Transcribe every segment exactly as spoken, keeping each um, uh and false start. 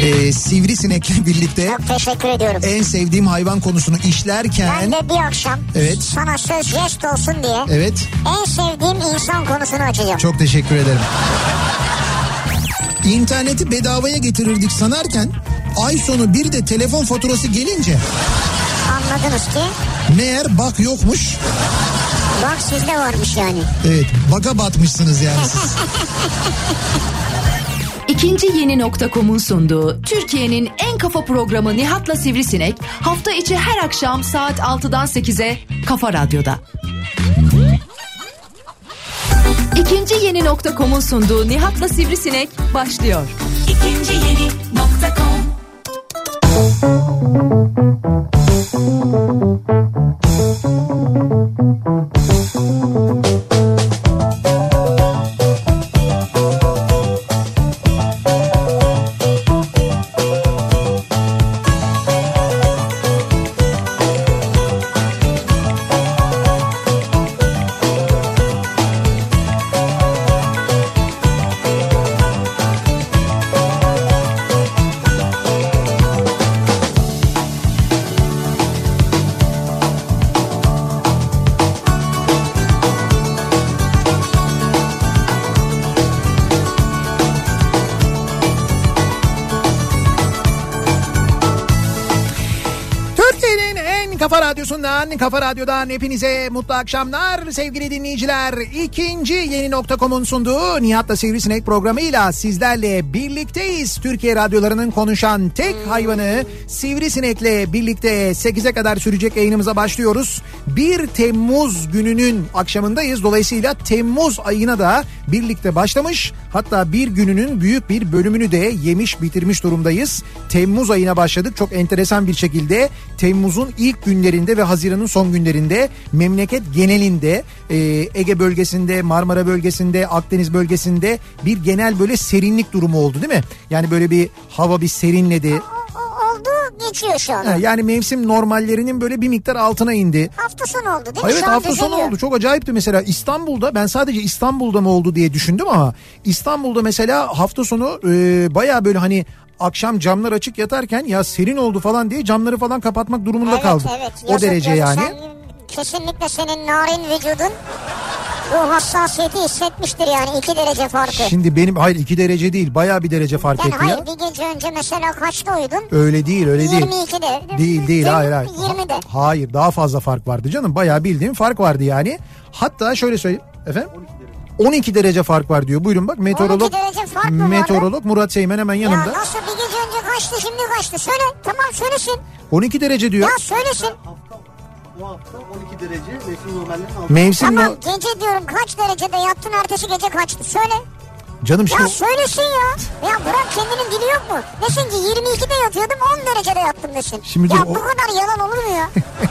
Ee, Sivrisinek'le birlikte. Çok teşekkür ediyorum. En sevdiğim hayvan konusunu işlerken. Ben de bir akşam evet. sana söz jest olsun diye. Evet. En sevdiğim insan konusunu açacağım. Çok teşekkür ederim. İnterneti bedavaya getirirdik sanarken ay sonu bir de telefon faturası gelince. Anladınız ki. Meğer bak yokmuş. Bak sizde varmış yani. Evet, baka batmışsınız yani siz. İkinci Yeni nokta com'un sunduğu Türkiye'nin en kafa programı Nihat'la Sivrisinek hafta içi her akşam saat altıdan sekize Kafa Radyo'da. İkinci Yeni nokta com'un sunduğu Nihat'la Sivrisinek başlıyor. İkinci Yeni nokta com. Kafa Radyosu'ndan, Kafa Radyo'dan hepinize mutlu akşamlar sevgili dinleyiciler. İkinci Yeni nokta com'un sunduğu Nihat'la Sivrisinek programıyla sizlerle birlikteyiz. Türkiye radyolarının konuşan tek hayvanı Sivrisinek'le birlikte sekize kadar sürecek yayınımıza başlıyoruz. bir Temmuz gününün akşamındayız. Dolayısıyla Temmuz ayına da birlikte başlamış. Hatta bir gününün büyük bir bölümünü de yemiş bitirmiş durumdayız. Temmuz ayına başladık. Çok enteresan bir şekilde Temmuz'un ilk günlerinde ve Haziran'ın son günlerinde memleket genelinde e, Ege bölgesinde, Marmara bölgesinde, Akdeniz bölgesinde bir genel böyle serinlik durumu oldu değil mi? Yani böyle bir hava bir serinledi. Oldu, geçiyor şu an. Yani mevsim normallerinin böyle bir miktar altına indi. Hafta sonu oldu değil mi? Evet, hafta sonu oldu. Çok acayipti mesela İstanbul'da. Ben sadece İstanbul'da mı oldu diye düşündüm ama İstanbul'da mesela hafta sonu e, bayağı böyle hani akşam camlar açık yatarken ya serin oldu falan diye camları falan kapatmak durumunda evet, kaldık. Evet, o yazık, derece yazık. yani. Sen, kesinlikle senin narin vücudun bu hassasiyeti hissetmiştir yani iki derece farkı. Şimdi benim hayır iki derece değil bayağı bir derece fark yani etti hayır, ya. Yani hayır bir gece önce mesela kaçta uyudun? Öyle değil öyle değil. yirmi ikide. Değil değil hayır hayır. yirmide. Hayır daha fazla fark vardı canım bayağı bildiğim fark vardı yani. Hatta şöyle söyleyeyim efendim. on iki derece fark var diyor. Buyurun bak meteorolog meteorolog Murat Seymen hemen yanımda. Ya nasıl bir gece önce kaçtı şimdi kaçtı söyle tamam söylesin. on iki derece diyor. Ya söylesin. Bu hafta on iki derece mevsim normalinin altında. Mevsim tamam no... gece diyorum kaç derecede yattın ertesi gece kaçtı söyle. Canım şimdi... Ya söylesin ya. Ya bırak kendinin dili yok mu? Desin ki yirmi ikide yatıyordum on derecede yattım desin. Şimdi ya dur, bu o... kadar yalan olur mu ya?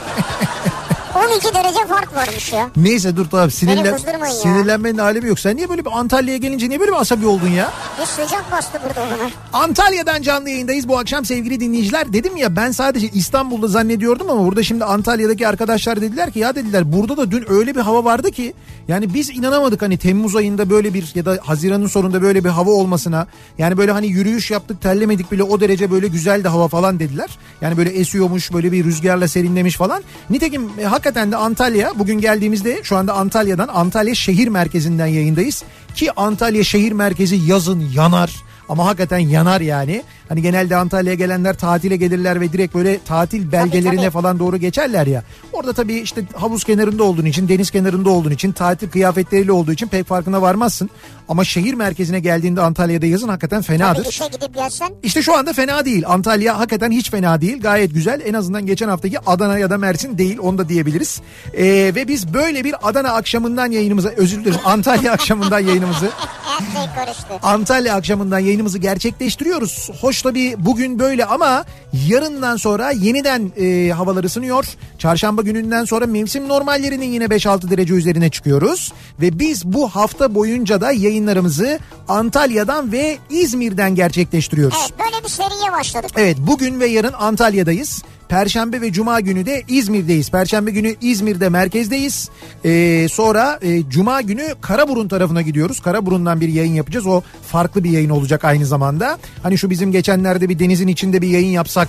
on iki derece fark varmış ya. Neyse dur tamam sinirlen... sinirlenmenin ya. alemi yok. Sen niye böyle bir Antalya'ya gelince niye böyle bir asabi oldun ya? Bir sıcak bastı burada ona. Antalya'dan canlı yayındayız bu akşam sevgili dinleyiciler. Dedim ya ben sadece İstanbul'da zannediyordum ama burada şimdi Antalya'daki arkadaşlar dediler ki ya dediler burada da dün öyle bir hava vardı ki yani biz inanamadık hani Temmuz ayında böyle bir ya da Haziran'ın sonunda böyle bir hava olmasına. Yani böyle hani yürüyüş yaptık terlemedik bile o derece böyle güzel de hava falan dediler. Yani böyle esiyormuş böyle bir rüzgarla serinlemiş falan. Nitekim e, hakikaten de Antalya bugün geldiğimizde şu anda Antalya'dan Antalya şehir merkezinden yayındayız. Ki Antalya şehir merkezi yazın yanar. Ama hakikaten yanar yani. Hani genelde Antalya'ya gelenler tatile gelirler ve direkt böyle tatil belgelerine tabii, tabii. falan doğru geçerler ya. Orada tabii işte havuz kenarında olduğun için, deniz kenarında olduğun için, tatil kıyafetleriyle olduğu için pek farkına varmazsın. Ama şehir merkezine geldiğinde Antalya'da yazın hakikaten fenadır. Tabii işe gidip gelsen. İşte şu anda fena değil. Antalya hakikaten hiç fena değil. Gayet güzel. En azından geçen haftaki Adana ya da Mersin değil. Onu da diyebiliriz. Ee, ve biz böyle bir Adana akşamından yayınımıza, özür dilerim Antalya akşamından yayınımızı. Her şey karıştı. Antalya akşamından yayınımızı gerçekleştiriyoruz. Hoş tabii bugün böyle ama yarından sonra yeniden e, havalar ısınıyor. Çarşamba gününden sonra mevsim normallerinin yine beş altı derece üzerine çıkıyoruz. Ve biz bu hafta boyunca da yayınlarımızı Antalya'dan ve İzmir'den gerçekleştiriyoruz. Evet böyle bir seriye başladık. Evet bugün ve yarın Antalya'dayız. Perşembe ve Cuma günü de İzmir'deyiz. Perşembe günü İzmir'de merkezdeyiz. Ee, sonra e, Cuma günü Karaburun tarafına gidiyoruz. Karaburun'dan bir yayın yapacağız. O farklı bir yayın olacak aynı zamanda. Hani şu bizim geçenlerde bir denizin içinde bir yayın yapsak,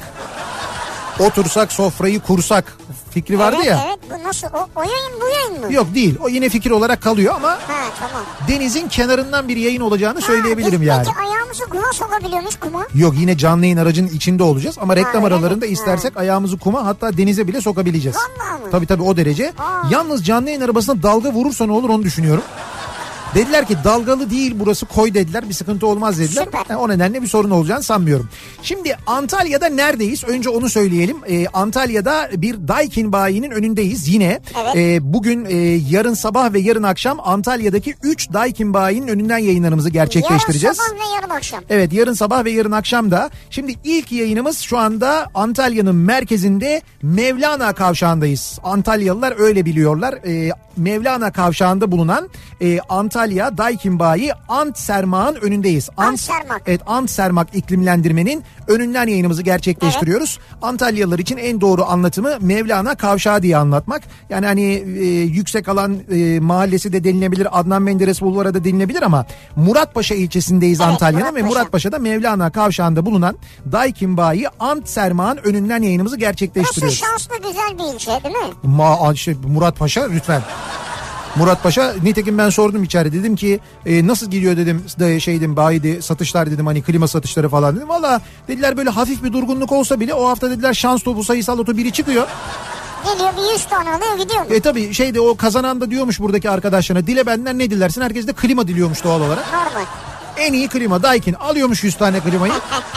otursak, sofrayı kursak fikri vardı evet, ya. Evet, bu nasıl? O, o yayın bu yayın mı? Yok değil. O yine fikir olarak kalıyor ama ha, tamam. denizin kenarından bir yayın olacağını Ha, söyleyebilirim biz yani. Peki ayağımızı kuma sokabiliyor muyuz, kuma? Yok, yine canlı yayın aracının içinde olacağız ama reklam Ha, aralarında evet. istersek ha. ayağımızı kuma, hatta denize bile sokabileceğiz. Vallahi mı? Tabii tabii, o derece. Aa. Yalnız canlı yayın arabasına dalga vurursa ne olur onu düşünüyorum. Dediler ki dalgalı değil burası, koy dediler, bir sıkıntı olmaz dediler. Süper. Yani o nedenle bir sorun olacağını sanmıyorum. Şimdi Antalya'da neredeyiz? Önce onu söyleyelim. Ee, Antalya'da bir Daikin bayinin önündeyiz yine. Evet. Ee, bugün e, yarın sabah ve yarın akşam Antalya'daki üç Daikin bayinin önünden yayınlarımızı gerçekleştireceğiz. Yarın sabah ve yarın akşam. Evet, yarın sabah ve yarın akşam da. Şimdi ilk yayınımız şu anda Antalya'nın merkezinde Mevlana Kavşağı'ndayız. Antalyalılar öyle biliyorlar. Ee, Mevlana Kavşağı'nda bulunan e, Antalya Daikin Bayi Antsermak'ın önündeyiz. Ant, Antsermak. Evet, Antsermak iklimlendirmenin önünden yayınımızı gerçekleştiriyoruz. Evet. Antalyalılar için en doğru anlatımı Mevlana Kavşağı diye anlatmak. Yani hani e, yüksek alan e, mahallesi de denilebilir, Adnan Menderes Bulvarı da denilebilir ama Muratpaşa ilçesindeyiz evet, Antalya'nın Muratpaşa. Ve Muratpaşa'da Mevlana Kavşağı'nda bulunan Daikin Bayi Antsermak'ın önünden yayınımızı gerçekleştiriyoruz. Burası şanslı, güzel bir ilçe değil mi? Ma şey, Muratpaşa lütfen. Muratpaşa, nitekim ben sordum içeride, dedim ki e, nasıl gidiyor dedim de, şeydim bayide satışlar dedim, hani klima satışları falan dedim. Valla dediler böyle hafif bir durgunluk olsa bile o hafta dediler şans topu, sayısal loto biri çıkıyor. Geliyor bir yüz tane alıyor gidiyor mu? E tabi şeyde o kazanan da diyormuş buradaki arkadaşlarına, dile benden ne dilersin, herkes de klima diliyormuş doğal olarak. Normal. En iyi klima Daikin alıyormuş yüz tane klimayı.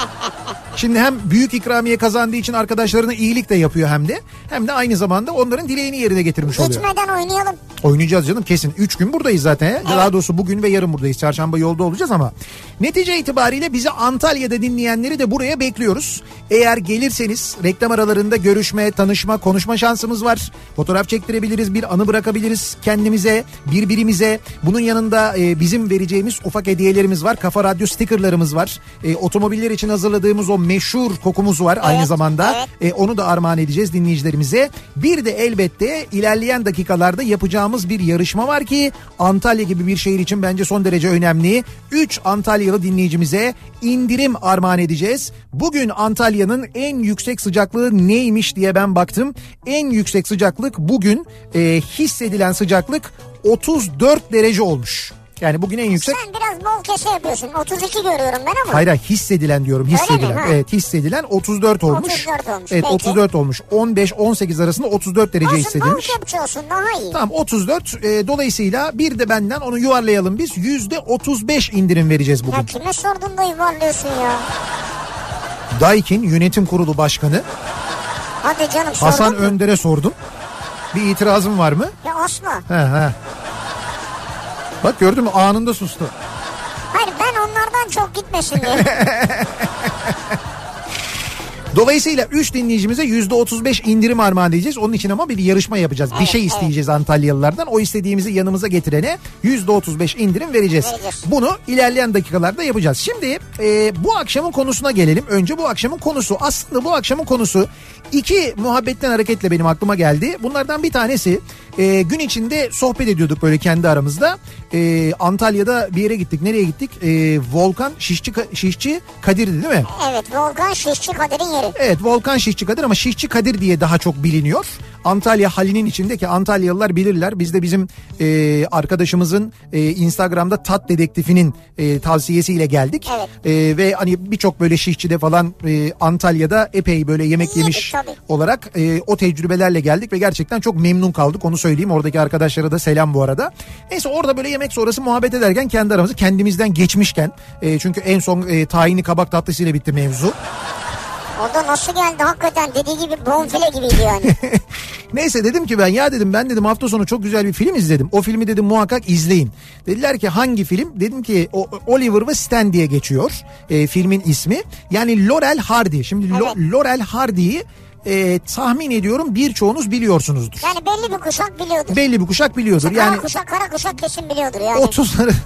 Şimdi hem büyük ikramiye kazandığı için arkadaşlarına iyilik de yapıyor hem de. Hem de aynı zamanda onların dileğini yerine getirmiş oluyor. Gitmeden oynayalım. Oynayacağız canım kesin. Üç gün buradayız zaten. Evet. Daha doğrusu bugün ve yarın buradayız. Çarşamba yolda olacağız ama netice itibariyle bizi Antalya'da dinleyenleri de buraya bekliyoruz. Eğer gelirseniz reklam aralarında görüşme, tanışma, konuşma şansımız var. Fotoğraf çektirebiliriz, bir anı bırakabiliriz kendimize, birbirimize. Bunun yanında e, bizim vereceğimiz ufak hediyelerimiz var. Kafa Radyo stikerlerimiz var. E, otomobiller için hazırladığımız o meşhur kokumuz var evet, aynı zamanda. Evet. E, onu da armağan edeceğiz dinleyicilerimize. Bir de elbette ilerleyen dakikalarda yapacağımız bir yarışma var ki Antalya gibi bir şehir için bence son derece önemli. üç Antalyalı dinleyicimize indirim armağan edeceğiz. Bugün Antalya'nın en yüksek sıcaklığı neymiş diye ben baktım. En yüksek sıcaklık bugün e, hissedilen sıcaklık otuz dört derece olmuş. Yani bugün en yüksek. Sen biraz bol kese yapıyorsun. otuz iki görüyorum ben ama. Hayır hissedilen diyorum. Hissedilen. Evet, hissedilen otuz dört olmuş. otuz dört olmuş. Evet, peki. otuz dört olmuş. on beş on sekiz arasında otuz dört derece olsun, hissedilmiş. Bol kepçe olsun daha iyi. Tamam otuz dört. E, dolayısıyla bir de benden onu yuvarlayalım biz. yüzde otuz beş indirim vereceğiz bugün. Ya kime sordun da yuvarlıyorsun ya? Daikin Yönetim Kurulu Başkanı. Hadi canım sordun Hasan mu? Önder'e sordum. Bir itirazın var mı? Ya asla. He he. Bak gördün mü, anında sustu. Hayır, ben onlardan çok gitmesin diye. Dolayısıyla üç dinleyicimize yüzde otuz beş indirim armağan edeceğiz. Onun için ama bir yarışma yapacağız. Evet, bir şey isteyeceğiz evet. Antalyalılardan. O istediğimizi yanımıza getirene yüzde otuz beş indirim vereceğiz. vereceğiz. Bunu ilerleyen dakikalarda yapacağız. Şimdi e, bu akşamın konusuna gelelim. Önce bu akşamın konusu. Aslında bu akşamın konusu iki muhabbetten hareketle benim aklıma geldi. Bunlardan bir tanesi e, gün içinde sohbet ediyorduk böyle kendi aramızda. E, Antalya'da bir yere gittik. Nereye gittik? E, Volkan Şişçi, Şişçi Kadir'di değil mi? Evet, Volkan Şişçi Kadir'in yeri. Evet, Volkan Şişçi Kadir ama Şişçi Kadir diye daha çok biliniyor. Antalya halinin içindeki Antalyalılar bilirler. Biz de bizim e, arkadaşımızın e, Instagram'da Tat Dedektifinin e, tavsiyesiyle geldik. Evet. E, ve hani birçok böyle Şişçi'de falan e, Antalya'da epey böyle yemek İyi, yemiş tabii. olarak e, o tecrübelerle geldik ve gerçekten çok memnun kaldık. Onu söyleyeyim. Oradaki arkadaşlara da selam bu arada. Neyse, orada böyle yemek sonrası muhabbet ederken kendi aramızda kendimizden geçmişken e, çünkü en son e, tahinli kabak tatlısıyla bitti mevzu. O da nasıl geldi hakikaten, dediği gibi bonfile gibiydi yani. Neyse dedim ki ben ya dedim ben dedim hafta sonu çok güzel bir film izledim. O filmi dedim muhakkak izleyin. Dediler ki hangi film? Dedim ki o, Oliver ve Stan diye geçiyor e, filmin ismi. Yani Laurel Hardy. Şimdi evet. Lo, Laurel Hardy'yi e, tahmin ediyorum birçoğunuz biliyorsunuzdur. Yani belli bir kuşak biliyordur. Belli bir kuşak biliyordur. İşte yani kara kuşak, kara kuşak kesin biliyordur yani. otuzları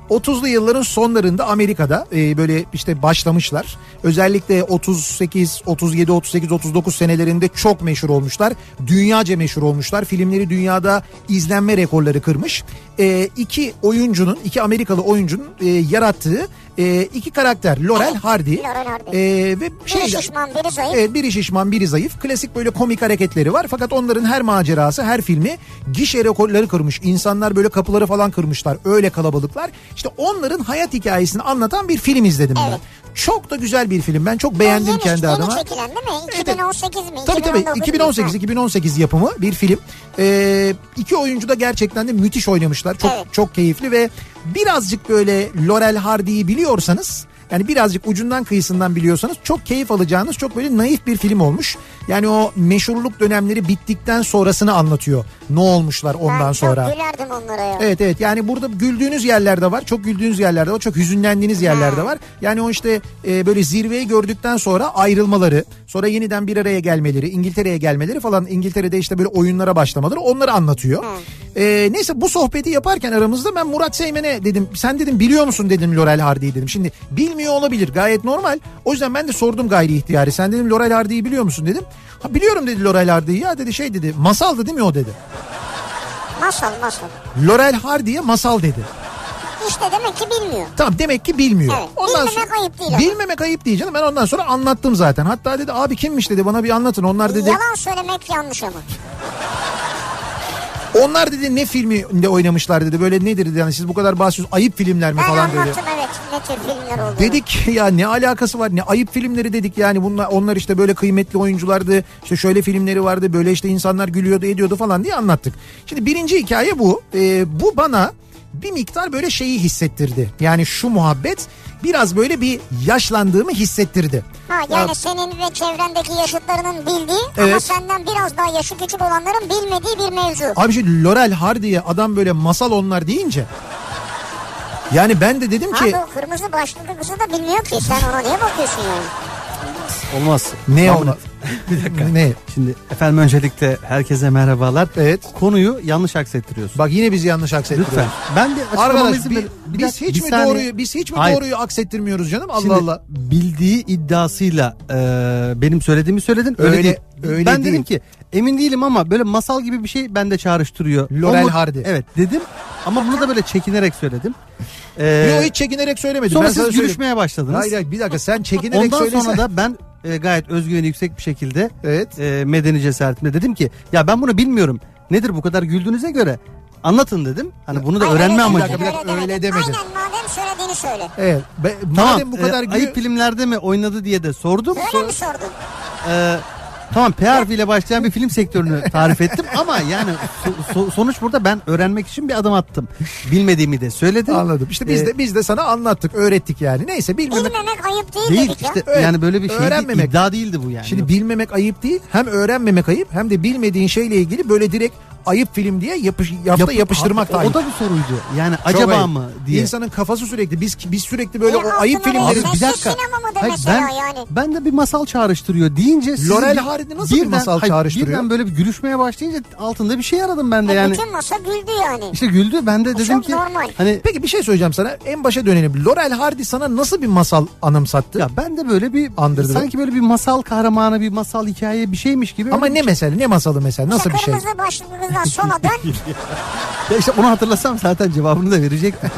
otuzlu yılların sonlarında Amerika'da e, böyle işte başlamışlar. Özellikle otuz sekiz, otuz yedi, otuz sekiz, otuz dokuz senelerinde çok meşhur olmuşlar. Dünyaca meşhur olmuşlar. Filmleri dünyada izlenme rekorları kırmış. E, iki oyuncunun, iki Amerikalı oyuncunun e, yarattığı e, iki karakter. Laurel Hardy. Laurel Hardy. E, ve şey, biri şişman, biri zayıf. Evet, biri şişman, biri zayıf. Klasik böyle komik hareketleri var. Fakat onların her macerası, her filmi gişe rekorları kırmış. İnsanlar böyle kapıları falan kırmışlar. Öyle kalabalıklar. İşte onların hayat hikayesini anlatan bir film izledim evet. ben. Çok da güzel bir film. Ben çok beğendim yeni, kendi yeni adıma. çekilen değil mi? iki bin on sekiz mi? Tabii tabii iki bin on sekiz iki bin on sekiz yapımı bir film. Ee, iki oyuncu da gerçekten de müthiş oynamışlar. Çok evet. çok keyifli ve birazcık böyle Laurel Hardy'yi biliyorsanız, yani birazcık ucundan kıyısından biliyorsanız çok keyif alacağınız çok böyle naif bir film olmuş. Yani o meşhurluk dönemleri bittikten sonrasını anlatıyor. Ne olmuşlar ondan ben sonra. Ben çok gülerdim onlara ya. Evet evet, yani burada güldüğünüz yerlerde var. Çok güldüğünüz yerlerde var. Çok hüzünlendiğiniz yerlerde var. Yani o işte e, böyle zirveyi gördükten sonra ayrılmaları, sonra yeniden bir araya gelmeleri, İngiltere'ye gelmeleri falan, İngiltere'de işte böyle oyunlara başlamaları, onları anlatıyor. E, neyse bu sohbeti yaparken aramızda ben Murat Seymen'e dedim, sen dedim biliyor musun dedim Laurel Hardy'yi dedim. Şimdi bilmiyor olabilir, gayet normal. O yüzden ben de sordum gayri ihtiyari. Sen dedim Laurel Hardy'yi biliyor musun dedim. Ha biliyorum dedi Laurel Hardy'yi, ya dedi şey dedi, masaldı değil mi o dedi. Masal masal. Laurel Hardy'ye masal dedi. İşte demek ki bilmiyor. Tamam, demek ki bilmiyor. Evet, ondan bilmemek sonra, ayıp değil ama. Bilmemek ayıp değil canım. Ben ondan sonra anlattım zaten. Hatta dedi abi kimmiş dedi, bana bir anlatın. Onlar dedi. Yalan söylemek yanlış ama. Onlar dedi ne filminde oynamışlar dedi. Böyle nedir dedi, yani siz bu kadar bahsediyorsunuz, ayıp filmler mi ben falan dedi. Ben anlattım evet ne tür filmler olduğunu. Dedik ya ne alakası var, ne ayıp filmleri dedik yani, bunlar onlar işte böyle kıymetli oyunculardı, işte şöyle filmleri vardı, böyle işte insanlar gülüyordu ediyordu falan diye anlattık. Şimdi birinci hikaye bu. Ee, bu bana bir miktar böyle şeyi hissettirdi. Yani şu muhabbet biraz böyle bir yaşlandığımı hissettirdi. Ha yani ya, senin ve çevrendeki yaşıtlarının bildiği evet. ama senden biraz daha yaşı küçük olanların bilmediği bir mevzu. Abi şimdi Laurel Hardy'ye adam böyle masal onlar deyince, yani ben de dedim ki. Abi o kırmızı başlıklı kızı da bilmiyor ki, sen ona niye bakıyorsun yani? Olmaz. Ne olmaz? Bir dakika. Ne? Şimdi efendim öncelikle herkese merhabalar. Evet. Konuyu yanlış aksettiriyorsun. Bak yine bizi yanlış aksettiriyor. Lütfen. Ben de Arkadaş izin bir, ver- bir biz dakika, hiç bir mi saniye. doğruyu biz hiç mi Hayır. doğruyu aksettirmiyoruz canım? Allah Şimdi Allah. bildiği iddiasıyla e, benim söylediğimi söyledin. Öyle, Öyle- değil. öyle ben değil. dedim ki emin değilim ama böyle masal gibi bir şey bende çağrıştırıyor. Laurel O mu- Hardy. Evet dedim ama bunu da böyle çekinerek söyledim. Ee, Yo, hiç çekinerek söylemedim. sonra Ben sana siz söyleyeyim. gülüşmeye başladınız. Hayır hayır, bir dakika, sen çekinerek Ondan söylesen. sonra da ben e, gayet özgüveni yüksek bir şekilde Evet. e, medeni cesaretimle dedim ki ya ben bunu bilmiyorum. Nedir bu kadar güldüğünüze göre anlatın dedim. Hani bunu da Hayır, öğrenme öyle amacı. Bir dakika, bir dakika, öyle demedim. demedim. Aynen, madem söylediğini söyle. Evet. Be, Tamam. madem bu kadar e, gülü... ayıp filmlerde mi oynadı diye de sordum. Öyle mi sordun? E, tamam P harfiyle başlayan bir film sektörünü tarif ettim ama yani so- so- sonuç burada ben öğrenmek için bir adım attım. Bilmediğimi de söyledim. Anladım. İşte biz Ee, de biz de sana anlattık, öğrettik yani. Neyse, bilmemek. Bilmemek ayıp değil, Değil dedik işte ya. Evet, yani böyle bir şey değil, öğrenmemek. iddia değildi bu yani. Şimdi bilmemek ayıp değil. Hem öğrenmemek ayıp, hem de bilmediğin şeyle ilgili böyle direkt ayıp film diye yapış, yafta Yap- yapıştırmak da o, ayıp. o da bir soruydu. Yani Çok acaba ayıp. mı diye. İnsanın kafası sürekli biz biz sürekli böyle E, o ayıp altına filmleri. bir Abi bir sessiz dakika. sinema mı de Hayır, mesela ben, yani? ben de bir masal çağrıştırıyor deyince siz Laurel bir- Hardy nasıl bir masal hayır, çağrıştırıyor? Birden böyle bir gülüşmeye başlayınca altında bir şey aradım ben de E, yani. Bütün masa güldü yani. İşte güldü, ben de dedim çok ki normal. hani Peki bir şey söyleyeceğim sana. En başa dönelim. Laurel Hardy sana nasıl bir masal anımsattı? ya ben de böyle bir Andırdı. sanki böyle bir masal kahramanı, bir masal hikaye bir şeymiş gibi. Ama öyle ne bir mesela? Ne masalı mesela? Nasıl bir İşte şey? kırmızı başlıklı kızdan sonra dön. şey. Ya işte onu hatırlasam zaten cevabını da verecektim.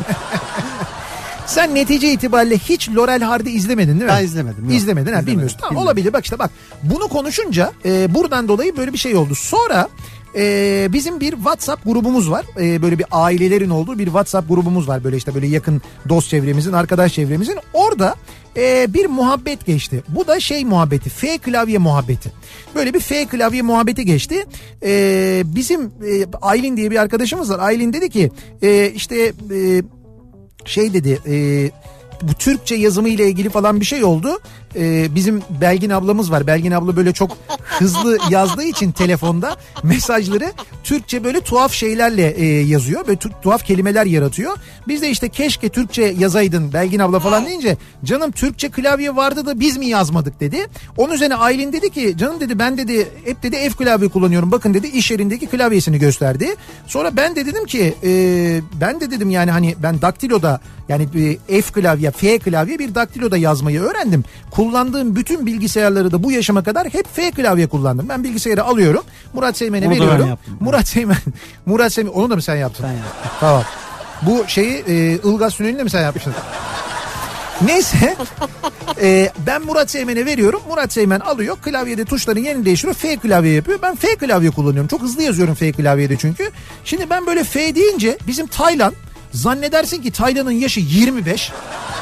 Sen netice itibariyle hiç Laurel Hardy izlemedin değil mi? Ben izlemedim, yok. İzlemedin ha, İzlemedim, bilmiyorsun. Tamam, bilmiyorum. olabilir. Bak işte bak. Bunu konuşunca e, buradan dolayı böyle bir şey oldu. Sonra e, bizim bir WhatsApp grubumuz var. E, böyle bir ailelerin olduğu bir WhatsApp grubumuz var. Böyle işte böyle yakın dost çevremizin, arkadaş çevremizin. Orada e, bir muhabbet geçti. Bu da şey muhabbeti. F klavye muhabbeti. Böyle bir F klavye muhabbeti geçti. E, bizim e, Aylin diye bir arkadaşımız var. Aylin dedi ki e, işte... E, şey dedi, e, bu Türkçe yazımı ile ilgili falan bir şey oldu. e, bizim Belgin ablamız var. Belgin abla böyle çok hızlı yazdığı için telefonda mesajları Türkçe böyle tuhaf şeylerle e, yazıyor. Böyle tu- tuhaf kelimeler yaratıyor. Biz de işte keşke Türkçe yazaydın Belgin abla falan deyince canım Türkçe klavye vardı da biz mi yazmadık dedi. Onun üzerine Aylin dedi ki canım dedi ben dedi hep dedi F klavye kullanıyorum. Bakın dedi iş yerindeki klavyesini gösterdi. Sonra ben de dedim ki e, ben de dedim yani hani ben daktiloda yani e, F klavye, F klavye bir daktiloda yazmayı öğrendim. Kullandığım bütün bilgisayarları da bu yaşıma kadar hep F klavye kullandım. Ben bilgisayarı alıyorum. Murat Seymen'e Onu da veriyorum. ben yaptım. Murat Seymen, Murat Seymen onu da mı sen yaptın? Ben yaptım. Tamam. Bu şeyi e, Ilgaz Tüneli'ni de mi sen yapmışsın? Neyse e, ben Murat Seymen'e veriyorum. Murat Seymen alıyor klavyede tuşların yerini değiştiriyor. F klavye yapıyor. Ben F klavye kullanıyorum. Çok hızlı yazıyorum F klavyede çünkü. Şimdi ben böyle F deyince bizim Taylan zannedersin ki Taylan'ın yaşı yirmi beş.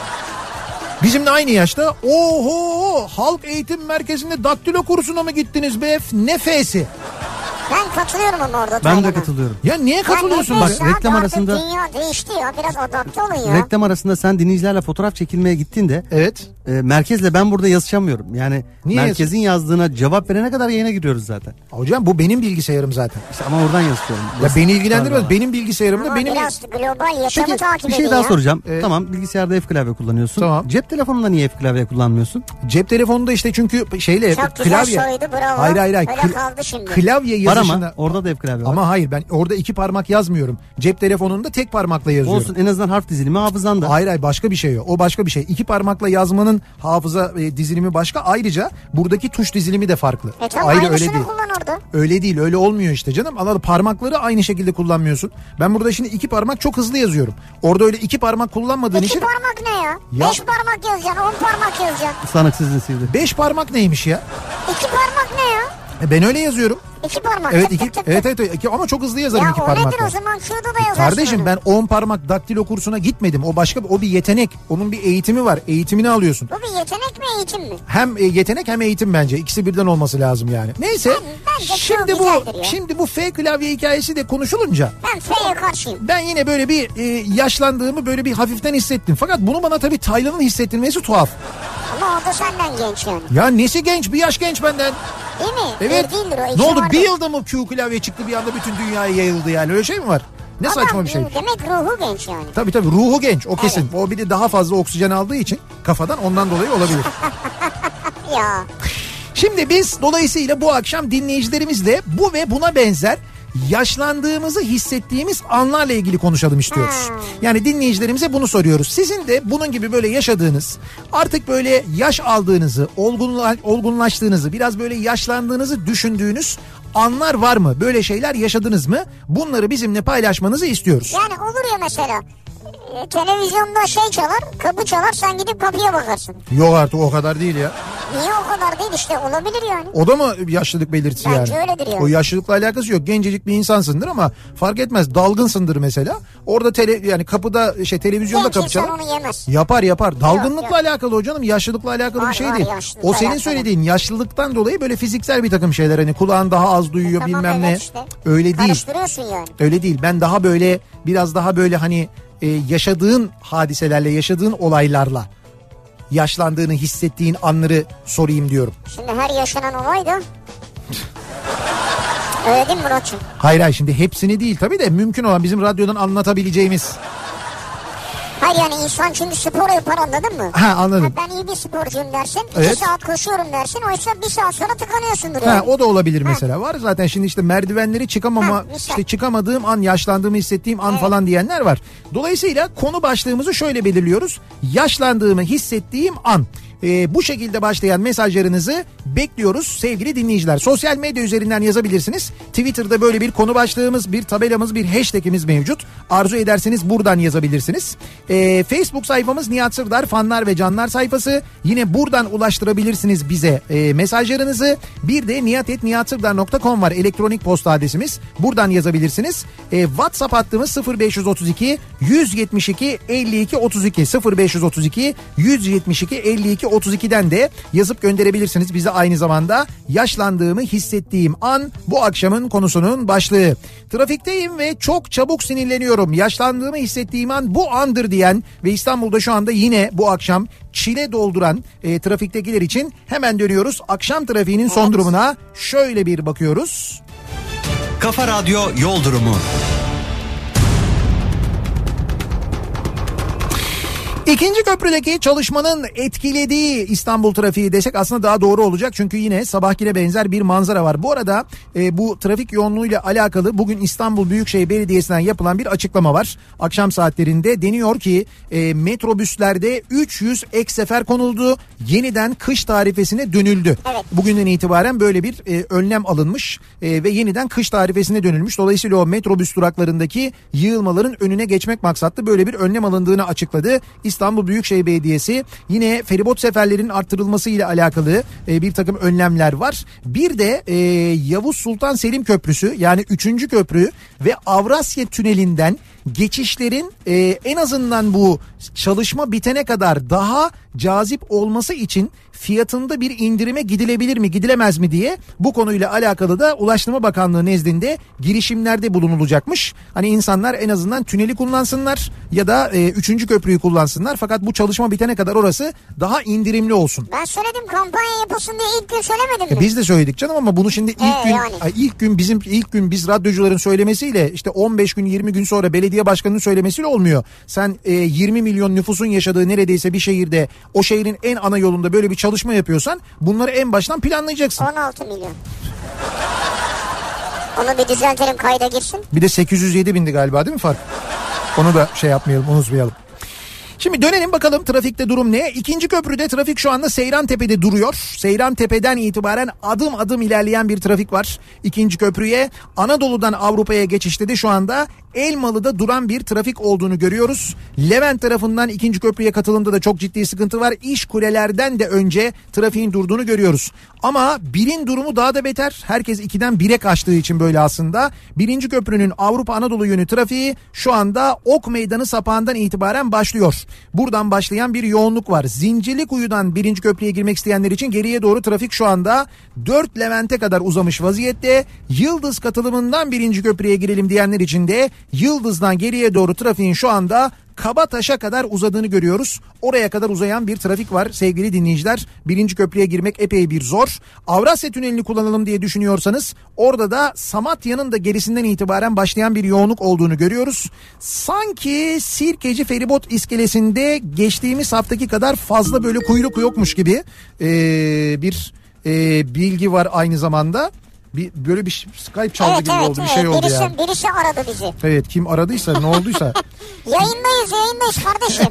Bizimle aynı yaşta. Oho halk eğitim merkezinde daktilo kursuna mı gittiniz be? Ne F'si? Ben katılıyorum ama orada. Ben Taylan'a. de katılıyorum. Ya niye katılıyorsun? Ya Bak, nefes Bak, reklam abi, arasında- artık dünya değişti ya, biraz adapte olun ya. Reklam arasında sen dinleyicilerle fotoğraf çekilmeye gittiğinde evet. e, merkezle ben burada yazışamıyorum. Yani Niye merkezin yazdığına cevap verene kadar yayına giriyoruz zaten. Hocam bu benim bilgisayarım zaten. İşte ama oradan yazışıyorum. Ya beni ilgilendirmez. Var. Benim bilgisayarımda Ama benim biraz global yaşamı Peki takip bir edin şey daha ya. soracağım. Evet. Tamam bilgisayarda F klavye kullanıyorsun. Tamam. Cep telefonunda niye F klavye kullanmıyorsun? cep telefonunda işte çünkü şeyle Çok güzel klavye. soydu, bravo. Hayır hayır hayır. Öyle Kla- kaldı şimdi. Klavye Var yazışına. ama orada da F klavye var. Ama hayır ben orada iki parmak yazmıyorum. Cep telefonunda tek parmakla yazıyorum. Olsun en azından harf dizilimi hafızanda. Hayır hayır başka bir şey o. O başka bir şey. İki parmakla yazmanın hafıza e, dizilimi başka. Ayrıca buradaki tuş dizilimi de farklı. E tamam, Ayrı aynısını öyle değil. kullan orada. Öyle değil öyle olmuyor işte canım. Anladın parmakları aynı şekilde kullanmıyorsun. Ben burada şimdi iki parmak çok hızlı yazıyorum. Orada öyle iki parmak kullanmadığın İki için parmak ne ya? Ya- Beş parmak yazacaksın, on parmak yazacaksın. Sanıksız nesildi. beş parmak neymiş ya? İki parmak ne ya? E ben öyle yazıyorum. İki parmak. Evet tık iki tık tık evet tık. evet iki, ama çok hızlı yazarım Ya iki o nedir parmakla. o zaman? Şurada da yazarsın Kardeşim onu. ben on parmak daktilo kursuna gitmedim. O başka o bir yetenek. Onun bir eğitimi var. Eğitimini alıyorsun. Bu bir yetenek mi, eğitim mi? Hem e, yetenek hem eğitim bence. İkisi birden olması lazım yani. Neyse. Ben- bence Şimdi çok bu güzeldir ya. şimdi bu F klavye hikayesi de konuşulunca Ben F'ye karşıyım. ben yine böyle bir e, yaşlandığımı böyle bir hafiften hissettim. Fakat bunu bana tabii Taylan'ın hissettirmesi tuhaf. Ama o da senden genç yani. Ya nesi genç? Bir yaş genç benden. Değil mi? Evet. Bir değildir o. iki Ne oldu? vardır. Bir yılda mı Q klavye çıktı bir anda bütün dünyaya yayıldı yani? Öyle şey mi var? Ne Adam, saçma bir şey. Demek ruhu genç yani. Tabii tabii ruhu genç o kesin. O bir de daha fazla oksijen aldığı için kafadan ondan dolayı olabilir. Ya. Şimdi biz dolayısıyla bu akşam dinleyicilerimizle bu ve buna benzer yaşlandığımızı hissettiğimiz anlarla ilgili konuşalım istiyoruz. Hmm. Yani dinleyicilerimize bunu soruyoruz. Sizin de bunun gibi böyle yaşadığınız, artık böyle yaş aldığınızı, olgunla, olgunlaştığınızı, biraz böyle yaşlandığınızı düşündüğünüz anlar var mı? Böyle şeyler yaşadınız mı? Bunları bizimle paylaşmanızı istiyoruz. Yani olur ya mesela. e, Televizyonda şey çalar, kapı çalar, sen gidip kapıya bakarsın. Yok artık o kadar değil ya. Niye o kadar değil işte, olabilir yani. O da mı yaşlılık belirtisi Bence yani? öyledir yani. O yaşlılıkla alakası yok. Gencecik bir insansındır ama fark etmez. Dalgınsındır mesela. Orada tele, yani kapıda şey televizyonda Genç kapı insan çalar. onu yemez. Yapar yapar. Dalgınlıkla yok. alakalı o canım. Yaşlılıkla alakalı Var, bir şey var, değil. yaşlılıkla O senin alakalı. söylediğin yaşlılıktan dolayı böyle fiziksel bir takım şeyler. Hani kulağın daha az duyuyor Tamam, bilmem evet ne. işte. Öyle değil. Karıştırıyorsun yani. Öyle değil. Ben daha böyle biraz daha böyle hani e, yaşadığın hadiselerle, yaşadığın olaylarla yaşlandığını hissettiğin anları sorayım diyorum. Şimdi her yaşanan olay da... Öyle değil mi Muratçım? Hayır hayır şimdi hepsini değil tabii de mümkün olan bizim radyodan anlatabileceğimiz. Hayır yani insan çünkü spor yapar, anladın mı? Ha anladım. Ha, ben iyi bir sporcuyum dersin. Evet. iki saat koşuyorum dersin. Oysa bir saat sonra tıkanıyorsundur Ha, yani. o da olabilir mesela. Var zaten şimdi işte merdivenleri çıkamama, Ha, misal. işte çıkamadığım an, yaşlandığımı hissettiğim an falan diyenler var. Dolayısıyla konu başlığımızı şöyle belirliyoruz. Yaşlandığımı hissettiğim an. Ee, bu şekilde başlayan mesajlarınızı bekliyoruz sevgili dinleyiciler. Sosyal medya üzerinden yazabilirsiniz. Twitter'da böyle bir konu başlığımız, bir tabelamız, bir hashtagimiz mevcut. Arzu ederseniz buradan yazabilirsiniz. Ee, Facebook sayfamız Nihat Sırdar fanlar ve canlar sayfası. Yine buradan ulaştırabilirsiniz bize e, mesajlarınızı. Bir de nihat et nihat sırdar nokta com var elektronik posta adresimiz. Buradan yazabilirsiniz. E, WhatsApp hattımız sıfır beş otuz iki yüz yetmiş iki elli iki otuz iki sıfır beş otuz iki yüz yetmiş iki elli iki otuz iki'den de yazıp gönderebilirsiniz. Bize aynı zamanda yaşlandığımı hissettiğim an bu akşamın konusunun başlığı. Trafikteyim ve çok çabuk sinirleniyorum. Yaşlandığımı hissettiğim an bu andır diyen eden ve İstanbul'da şu anda yine bu akşam çile dolduran e, trafiktekiler için hemen dönüyoruz. Akşam trafiğinin son Evet. durumuna şöyle bir bakıyoruz. Kafa Radyo Yol Durumu. İkinci köprüdeki çalışmanın etkilediği İstanbul trafiği desek aslında daha doğru olacak. Çünkü yine sabahkine benzer bir manzara var. Bu arada e, bu trafik yoğunluğuyla alakalı bugün İstanbul Büyükşehir Belediyesi'nden yapılan bir açıklama var. Akşam saatlerinde deniyor ki e, metrobüslerde üç yüz ek sefer konuldu. Yeniden kış tarifesine dönüldü. Evet. Bugünden itibaren böyle bir e, önlem alınmış e, ve yeniden kış tarifesine dönülmüş. Dolayısıyla o metrobüs duraklarındaki yığılmaların önüne geçmek maksatlı böyle bir önlem alındığını açıkladı. İstanbul Büyükşehir Belediyesi yine feribot seferlerinin arttırılması ile alakalı e, bir takım önlemler var. Bir de e, Yavuz Sultan Selim Köprüsü yani üçüncü köprü ve Avrasya Tüneli'nden geçişlerin e, en azından bu çalışma bitene kadar daha cazip olması için fiyatında bir indirime gidilebilir mi gidilemez mi diye bu konuyla alakalı da Ulaştırma Bakanlığı nezdinde girişimlerde bulunulacakmış. Hani insanlar en azından tüneli kullansınlar ya da e, üçüncü köprüyü kullansınlar fakat bu çalışma bitene kadar orası daha indirimli olsun. Ben söyledim kampanya yapılsın diye ilk gün söylemedim mi? E biz de söyledik canım ama bunu şimdi ilk Ee, gün yani. ay, ilk gün bizim ilk gün biz radyocuların söylemesiyle işte on beş gün yirmi gün sonra belediye başkanının söylemesiyle olmuyor. Sen e, yirmi milyon nüfusun yaşadığı neredeyse bir şehirde o şehrin en ana yolunda böyle bir çalışma yapıyorsan bunları en baştan planlayacaksın. on altı milyon. Onu bir düzeltelim, kayda girsin. Bir de sekiz yüz yedi bindi galiba değil mi fark? Onu da şey yapmayalım, unutmayalım. Şimdi dönelim bakalım trafikte durum ne? İkinci köprüde trafik şu anda Seyrantepe'de duruyor. Seyrantepe'den itibaren adım adım ilerleyen bir trafik var. İkinci köprüye Anadolu'dan Avrupa'ya geçişte de şu anda Elmalı'da duran bir trafik olduğunu görüyoruz. Levent tarafından ikinci köprüye katılımda da çok ciddi sıkıntı var. İşkulelerden de önce trafiğin durduğunu görüyoruz. Ama birin durumu daha da beter. Herkes ikiden bire kaçtığı için böyle aslında. Birinci köprünün Avrupa Anadolu yönü trafiği şu anda Ok Meydanı sapağından itibaren başlıyor. Buradan başlayan bir yoğunluk var. Zincirlikuyu'dan birinci köprüye girmek isteyenler için geriye doğru trafik şu anda dört Levent'e kadar uzamış vaziyette. Yıldız katılımından birinci köprüye girelim diyenler için de Yıldız'dan geriye doğru trafiğin şu anda Kabataş'a kadar uzadığını görüyoruz. Oraya kadar uzayan bir trafik var sevgili dinleyiciler. Birinci köprüye girmek epey bir zor. Avrasya Tüneli'ni kullanalım diye düşünüyorsanız orada da Samatya'nın da gerisinden itibaren başlayan bir yoğunluk olduğunu görüyoruz. Sanki Sirkeci Feribot iskelesinde geçtiğimiz haftaki kadar fazla böyle kuyruk yokmuş gibi ee, bir ee, bilgi var aynı zamanda. Bir, böyle bir Skype çaldı Evet gibi evet, oldu bir evet. şey oldu birisi, yani. birisi aradı bizi. Evet kim aradıysa ne olduysa. Yayındayız yayındayız kardeşim.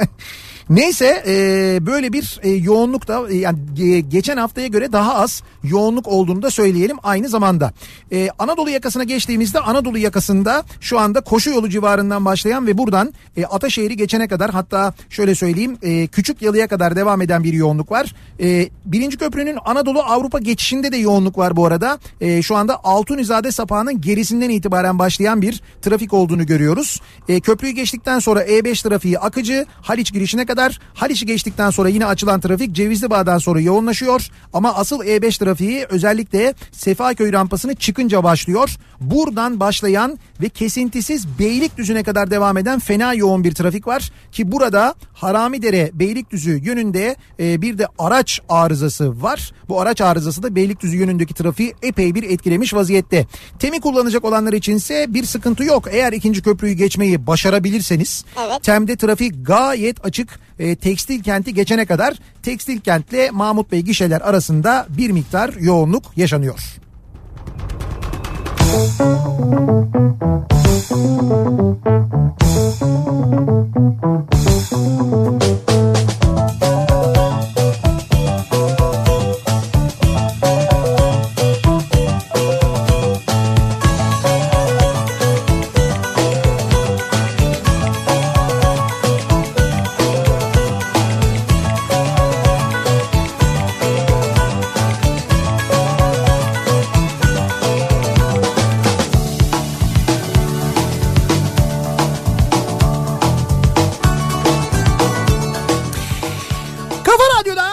Neyse e, böyle bir e, yoğunluk da e, yani e, geçen haftaya göre daha az yoğunluk olduğunu da söyleyelim aynı zamanda. E, Anadolu yakasına geçtiğimizde Anadolu yakasında şu anda Koşu Yolu civarından başlayan ve buradan e, Ataşehir'i geçene kadar hatta şöyle söyleyeyim e, Küçükyalı'ya kadar devam eden bir yoğunluk var. E, birinci köprünün Anadolu Avrupa geçişinde de yoğunluk var bu arada. E, şu anda Altunizade sapağının gerisinden itibaren başlayan bir trafik olduğunu görüyoruz. E, köprüyü geçtikten sonra E beş trafiği akıcı Haliç girişine kadar. Haliç'i geçtikten sonra yine açılan trafik Cevizlibağ'dan sonra yoğunlaşıyor. Ama asıl E beş trafiği özellikle Sefaköy rampasını çıkınca başlıyor. Buradan başlayan ve kesintisiz Beylikdüzü'ne kadar devam eden fena yoğun bir trafik var. Ki burada Haramidere Beylikdüzü yönünde e, bir de araç arızası var. Bu araç arızası da Beylikdüzü yönündeki trafiği epey bir etkilemiş vaziyette. TEM'i kullanacak olanlar içinse bir sıkıntı yok. Eğer ikinci köprüyü geçmeyi başarabilirseniz Evet. TEM'de trafik gayet açık. E, tekstil kenti geçene kadar tekstil kentle Mahmut Bey gişeler arasında bir miktar yoğunluk yaşanıyor.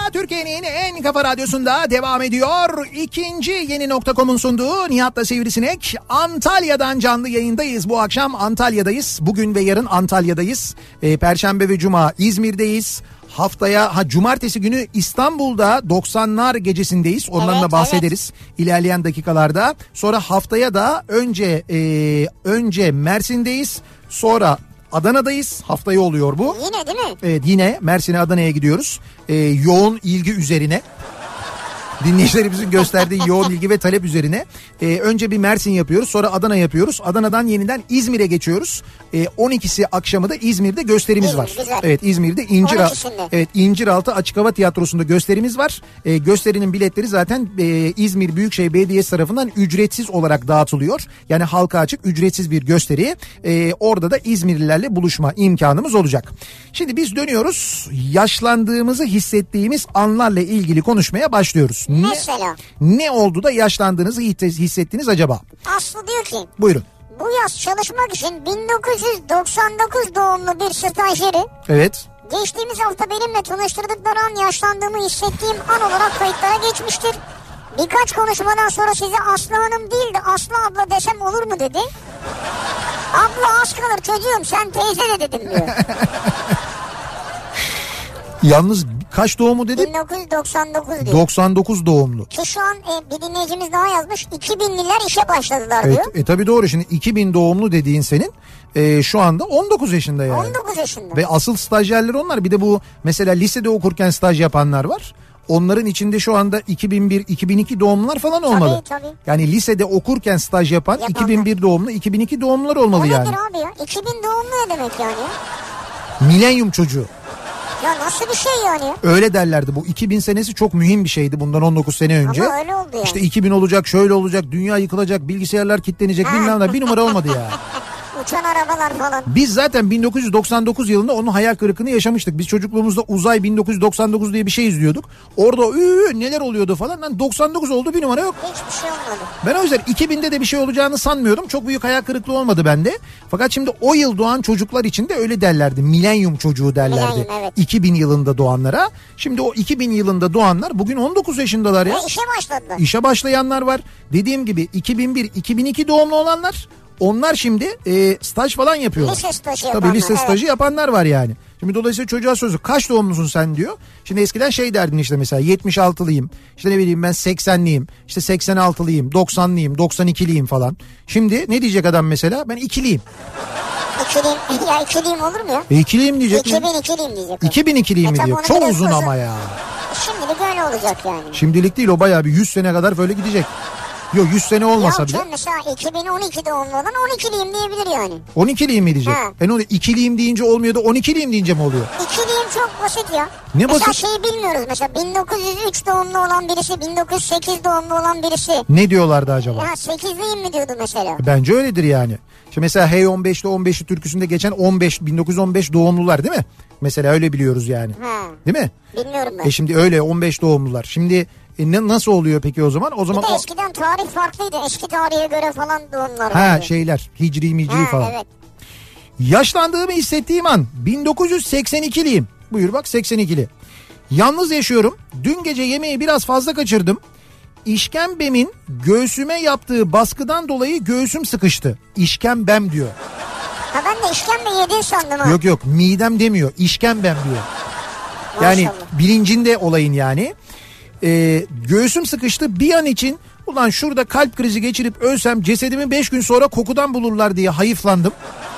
Türkiye'nin en kafa radyosunda devam ediyor. İkinci yeni nokta com'un sunduğu Nihat'la Sivrisinek. Antalya'dan canlı yayındayız. Bu akşam Antalya'dayız. Bugün ve yarın Antalya'dayız. E, Perşembe ve Cuma İzmir'deyiz. Haftaya ha cumartesi günü İstanbul'da doksanlar gecesindeyiz. Ondan Evet, da bahsederiz evet. ilerleyen dakikalarda. Sonra haftaya da önce e, önce Mersin'deyiz. Sonra Adana'dayız. Haftaya oluyor bu. Yine değil mi? Evet, yine Mersin'e, Adana'ya gidiyoruz. Ee, yoğun ilgi üzerine. Dinleyicilerimizin gösterdiği yoğun ilgi ve talep üzerine. Ee, önce bir Mersin yapıyoruz, sonra Adana yapıyoruz. Adana'dan yeniden İzmir'e geçiyoruz. Ee, on ikisi akşamı da İzmir'de gösterimiz İzmir, var. güzel. Evet, İzmir'de İncir on ikisinde. Evet, İnciraltı Açık Hava Tiyatrosu'nda gösterimiz var. Ee, gösterinin biletleri zaten e, İzmir Büyükşehir Belediyesi tarafından ücretsiz olarak dağıtılıyor. Yani halka açık ücretsiz bir gösteri. Ee, orada da İzmirlilerle buluşma imkanımız olacak. Şimdi biz dönüyoruz. Yaşlandığımızı hissettiğimiz anlarla ilgili konuşmaya başlıyoruz. Ne, Mesela? ne oldu da yaşlandığınızı hissettiniz acaba? Aslı diyor ki Buyurun. bu yaz çalışmak için bin dokuz yüz doksan dokuz doğumlu bir stajyeri Evet. geçtiğimiz hafta benimle tanıştırdıkları an yaşlandığımı hissettiğim an olarak kayıtlara geçmiştir. Birkaç konuşmadan sonra size Aslı Hanım değil de Aslı abla desem olur mu dedi. Abla az kalır çocuğum sen teyze de dedim diyor. Yalnız kaç doğumu dedi? bin dokuz yüz doksan dokuz diyor. doksan dokuz doğumlu. Ki şu an e, bir dinleyicimiz daha yazmış iki binliler işe başladılar Evet, diyor. e tabii doğru. Şimdi iki bin doğumlu dediğin senin e, şu anda on dokuz yaşında yani. on dokuz yaşında. Ve asıl stajyerler onlar. Bir de bu mesela lisede okurken staj yapanlar var. Onların içinde şu anda iki bin bir iki bin iki doğumlular falan olmalı. Tabii, tabii. Yani lisede okurken staj yapan Yapanlar. iki bin bir doğumlu iki bin iki doğumlular olmalı O yani. nedir abi ya? iki bin doğumlu ne demek yani? Milenyum çocuğu. Ya nasıl bir şey yani ya? Öyle derlerdi. Bu iki bin senesi çok mühim bir şeydi bundan on dokuz sene önce. Ama öyle oldu yani. İşte iki bin olacak, şöyle olacak, dünya yıkılacak, bilgisayarlar kilitlenecek, bilmem ne. Bir numara olmadı ya. Uçan arabalar falan. Biz zaten bin dokuz yüz doksan dokuz yılında onun hayal kırıklığını yaşamıştık. Biz çocukluğumuzda Uzay bin dokuz yüz doksan dokuz diye bir şey izliyorduk. Orada üü, neler oluyordu falan. Lan doksan dokuz oldu, bir numara yok. Hiçbir şey olmadı. Ben o yüzden iki binde de bir şey olacağını sanmıyordum. Çok büyük hayal kırıklığı olmadı bende. Fakat şimdi o yıl doğan çocuklar için de öyle derlerdi. Milenyum çocuğu derlerdi. Milenyum, evet. iki bin yılında doğanlara. Şimdi o iki bin yılında doğanlar bugün on dokuz yaşındalar ya. Ve işe başladılar. İşe başlayanlar var. Dediğim gibi iki bin bir iki bin iki doğumlu olanlar, onlar şimdi e, staj falan yapıyorlar. Lise stajı Tabii yapanlar, lise evet. stajı yapanlar var yani. Şimdi dolayısıyla çocuğa sözü kaç doğumlusun sen diyor. Şimdi eskiden şey derdin işte mesela yetmiş altılıyım. İşte ne bileyim ben seksenliyim. İşte seksen altılıyım, doksanlıyım, doksan ikiliyim falan. Şimdi ne diyecek adam mesela? Ben ikiliyim. İkiliyim, ya ikiliyim olur mu ya? E ikiliyim diyecek. iki bin ikiliyim diyecek. o. iki bin ikiliyim E mi tabii diyor. onu Çok biraz uzun uzun. ama ya. Şimdilik öyle olacak yani. Şimdilik değil, o bayağı bir yüz sene kadar böyle gidecek. Yok yüz sene olmasa Ya bile. canım mesela iki bin on iki doğumlu olan on ikiliyim diyebilir yani. on ikiliyim mi diyecek? Ha. E ne oluyor? ikiliyim deyince olmuyor da on ikiliyim deyince mi oluyor? İkiliyim çok basit ya. Ne mesela basit? şeyi bilmiyoruz mesela bin dokuz yüz üç doğumlu olan birisi, bin dokuz yüz sekiz doğumlu olan birisi. Ne diyorlardı acaba? Ya sekizliyim mi diyordu mesela. Bence öyledir yani. İşte mesela Hey on beşli on beşli türküsünde geçen on beş bin dokuz yüz on beş doğumlular değil mi? Mesela öyle biliyoruz yani. Ha. Değil mi? Bilmiyorum ben. E şimdi öyle on beş doğumlular. Şimdi e ne, nasıl oluyor peki o zaman? O zaman Bir de o, eskiden tarih farklıydı. Eski tarihe göre falan doğumlar ha vardı. şeyler hicri micri Ha, falan. evet. Yaşlandığımı hissettiğim an bin dokuz yüz seksen ikiliyim. Buyur bak seksen ikili. Yalnız yaşıyorum. Dün gece yemeği biraz fazla kaçırdım. İşkembemin göğsüme yaptığı baskıdan dolayı göğsüm sıkıştı. İşkembem diyor. Ha ben de işkembe yedin sandım ha. Yok yok midem demiyor, işkembem diyor. Yani Maşallah. bilincinde olayın yani. Ee, göğsüm sıkıştı bir an için, ulan şurada kalp krizi geçirip ölsem cesedimi beş gün sonra kokudan bulurlar diye hayıflandım.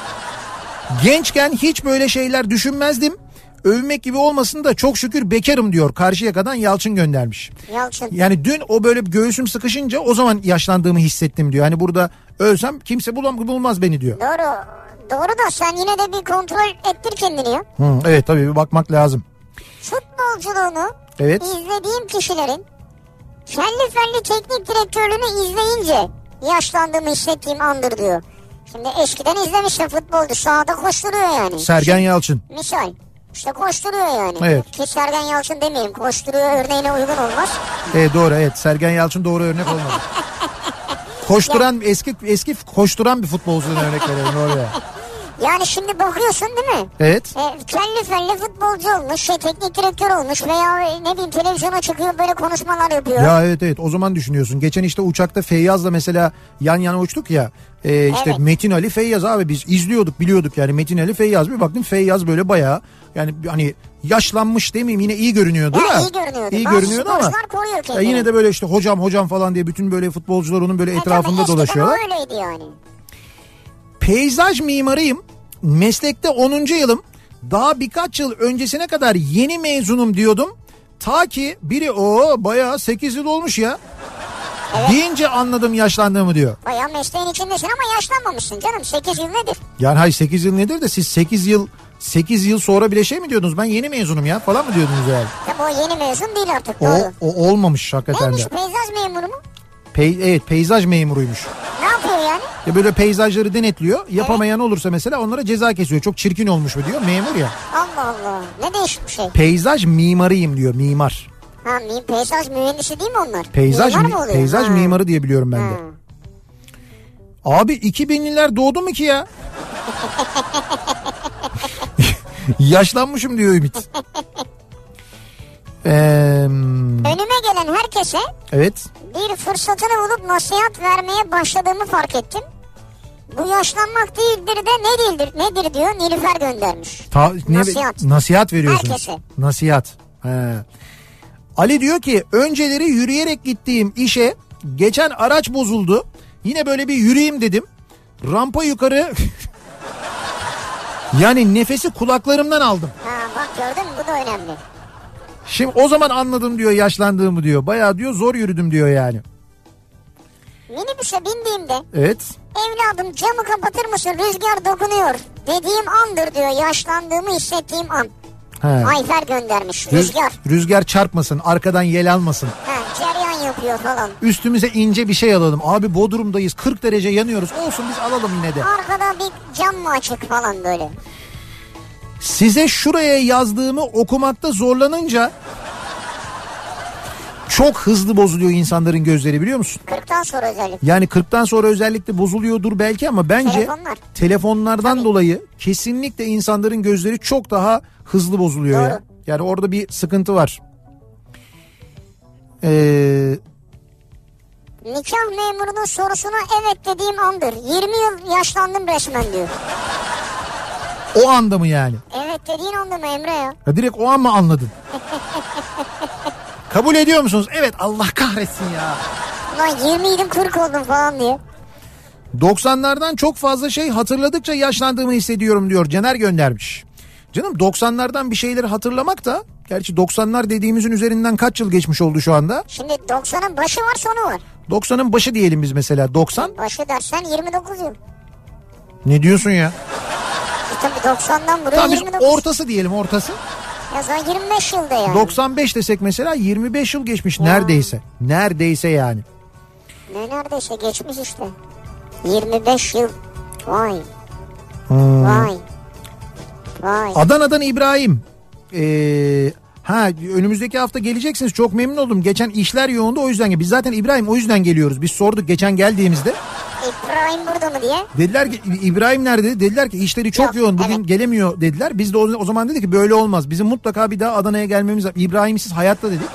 Gençken hiç böyle şeyler düşünmezdim. Övmek gibi olmasın da çok şükür bekarım diyor. Karşıyaka'dan Yalçın göndermiş. Yalçın. Yani dün o böyle göğsüm sıkışınca o zaman yaşlandığımı hissettim diyor. Hani burada ölsem kimse bulam, bulmaz beni diyor. Doğru. Doğru da sen yine de bir kontrol ettir kendini ya. Hı, evet tabii bir bakmak lazım. Futbolculuğunu Evet. izlediğim kişilerin kelli felli teknik direktörlüğünü izleyince yaşlandığımı hissettiğim andır diyor. Şimdi eskiden izlemiştim futbolcu, sahada koşturuyor yani. Sergen Yalçın. Misal işte koşturuyor yani. Evet. Ki Sergen Yalçın demeyelim, koşturuyor örneğine uygun olmaz. Evet doğru, evet Sergen Yalçın doğru örnek olmadı. Koşturan eski eski koşturan bir futbolcudan örnek verelim oraya. Yani şimdi bakıyorsun değil mi? Evet. E, kelli felli futbolcu olmuş, şey, teknik direktör olmuş veya ne bileyim televizyona çıkıyor böyle konuşmalar yapıyor. Ya evet evet o zaman düşünüyorsun. Geçen işte uçakta Feyyaz'la mesela yan yana uçtuk ya. E, işte Evet. Metin Ali Feyyaz abi biz izliyorduk biliyorduk yani Metin Ali Feyyaz bir baktım Feyyaz böyle bayağı yani hani yaşlanmış demeyeyim yine iyi görünüyordu Ya, da. iyi görünüyordu. İyi Bazı görünüyordu ama. sporcular koruyor Ya kendini. yine de böyle işte hocam hocam falan diye bütün böyle futbolcular onun böyle E, etrafında tabii dolaşıyorlar. eskiden o öyleydi yani. Peyzaj mimarıyım. Meslekte onuncu yılım. Daha birkaç yıl öncesine kadar yeni mezunum diyordum. Ta ki biri o bayağı sekiz yıl olmuş ya. Evet. Deyince anladım yaşlandığımı diyor. Bayağı mesleğin içindesin ama yaşlanmamışsın canım. sekiz yıl nedir? Yani hayır sekiz yıl nedir de siz sekiz yıl sekiz yıl sonra bile şey mi diyordunuz? Ben yeni mezunum ya falan mı diyordunuz yani? Tabii o yeni mezun değil artık. O, Doğru. o olmamış hakikaten Neymiş de. peyzaj memuru mu? Pey, evet peyzaj memuruymuş. Ne yapıyor yani? Ya böyle peyzajları denetliyor. Yapamayan olursa mesela onlara ceza kesiyor. Çok çirkin olmuş mu diyor. Memur ya. Allah Allah. Ne değişik bir şey. Peyzaj mimarıyım diyor mimar. Ha mi, peyzaj mühendisi değil mi onlar? Peyzaj Mimar mi, mı oluyor? peyzaj Ha. mimarı diye biliyorum ben de. Ha. Abi iki binliler doğdu mu ki ya? Yaşlanmışım diyor Ümit. Ee, Önüme gelen herkese evet. bir fırsatını bulup nasihat vermeye başladığımı fark ettim. Bu yaşlanmak değildir de ne değildir nedir diyor Nilüfer göndermiş. Ta, ne, Nasihat. Nasihat veriyorsunuz. Herkese. Nasihat. He. Ali diyor ki önceleri yürüyerek gittiğim işe geçen araç bozuldu. Yine böyle bir yürüyeyim dedim. Rampa yukarı yani nefesi kulaklarımdan aldım. Ha bak gördün mü bu da önemli. Şimdi o zaman anladım diyor yaşlandığımı diyor. Bayağı diyor zor yürüdüm diyor yani. Minibüse bindiğimde Evet. evladım camı kapatır mısın rüzgar dokunuyor dediğim andır diyor yaşlandığımı hissettiğim an. He. Ayfer göndermiş Rüz- rüzgar. Rüzgar çarpmasın arkadan yel almasın. Ha, ceryan yapıyor falan. Üstümüze ince bir şey alalım. Abi Bodrum'dayız kırk derece yanıyoruz. Olsun biz alalım yine de. Arkada bir cam mı açık falan böyle. Size şuraya yazdığımı okumakta zorlanınca çok hızlı bozuluyor insanların gözleri biliyor musun? kırktan sonra özellikle. Yani kırktan sonra özellikle bozuluyordur belki ama bence Telefonlar. telefonlardan Tabii. dolayı kesinlikle insanların gözleri çok daha hızlı bozuluyor Doğru. ya. Yani orada bir sıkıntı var. Ee, Nikah memurunun sorusuna evet dediğim andır. yirmi yıl yaşlandım resmen diyor. o anda mı yani? Evet dediğin anda mı Emre ya? Ya direkt o an mı anladın? Kabul ediyor musunuz? Evet Allah kahretsin ya. Ulan yirmiydim kırk oldum falan diye. doksanlardan çok fazla şey hatırladıkça yaşlandığımı hissediyorum diyor Caner göndermiş. Canım doksanlardan bir şeyleri hatırlamak da gerçi doksanlar dediğimizin üzerinden kaç yıl geçmiş oldu şu anda? Şimdi doksanın başı var sonu var. doksanın başı diyelim biz mesela doksan. Başı dersen yirmi dokuz yıl. Ne diyorsun ya? E tabii doksandan buraya Tamam biz yirmi dokuz. ortası diyelim ortası. Ya zaten yirmi beş yılda yani. doksan beş desek mesela yirmi beş yıl geçmiş neredeyse. Neredeyse yani. Ne neredeyse geçmiş işte. yirmi beş yıl. Vay. Hmm. Vay. Vay. Adana'dan İbrahim. Ee, ha önümüzdeki hafta geleceksiniz. Çok memnun oldum. Geçen işler yoğundu o yüzden. Biz zaten İbrahim o yüzden geliyoruz. Biz sorduk geçen geldiğimizde. İbrahim burada mı diye. Dediler ki İbrahim nerede? Dediler ki işleri çok Yok, yoğun. Bugün evet. gelemiyor dediler. Biz de o, o zaman dedik ki böyle olmaz. Bizim mutlaka bir daha Adana'ya gelmemiz lazım. İbrahim'siz hayatta dedik.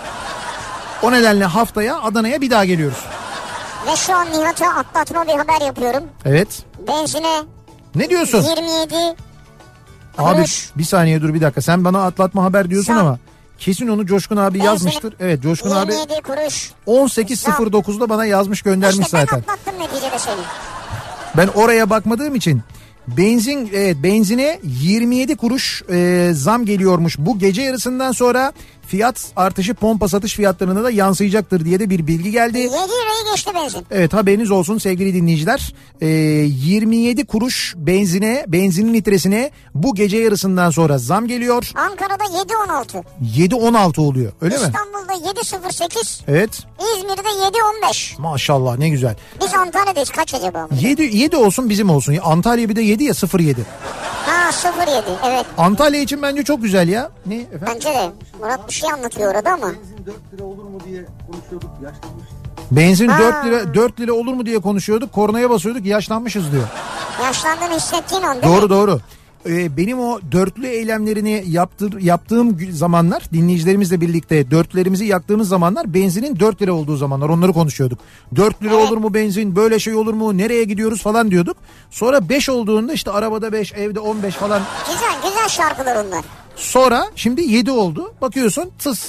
O nedenle haftaya Adana'ya bir daha geliyoruz. Ve şu an Nihat'a atlatma bir haber yapıyorum. Evet. Benzine Ne diyorsun? yirmi yedi Abi kuruş. bir saniye dur bir dakika. Sen bana atlatma haber diyorsun Zam. ama kesin onu Coşkun abi Benzine yazmıştır. Evet Coşkun abi yirmi yedi kuruş. on sekiz sıfır dokuzda bana yazmış göndermiş İşte ben zaten. atlattım neticede seni. Ben oraya bakmadığım için benzin evet benzine yirmi yedi kuruş e, zam geliyormuş. Bu gece yarısından sonra fiyat artışı pompa satış fiyatlarına da yansıyacaktır diye de bir bilgi geldi. yedi lirayı geçti benzin. Evet haberiniz olsun sevgili dinleyiciler. Ee, yirmi yedi kuruş benzine, benzinin litresine bu gece yarısından sonra zam geliyor. Ankara'da yedi on altı. yedi on altı oluyor öyle mi? İstanbul'da yedi sıfır sekiz. Evet. İzmir'de yedi on beş. Maşallah ne güzel. Biz Antalya'dayız kaç acaba? yedi, yedi olsun bizim olsun. Antalya bir de yedi ya sıfır yedi. Ha sıfır yedi evet. Antalya için bence çok güzel ya. Ne efendim? Bence de. Murat bir şey anlatıyor orada ama. Benzin dört lira olur mu diye konuşuyorduk yaşlanmış. Benzin Ha. dört lira dört lira olur mu diye konuşuyorduk. Kornaya basıyorduk yaşlanmışız diyor. Yaşlandığını hissettiğin an değil Doğru mi? doğru. Ee, benim o dörtlü eylemlerini yaptır, yaptığım gü- zamanlar, dinleyicilerimizle birlikte dörtlerimizi yaktığımız zamanlar, benzinin dört lira olduğu zamanlar, onları konuşuyorduk. dört lira Evet. olur mu benzin, böyle şey olur mu, nereye gidiyoruz falan diyorduk. Sonra beş olduğunda işte arabada beş, evde on beş falan. Güzel güzel şarkılar onlar. Sonra şimdi yedi oldu. Bakıyorsun tıs.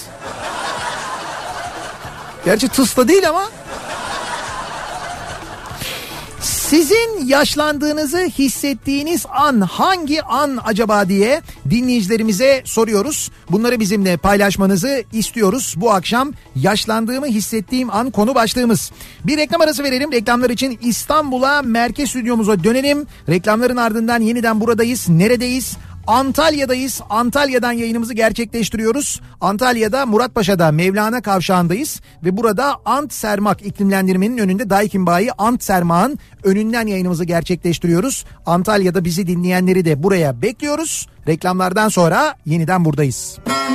Gerçi tıs da değil ama. Sizin yaşlandığınızı hissettiğiniz an hangi an acaba diye dinleyicilerimize soruyoruz. Bunları bizimle paylaşmanızı istiyoruz. Bu akşam yaşlandığımı hissettiğim an konu başlığımız. Bir reklam arası verelim. Reklamlar için İstanbul'a, merkez stüdyomuza dönelim. Reklamların ardından yeniden buradayız. Neredeyiz? Antalya'dayız. Antalya'dan yayınımızı gerçekleştiriyoruz. Antalya'da Muratpaşa'da Mevlana Kavşağı'ndayız ve burada Ant Sermak iklimlendirmenin önünde Daikin Bayi Ant Sermak'ın önünden yayınımızı gerçekleştiriyoruz. Antalya'da bizi dinleyenleri de buraya bekliyoruz. Reklamlardan sonra yeniden buradayız.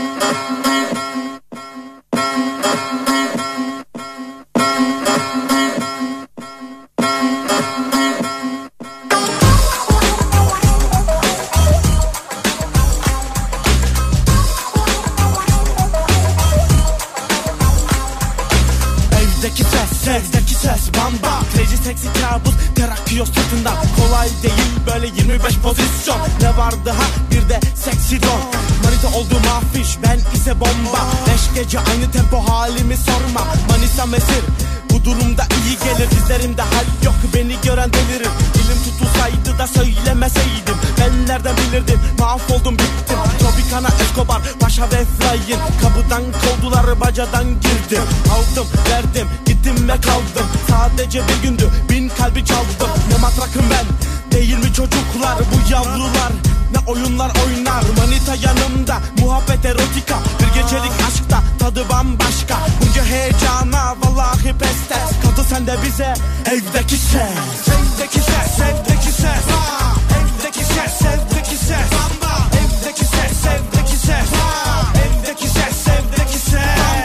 Evdeki ses bamba, crazy seksi kabus ter akıyor sırtından. Kolay değil böyle yirmi beş pozisyon. Ne vardı ha bir de seksi don. Manita oldum afiş, ben ise bomba. Beş gece aynı tempo, halimi sorma. Manisa mesir, bu durumda iyi gelir. Dizlerimde hal yok, beni gören delirir. Dilim tutulsaydı da söylemeseydim. Ben nereden bilirdim, mahvoldum bittim. Tropicana Escobar, Paşa ve Fly'in. Kapıdan kovdular, bacadan girdim. Aldım, verdim, gittim ve kaldım. Sadece bir gündü, bin kalbi çaldım. Ne matrakım ben, değil mi çocuklar? Bu yavrular ne oyunlar oynar. Manita yanımda, muhabbet erotika. Bir gecelik aşkta tadı bambaşka. Bunca heyecana vallahi pestes. Katıl sen de bize, evdeki ses. Evdeki ses, evdeki ses. Evdeki ses, evdeki ses. Evdeki ses, evdeki ses. Evdeki ses, evdeki ses.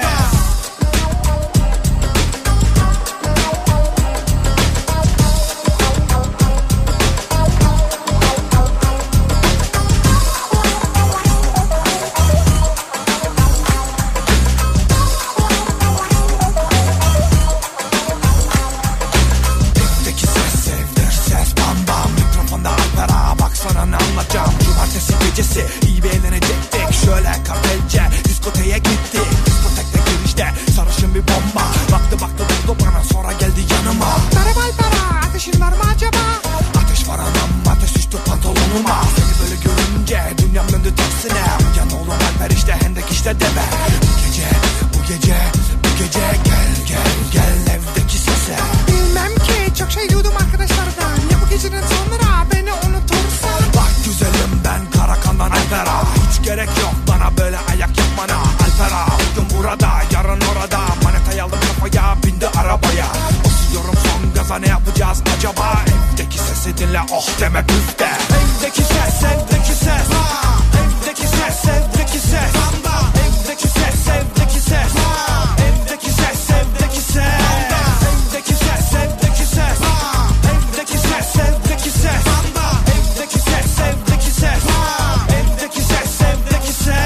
Gecesi iyi bir eğlenecektik. Şöyle kafece diskoteye gittik. Diskotekte girişte sarışın bir bomba. Baktı baktı buldu bana, sonra geldi yanıma. Merhaba para, ateşin var mı acaba? Ateş var anam, ateş düştü pantolonuma. Seni böyle görünce dünyam döndü tersine. Uyan oğlum Alper işte, hendek işte deme. Bu gece, bu gece, bu gece gel gel gel evdeki sese. Bilmem ki, çok şey duydum arkadaşlardan. Ya bu gecenin sonra beni unutursan. Bak güzelim ben Karakan'dan Alper'a. Hiç gerek yok bana böyle ayak yapmana. Alper'a bugün burada, yarın orada. Manetayı aldım kafaya, bindi arabaya. Basıyorum son gaza, ne yapacağız acaba? Evdeki sesi dinle, oh deme püf de. Evdeki ses, evdeki ses. Evdeki ses, evdeki ses. Evdeki ses, evdeki ses. Evdeki ses, evdeki ses. Evdeki ses, evdeki ses. Evdeki ses, evdeki ses. Evdeki ses, evdeki ses. Evdeki ses, evdeki ses.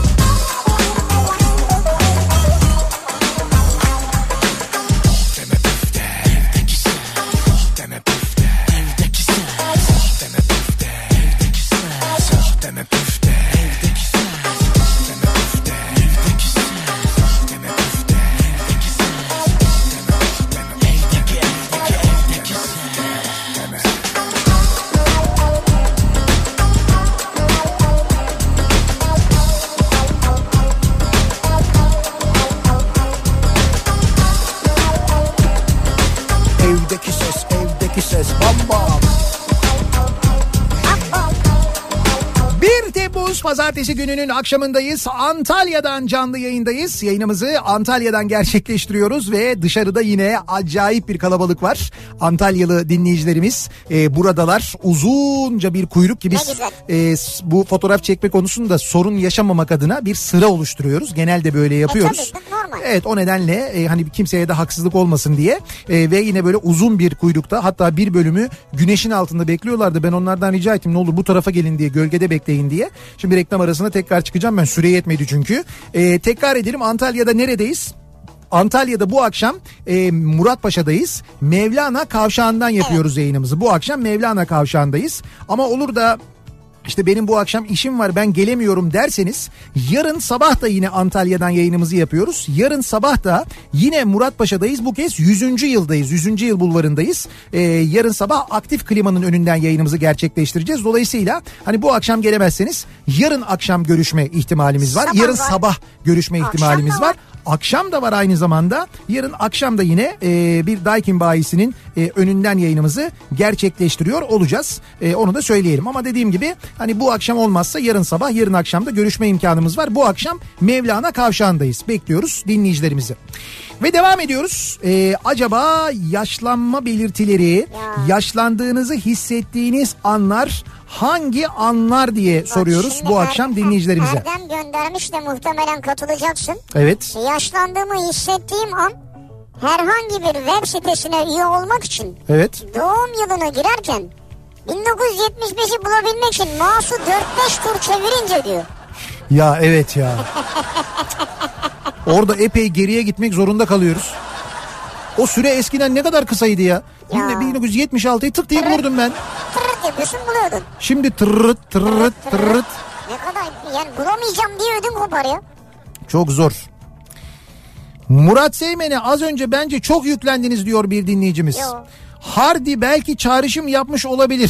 Deme Temmuz Pazartesi gününün akşamındayız. Antalya'dan canlı yayındayız. Yayınımızı Antalya'dan gerçekleştiriyoruz ve dışarıda yine acayip bir kalabalık var. Antalyalı dinleyicilerimiz e, buradalar. Uzunca bir kuyruk gibi e, bu fotoğraf çekme konusunda sorun yaşamamak adına bir sıra oluşturuyoruz. Genelde böyle yapıyoruz. E, tabii, normal. Evet, o nedenle e, hani kimseye de haksızlık olmasın diye e, ve yine böyle uzun bir kuyrukta, hatta bir bölümü güneşin altında bekliyorlardı. Ben onlardan rica ettim, ne olur bu tarafa gelin diye, gölgede bekleyin diye. Şimdi reklam arasında tekrar çıkacağım, ben süre yetmedi çünkü. E, tekrar edelim, Antalya'da neredeyiz? Antalya'da bu akşam e, Muratpaşa'dayız. Mevlana Kavşağı'ndan yapıyoruz evet. yayınımızı. Bu akşam Mevlana Kavşağı'ndayız. Ama olur da İşte benim bu akşam işim var, ben gelemiyorum derseniz, yarın sabah da yine Antalya'dan yayınımızı yapıyoruz. Yarın sabah da yine Muratpaşa'dayız. Bu kez yüzüncü yıldayız. yüzüncü yıl bulvarındayız. Ee, yarın sabah aktif klimanın önünden yayınımızı gerçekleştireceğiz. Dolayısıyla hani bu akşam gelemezseniz yarın akşam görüşme ihtimalimiz var. Sabah yarın var. sabah görüşme Akşam ihtimalimiz var. var. Akşam da var aynı zamanda. Yarın akşam da yine e, bir Daikin bayisinin e, önünden yayınımızı gerçekleştiriyor olacağız. E, onu da söyleyelim. Ama dediğim gibi hani bu akşam olmazsa yarın sabah, yarın akşam da görüşme imkanımız var. Bu akşam Mevlana Kavşağı'ndayız. Bekliyoruz dinleyicilerimizi. Ve devam ediyoruz. E, acaba yaşlanma belirtileri, ya. yaşlandığınızı hissettiğiniz anlar hangi anlar diye Bak, soruyoruz bu er, akşam dinleyicilerimize. Erdem göndermiş de muhtemelen katılacaksın. Evet. Yaşlandığımı hissettiğim an herhangi bir web sitesine üye olmak için evet. doğum yılına girerken bin dokuz yüz yetmiş beşi bulabilmek için mouse'u dört beş tur çevirince diyor. Ya evet ya. Orada epey geriye gitmek zorunda kalıyoruz. O süre eskiden ne kadar kısaydı ya. ya. bin dokuz yüz yetmiş altıyı tık diye vurdum ben. Tırırt yapıyorsun, buluyordun. Şimdi tırırt tırırt tırırt. Ne kadar yani, bulamayacağım diye ödüm kopar ya. Çok zor. Murat Seymen'e az önce bence çok yüklendiniz diyor bir dinleyicimiz. Yo. Hardy belki çağrışım yapmış olabilir.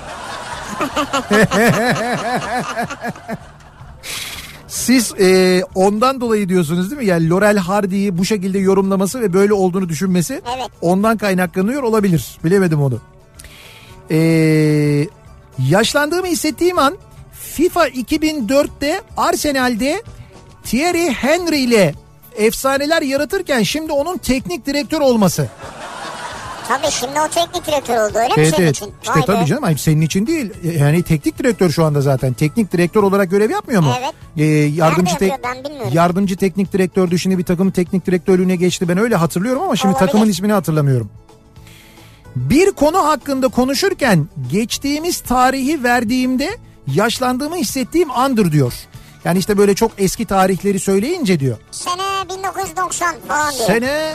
Siz e, ondan dolayı diyorsunuz değil mi? Yani Laurel Hardy'yi bu şekilde yorumlaması ve böyle olduğunu düşünmesi evet. ondan kaynaklanıyor olabilir. Bilemedim onu. E, yaşlandığımı hissettiğim an FIFA iki bin dörtte Arsenal'de Thierry Henry ile efsaneler yaratırken şimdi onun teknik direktör olması. Tabii şimdi o teknik direktör oldu, öyle evet, mi senin evet. için? İşte Vay tabii be. Canım, hayır, senin için değil. Yani teknik direktör şu anda zaten. Teknik direktör olarak görev yapmıyor mu? Evet. Ee, yardımcı Nerede yapıyor, ben bilmiyorum. Yardımcı teknik direktördü, şimdi bir takım teknik direktörlüğüne geçti. Ben öyle hatırlıyorum ama şimdi Olabilir. takımın ismini hatırlamıyorum. Bir konu hakkında konuşurken geçtiğimiz tarihi verdiğimde yaşlandığımı hissettiğim andır diyor. Yani işte böyle çok eski tarihleri söyleyince diyor. Sene bin dokuz yüz doksan falan diyor. Sene...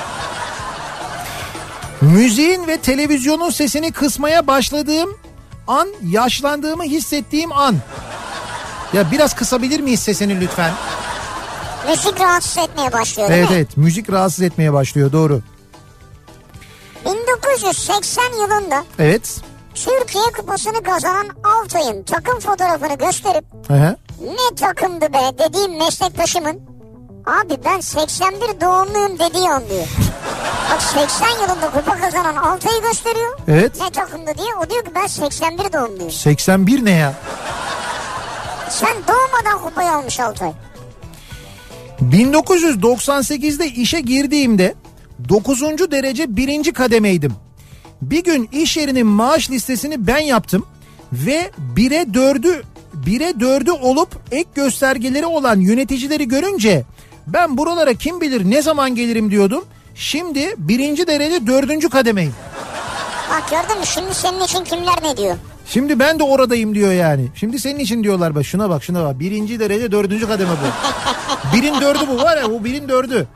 Müziğin ve televizyonun sesini kısmaya başladığım an, yaşlandığımı hissettiğim an. Ya biraz kısabilir miyiz sesini lütfen? Müzik rahatsız etmeye başlıyor evet, değil mi? Evet, müzik rahatsız etmeye başlıyor, doğru. bin dokuz yüz seksen yılında evet. Türkiye Kupası'nı kazanan Altay'ın takım fotoğrafını gösterip Hı-hı. ne takımdı be dediğim meslektaşımın abi ben seksen bir doğumluyum dediği an diyor. Bak seksen yılında kupa kazanan Altay'ı gösteriyor. Evet. Ne takımdı diye, o diyor ki ben seksen bir doğumluyum. seksen bir ne ya? Sen doğmadan kupayı almış Altay. bin dokuz yüz doksan sekizde işe girdiğimde dokuzuncu derece birinci kademeydim. Bir gün iş yerinin maaş listesini ben yaptım ve bire dördü bire dördü olup ek göstergeleri olan yöneticileri görünce ben buralara kim bilir ne zaman gelirim diyordum. Şimdi birinci derece dördüncü kademeyim. Bak gördün mü, şimdi senin için kimler ne diyor? Şimdi ben de oradayım diyor yani. Şimdi senin için diyorlar, bak şuna bak şuna bak. Birinci derece dördüncü kademe bu. Birin dördü bu var ya, bu birin dördü.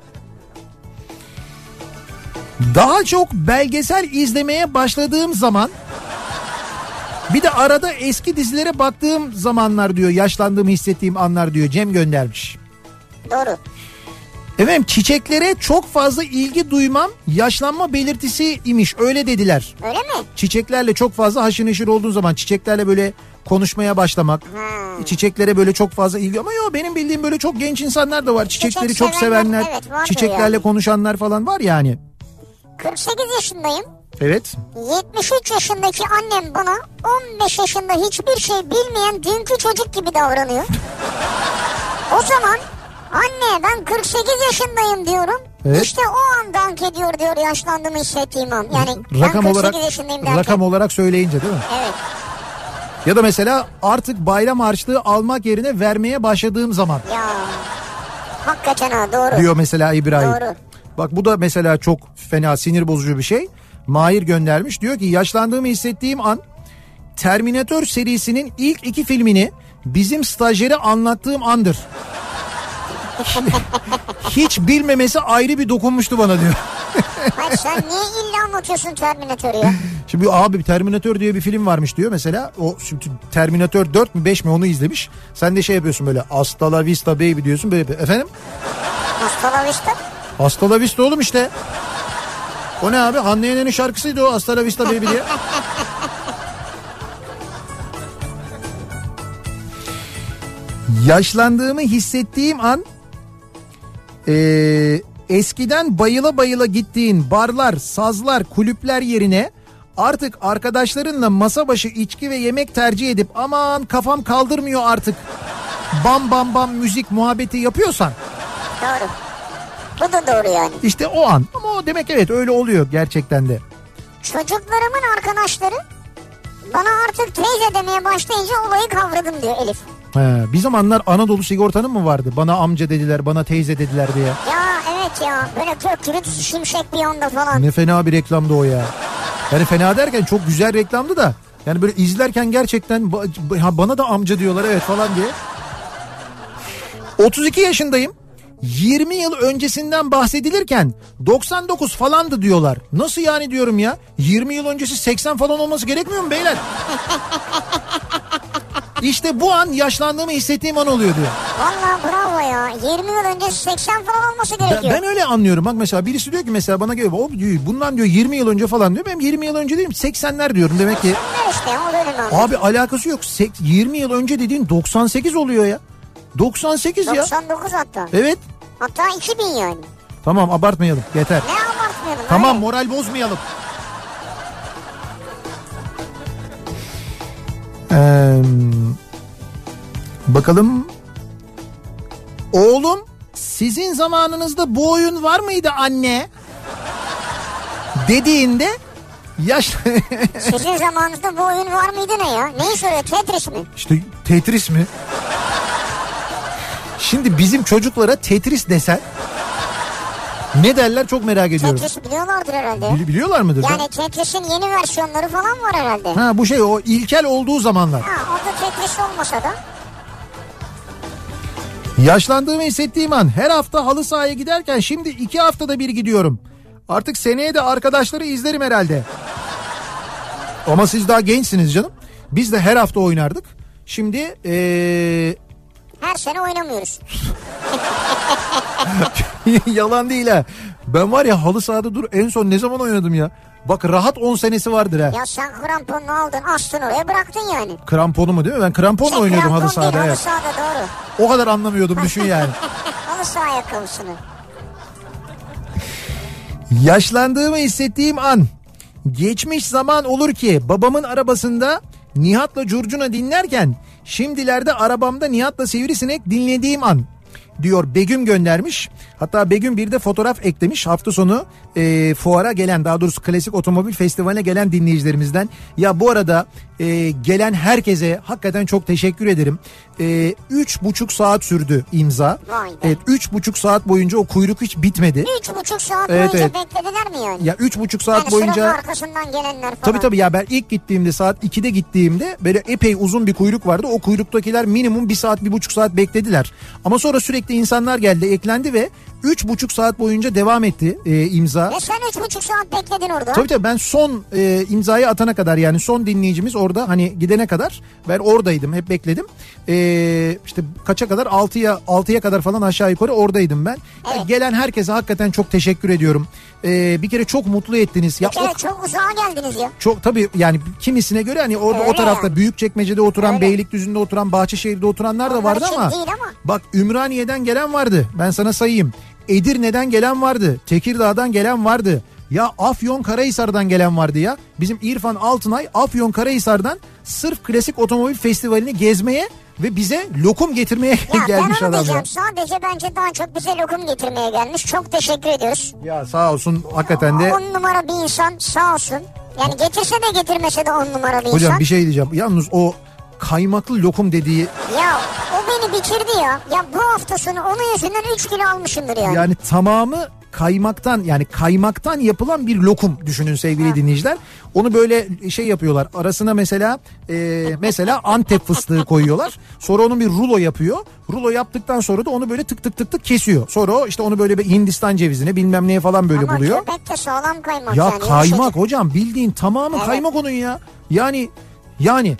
Daha çok belgesel izlemeye başladığım zaman, bir de arada eski dizilere baktığım zamanlar diyor, yaşlandığımı hissettiğim anlar diyor. Cem göndermiş. Doğru. Efendim, çiçeklere çok fazla ilgi duymam yaşlanma belirtisi imiş, öyle dediler. Öyle mi? Çiçeklerle çok fazla haşır neşir olduğun zaman, çiçeklerle böyle konuşmaya başlamak, hmm. çiçeklere böyle çok fazla ilgi, ama yok benim bildiğim böyle çok genç insanlar da var. Çiçekleri Çiçek çok sevenler, sevenler, evet, çiçeklerle yani. konuşanlar falan var yani. kırk sekiz yaşındayım. Evet. yetmiş üç yaşındaki annem bana on beş yaşında hiçbir şey bilmeyen dünkü çocuk gibi davranıyor. O zaman anne ben kırk sekiz yaşındayım diyorum. Evet. İşte o an dank ediyor diyor yaşlandığımı hissettiğim an. Yani Rakam ben kırk sekiz olarak yaşındayım derken. rakam olarak söyleyince değil mi? Evet. Ya da mesela artık bayram harçlığı almak yerine vermeye başladığım zaman. Ya hakikaten ha, doğru. Diyor mesela İbrahim. Doğru. Bak bu da mesela çok fena, sinir bozucu bir şey. Mahir göndermiş, diyor ki yaşlandığımı hissettiğim an Terminator serisinin ilk iki filmini bizim stajyere anlattığım andır. Hiç bilmemesi ayrı bir dokunmuştu bana diyor. Hayır sen niye illa anlatıyorsun Terminator'u ya? Şimdi abi Terminator diye bir film varmış diyor mesela. O şimdi Terminator dört mü beş mi onu izlemiş. Sen de şey yapıyorsun böyle hasta la vista baby diyorsun böyle. Efendim? Hasta la vista? Hasta la vista oğlum işte. O ne abi? Hande Yener'in şarkısıydı o hasta la vista baby diye. Yaşlandığımı hissettiğim an ee, eskiden bayıla bayıla gittiğin barlar, sazlar, kulüpler yerine artık arkadaşlarınla masa başı içki ve yemek tercih edip aman kafam kaldırmıyor artık bam bam bam müzik muhabbeti yapıyorsan. Doğru. Bu da doğru yani. İşte o an. Ama o demek evet öyle oluyor gerçekten de. Çocuklarımın arkadaşları bana artık teyze demeye başlayınca olayı kavradım diyor Elif. He, bir zamanlar Anadolu Sigorta'nın mı vardı? Bana amca dediler, bana teyze dediler diye. Ya evet ya böyle kök gibi şimşek bir anda falan. Ne fena bir reklamdı o ya. Yani fena derken çok güzel reklamdı da. Yani böyle izlerken gerçekten ha, bana da amca diyorlar evet falan diye. otuz iki yaşındayım. yirmi yıl öncesinden bahsedilirken doksan dokuz falandı diyorlar. Nasıl yani diyorum ya? yirmi yıl öncesi seksen falan olması gerekmiyor mu beyler? İşte bu an yaşlandığımı hissettiğim an oluyor diyor. Vallahi bravo ya. yirmi yıl önce seksen falan olması gerekiyor. Ben, ben öyle anlıyorum. Bak mesela birisi diyor ki mesela bana geliyor. O diyor, bundan diyor yirmi yıl önce falan diyor. Ben yirmi yıl önce değilim seksenler diyorum demek ki. seksenler işte o dönem. Abi alakası yok. yirmi yıl önce dediğin doksan sekiz oluyor ya. doksan sekiz ya. doksan dokuz hatta. Evet. Hatta iki bin yani. Tamam abartmayalım yeter. Ne abartmayalım? Tamam öyle. moral bozmayalım. Ee, bakalım. Oğlum sizin zamanınızda bu oyun var mıydı anne? Dediğinde yaş... Sizin zamanınızda bu oyun var mıydı ne ya? Neyi soruyor? Tetris mi? İşte Tetris mi? Şimdi bizim çocuklara Tetris desen ne derler çok merak ediyorum. Tetris'i biliyorlardır herhalde. Bili- biliyorlar mıdır? Yani Tetris'in yeni versiyonları falan var herhalde. Ha bu şey o ilkel olduğu zamanlar. Ha orada Tetris olmasa da. Yaşlandığımı hissettiğim an her hafta halı sahaya giderken şimdi iki haftada bir gidiyorum. Artık seneye de arkadaşları izlerim herhalde. Ama siz daha gençsiniz canım. Biz de her hafta oynardık. Şimdi ee... Her sene oynamıyoruz. yalan değil ha. Ben var ya halı sahada dur en son ne zaman oynadım ya? Bak rahat on senesi vardır ha. Ya sen kramponunu aldın astın oraya bıraktın yani. Kramponu mu değil mi? Ben kramponla Şey, oynuyordum krampon halı sahada. değil, Evet. halı sahada doğru. O kadar anlamıyordum düşün yani. Halı saha ayakkabısını. Yaşlandığımı hissettiğim an geçmiş zaman olur ki babamın arabasında Nihat'la Curcuna dinlerken şimdilerde arabamda Nihat'la Sivrisinek dinlediğim an diyor Begüm göndermiş. Hatta Begüm bir de fotoğraf eklemiş hafta sonu e, fuara gelen daha doğrusu Klasik Otomobil Festivali'ne gelen dinleyicilerimizden. Ya bu arada e, gelen herkese hakikaten çok teşekkür ederim. E, üç buçuk saat sürdü imza. Vay be. Evet üç buçuk saat boyunca o kuyruk hiç bitmedi. Üç buçuk saat Evet, boyunca evet. beklediler mi yani? Ya üç buçuk saat yani boyunca... sıranın arkasından gelenler falan. Tabii tabii ya ben ilk gittiğimde saat ikide gittiğimde böyle epey uzun bir kuyruk vardı. O kuyruktakiler minimum bir saat bir buçuk saat beklediler. Ama sonra sürekli insanlar geldi eklendi ve üç buçuk saat boyunca devam etti e, imza. Ve sen üç buçuk saat bekledin orada. Tabii tabii ben son e, imzayı atana kadar yani son dinleyicimiz orada hani gidene kadar ben oradaydım hep bekledim. E, işte kaça kadar altıya altıya kadar falan aşağı yukarı oradaydım ben. Evet. Yani gelen herkese hakikaten çok teşekkür ediyorum. E, bir kere çok mutlu ettiniz. Bir Ya, kere o, çok uzağa geldiniz ya. çok tabii yani kimisine göre hani orada Öyle o tarafta yani. Büyükçekmece'de oturan, Öyle. Beylikdüzü'nde oturan, Bahçeşehir'de oturanlar da Onlar vardı için ama, değil ama. bak Ümraniye'den gelen vardı. Ben sana sayayım. Edirne'den gelen vardı. Tekirdağ'dan gelen vardı. Ya Afyonkarahisar'dan gelen vardı ya. Bizim İrfan Altınay Afyonkarahisar'dan sırf klasik otomobil festivalini gezmeye ve bize lokum getirmeye Ya gelmiş ben onu adam diyeceğim. ya. Sadece bence daha çok bize lokum getirmeye gelmiş. Çok teşekkür ediyoruz. Ya sağ olsun hakikaten de. On numara bir insan sağ olsun. Yani getirse de getirmese de on numara bir Hocam insan. bir şey diyeceğim. Yalnız o kaymaklı lokum dediği Ya o beni bitirdi ya. Ya bu hafta sonu onun yüzünden üç kilo almışımdır yani. yani tamamı kaymaktan yani kaymaktan yapılan bir lokum düşünün sevgili Ha. dinleyiciler. Onu böyle şey yapıyorlar. Arasına mesela e, mesela Antep fıstığı koyuyorlar. Sonra onun bir rulo yapıyor. Rulo yaptıktan sonra da onu böyle tık tık tık tık kesiyor. Sonra o işte onu böyle bir Hindistan cevizine bilmem neye falan böyle Ama buluyor. köpek de sağlam kaymak Ya yani. kaymak yumuşacık. hocam bildiğin tamamı Evet. kaymak onun ya. Yani yani.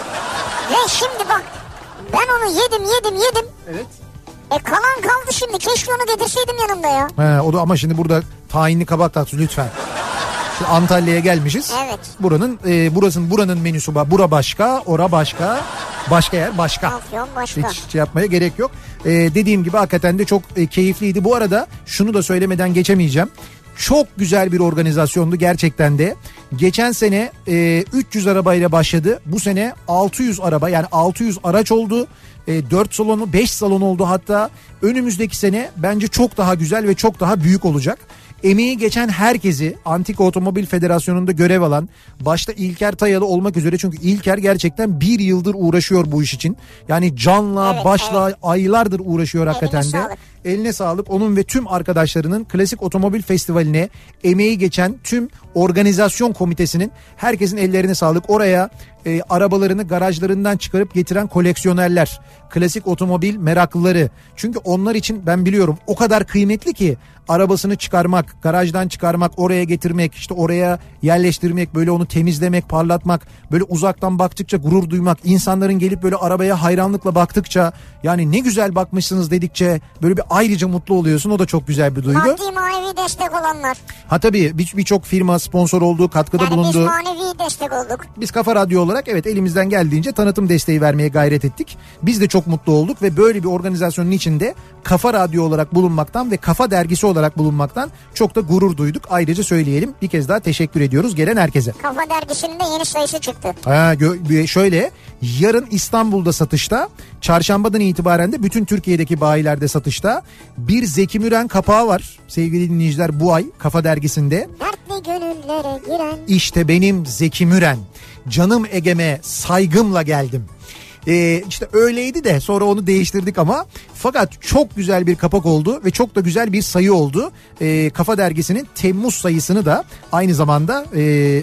Ve şimdi bak ben onu yedim yedim yedim. Evet. E kalan kaldı şimdi. Keşke onu getirseydim yanımda ya. He, o da ama şimdi burada tahinli kabak tatlısı lütfen. Şimdi Antalya'ya gelmişiz. Evet. Buranın e, burasının buranın menüsü var. Bura başka, ora başka, başka yer başka. Afyon başka. Hiç şey yapmaya gerek yok. E, dediğim gibi hakikaten de çok e, keyifliydi. Bu arada şunu da söylemeden geçemeyeceğim. Çok güzel bir organizasyondu gerçekten de. Geçen sene e, üç yüz arabayla başladı. Bu sene altı yüz araba yani altı yüz araç oldu. E, dört salonu beş salon oldu hatta. Önümüzdeki sene bence çok daha güzel ve çok daha büyük olacak. Emeği geçen herkesi Antika Otomobil Federasyonu'nda görev alan başta İlker Tayalı olmak üzere çünkü İlker gerçekten bir yıldır uğraşıyor bu iş için. Yani canla Evet, başla aylardır uğraşıyor hakikaten de. sağlık. Eline sağlık onun ve tüm arkadaşlarının Klasik Otomobil Festivali'ne emeği geçen tüm organizasyon komitesinin herkesin ellerine sağlık. Oraya e, arabalarını garajlarından çıkarıp getiren koleksiyonerler, klasik otomobil meraklıları. Çünkü onlar için ben biliyorum o kadar kıymetli ki arabasını çıkarmak, garajdan çıkarmak, oraya getirmek, işte oraya yerleştirmek, böyle onu temizlemek, parlatmak, böyle uzaktan baktıkça gurur duymak, insanların gelip böyle arabaya hayranlıkla baktıkça yani ne güzel bakmışsınız dedikçe böyle bir ayrıca mutlu oluyorsun. O da çok güzel bir duygu. Maddi manevi destek olanlar. Ha tabii bir- birçok firma sponsor oldu, katkıda Yani bulundu. biz manevi destek olduk. Biz Kafa Radyo olarak evet elimizden geldiğince tanıtım desteği vermeye gayret ettik. Biz de çok mutlu olduk ve böyle bir organizasyonun içinde Kafa Radyo olarak bulunmaktan ve Kafa Dergisi olarak bulunmaktan çok da gurur duyduk. Ayrıca söyleyelim, bir kez daha teşekkür ediyoruz gelen herkese. Kafa dergisinin de yeni sayısı çıktı. Ha, gö- şöyle yarın İstanbul'da satışta, çarşambadan itibaren de bütün Türkiye'deki bayilerde satışta. Bir Zeki Müren kapağı var sevgili dinleyiciler bu ay Kafa Dergisi'nde. Dertli gönüllere giren. İşte benim Zeki Müren, canım Ege'me saygımla geldim. Ee, işte öyleydi de sonra onu değiştirdik ama fakat çok güzel bir kapak oldu ve çok da güzel bir sayı oldu. Ee, Kafa Dergisi'nin Temmuz sayısını da aynı zamanda e,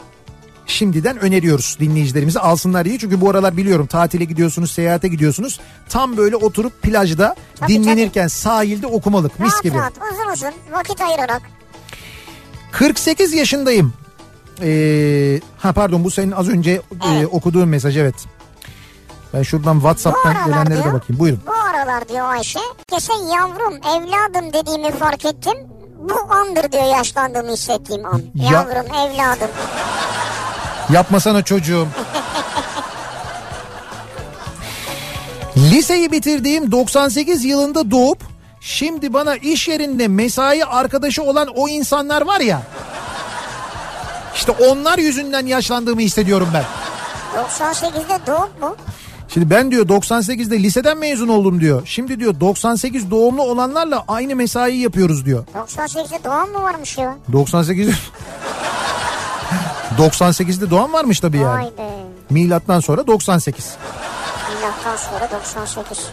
şimdiden öneriyoruz dinleyicilerimize alsınlar diye. Çünkü bu aralar biliyorum tatile gidiyorsunuz, seyahate gidiyorsunuz. Tam böyle oturup plajda Tabii, dinlenirken sahilde okumalık mis Rahat gibi. rahat uzun uzun vakit ayırarak. kırk sekiz yaşındayım. Ee, ha pardon bu senin az önce e, Evet. okuduğun mesaj evet. Ben şuradan Bu WhatsApp'tan aralar gelenlere de diyor, bakayım. Buyurun. Bu aralar diyor Ayşe. Kese yavrum evladım dediğimi fark ettim. Bu andır diyor yaşlandığımı hissettiğim an. Ya- Yavrum evladım. Yapmasana çocuğum. Liseyi bitirdiğim doksan sekiz yılında doğup şimdi bana iş yerinde mesai arkadaşı olan o insanlar var ya. İşte onlar yüzünden yaşlandığımı hissediyorum ben. doksan sekizde doğup mu? Şimdi ben diyor doksan sekizde liseden mezun oldum diyor. Şimdi diyor doksan sekiz doğumlu olanlarla aynı mesaiyi yapıyoruz diyor. doksan sekizde doğan mı varmış ya? doksan sekiz doksan sekizde doğan varmış tabii yani. Vay be. Milattan sonra doksan sekiz. Milattan sonra doksan sekiz.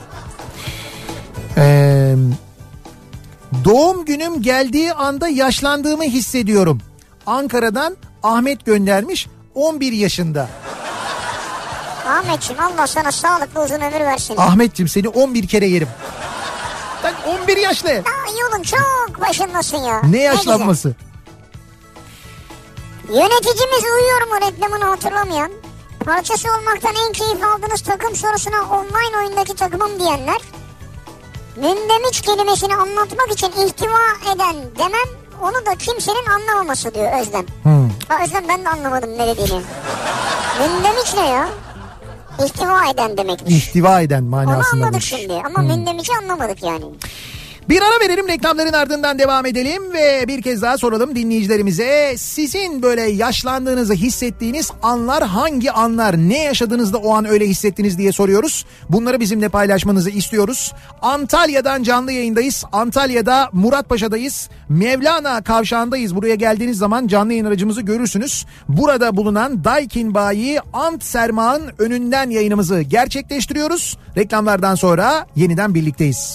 Ee, doğum günüm geldiği anda yaşlandığımı hissediyorum. Ankara'dan Ahmet göndermiş on bir yaşında. Ahmetciğim Allah sana sağlıklı uzun ömür versin. Ahmetciğim seni on bir kere yerim. Ben on bir yaşlı. Daha yolun çok başındasın ya. Ne yaşlanması? güzel. Yöneticimiz uyuyor mu reklamını hatırlamayan? Parçası olmaktan en keyif aldığınız takım sorusuna online oyundaki takımım diyenler. Mündemiş kelimesini anlatmak için ihtiva eden demem onu da kimsenin anlamaması diyor Özlem. Hmm. Ha Özlem ben de anlamadım ne dediğini. Mündemiş ne ya? İhtiva eden demekmiş. İhtiva eden Onu manasında. anladık şimdi ama hmm. mündemici anlamadık yani. Bir ara verelim, reklamların ardından devam edelim ve bir kez daha soralım dinleyicilerimize. Sizin böyle yaşlandığınızı hissettiğiniz anlar hangi anlar? Ne yaşadığınızda o an öyle hissettiniz diye soruyoruz. Bunları bizimle paylaşmanızı istiyoruz. Antalya'dan canlı yayındayız. Antalya'da Muratpaşa'dayız. Mevlana Kavşağı'ndayız. Buraya geldiğiniz zaman canlı yayın aracımızı görürsünüz. Burada bulunan Daikin Bayi Ant Sermağ'ın önünden yayınımızı gerçekleştiriyoruz. Reklamlardan sonra yeniden birlikteyiz.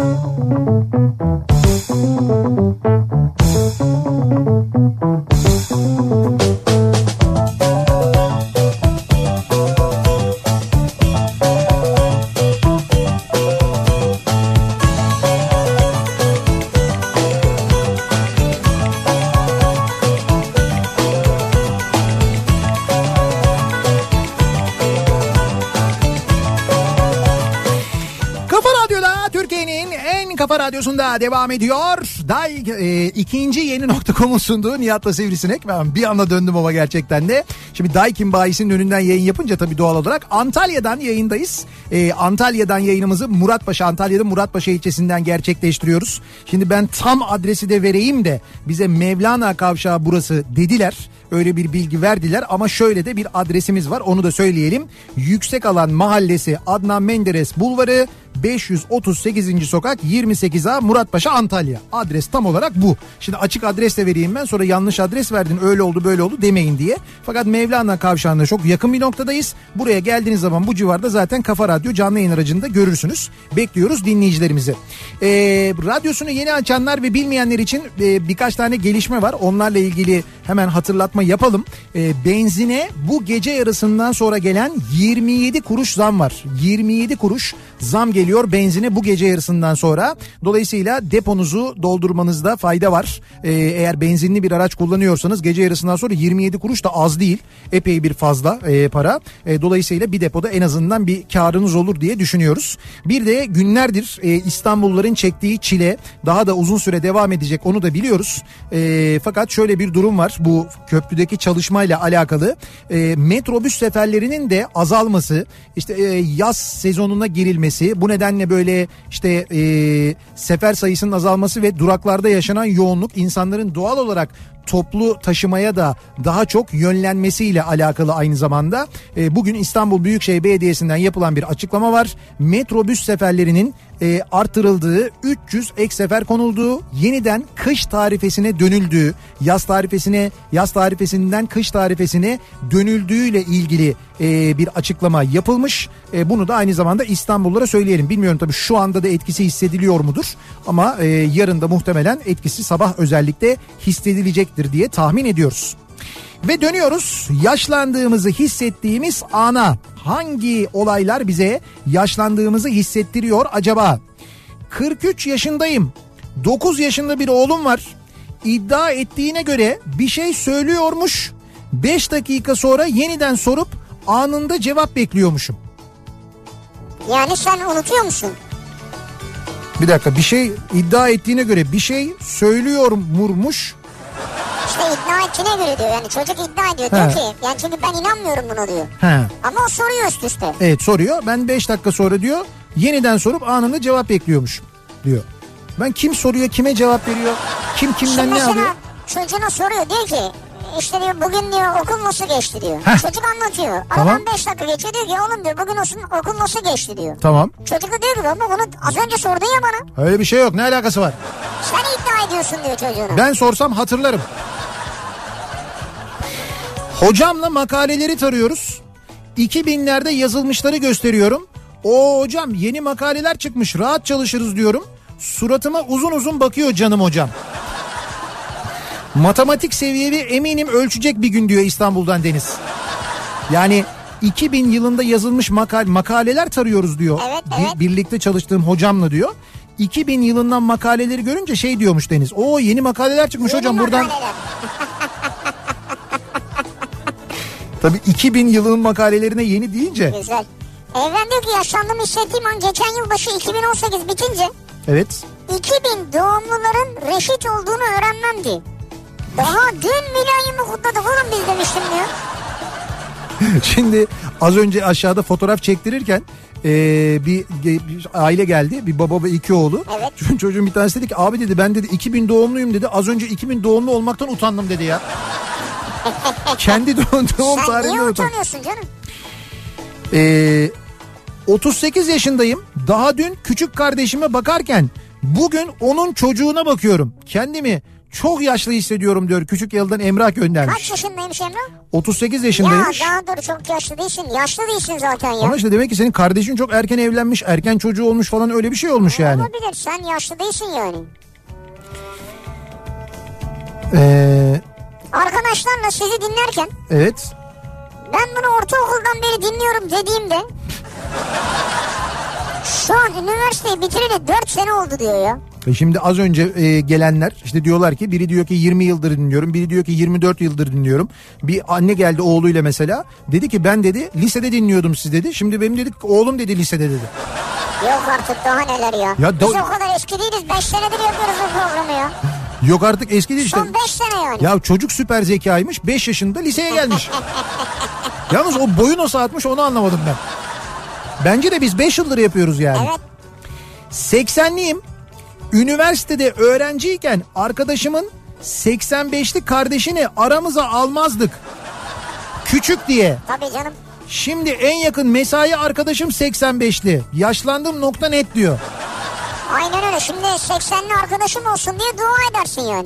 Kafa Radyosu'nda devam ediyor. Day e, ikinci yeni nokta com'un sunduğu Nihat'la Sivrisinek. Ben bir anda döndüm ama gerçekten de. Şimdi Daikin Bayisi'nin önünden yayın yapınca tabii doğal olarak Antalya'dan yayındayız. E, Antalya'dan yayınımızı Muratpaşa, Antalya'da Muratpaşa ilçesinden gerçekleştiriyoruz. Şimdi ben tam adresi de vereyim de bize Mevlana Kavşağı burası dediler. Öyle bir bilgi verdiler ama şöyle de bir adresimiz var, onu da söyleyelim. Yüksekalan Mahallesi, Adnan Menderes Bulvarı, beş yüz otuz sekizinci sokak, yirmi sekiz A, Muratpaşa, Antalya. Adres tam olarak bu. Şimdi açık adres de vereyim ben, sonra yanlış adres verdin, öyle oldu böyle oldu demeyin diye. Fakat Mevlana Kavşağı'na çok yakın bir noktadayız. Buraya geldiğiniz zaman bu civarda zaten Kafa Radyo canlı yayın aracında görürsünüz. Bekliyoruz dinleyicilerimizi. Ee, radyosunu yeni açanlar ve bilmeyenler için e, birkaç tane gelişme var. Onlarla ilgili hemen hatırlatma yapalım. E, benzine bu gece yarısından sonra gelen yirmi yedi kuruş zam var. yirmi yedi kuruş zam geliyor benzine bu gece yarısından sonra. Dolayısıyla deponuzu doldurmanızda fayda var. Ee, eğer benzinli bir araç kullanıyorsanız gece yarısından sonra yirmi yedi kuruş da az değil. Epey bir fazla e, para. E, dolayısıyla bir depoda en azından bir karınız olur diye düşünüyoruz. Bir de günlerdir e, İstanbulluların çektiği çile daha da uzun süre devam edecek, onu da biliyoruz. E, fakat şöyle bir durum var. Bu köprüdeki çalışmayla alakalı. E, metrobüs seferlerinin de azalması, işte e, yaz sezonuna girilmesi, bu nedenle böyle işte e, sefer sayısının azalması ve duraklarda yaşanan yoğunluk insanların doğal olarak toplu taşımaya da daha çok yönlenmesiyle alakalı aynı zamanda. E, bugün İstanbul Büyükşehir Belediyesi'nden yapılan bir açıklama var. Metrobüs seferlerinin e, artırıldığı, üç yüz ek sefer konulduğu, yeniden kış tarifesine dönüldüğü, yaz tarifesine, yaz tarifesinden kış tarifesine dönüldüğüyle ilgili e, bir açıklama yapılmış. E, bunu da aynı zamanda İstanbullulara söyleyelim. Bilmiyorum tabii şu anda da etkisi hissediliyor mudur? Ama e, yarın da muhtemelen etkisi sabah özellikle hissedilecektir diye tahmin ediyoruz. Ve dönüyoruz yaşlandığımızı hissettiğimiz ana. Hangi olaylar bize yaşlandığımızı hissettiriyor acaba? kırk üç yaşındayım. dokuz yaşında bir oğlum var. İddia ettiğine göre bir şey söylüyormuş. beş dakika sonra yeniden sorup anında cevap bekliyormuşum. Yani sen unutuyor musun? Bir dakika, bir şey iddia ettiğine göre bir şey söylüyormuş. İşte iddia ettiğine göre diyor, yani çocuk iddia ediyor. Diyor He. ki yani çünkü ben inanmıyorum buna diyor. He. Ama o soruyor üst üste. Evet soruyor, ben beş dakika sonra diyor yeniden sorup anında cevap bekliyormuş diyor. Ben kim soruyor, kime cevap veriyor, kim kimden Şimdi ne mesela alıyor? çocuğuna soruyor, diyor ki işte diyor bugün diyor okul nasıl geçti diyor. Heh. Çocuk anlatıyor. Tamam. Aradan beş dakika geçiyor, diyor ki oğlum diyor bugün olsun, okul nasıl geçti diyor. Tamam. Çocuk da diyor ki ama bunu az önce sordun ya bana. Öyle bir şey yok, ne alakası var? Sen iddia ediyorsun diyor çocuğuna. Ben sorsam hatırlarım. Hocamla makaleleri tarıyoruz. iki binlerde yazılmışları gösteriyorum. O hocam yeni makaleler çıkmış, rahat çalışırız diyorum. Suratıma uzun uzun bakıyor canım hocam. Matematik seviyemi eminim ölçecek bir gün diyor İstanbul'dan Deniz. Yani iki bin yılında yazılmış makale, makaleler tarıyoruz diyor. Evet, Bir- evet. birlikte çalıştığım hocamla diyor. iki bin yılından makaleleri görünce şey diyormuş Deniz. O yeni makaleler çıkmış Yeni hocam buradan. makaleler. Tabii iki bin yılının makalelerine yeni deyince. Güzel. Evren diyor ki yaşlandığımı hissettiğim an geçen yılbaşı iki bin on sekiz bitince Evet. iki bin doğumluların reşit olduğunu öğrenmemdi. Daha dün milenyumu kutladık oğlum biz demiştim diyor. Şimdi az önce aşağıda fotoğraf çektirirken Ee, bir, bir aile geldi. Bir baba ve iki oğlu. Evet. Çocuğun bir tanesi dedi ki abi dedi ben dedi iki bin doğumluyum dedi. Az önce iki bin doğumlu olmaktan utandım dedi ya. Kendi doğum, doğum Sen tarihinde niye utan. utanıyorsun canım? Ee, otuz sekiz yaşındayım. Daha dün küçük kardeşime bakarken bugün onun çocuğuna bakıyorum. Kendimi çok yaşlı hissediyorum diyor. Küçük Yalı'dan Emrah göndermiş. Kaç yaşındaymış Emrah? otuz sekiz yaşındaymış. Ya daha dur çok yaşlı değilsin. Yaşlı değilsin zaten ya. Ama işte demek ki senin kardeşin çok erken evlenmiş, erken çocuğu olmuş falan öyle bir şey olmuş yani. Olabilir, sen yaşlı değilsin yani. Ee, Arkadaşlarla sizi dinlerken evet. ben bunu ortaokuldan beri dinliyorum dediğimde şu an üniversiteyi bitireli dört sene oldu diyor ya. E şimdi az önce e, gelenler işte diyorlar ki biri diyor ki yirmi yıldır dinliyorum, biri diyor ki yirmi dört yıldır dinliyorum. Bir anne geldi oğluyla mesela, dedi ki ben dedi lisede dinliyordum siz dedi. Şimdi benim dedik oğlum dedi lisede dedi. Yok artık daha neler ya. Ya Biz da- o kadar eski değiliz, beş senedir yapıyoruz bu programı ya. Yok artık eski değil işte. Son beş sene yani. Ya çocuk süper zekaymış, beş yaşında liseye gelmiş. Yalnız o boyu nasıl atmış onu anlamadım ben. Bence de biz beş yıldır yapıyoruz yani. Evet. seksenliyim. Üniversitede öğrenciyken arkadaşımın seksen beşli kardeşini aramıza almazdık. Küçük diye. Tabii canım. Şimdi en yakın mesai arkadaşım seksen beşli. Yaşlandım nokta net diyor. Aynen öyle. Şimdi seksenli arkadaşım olsun diye dua edersin yani.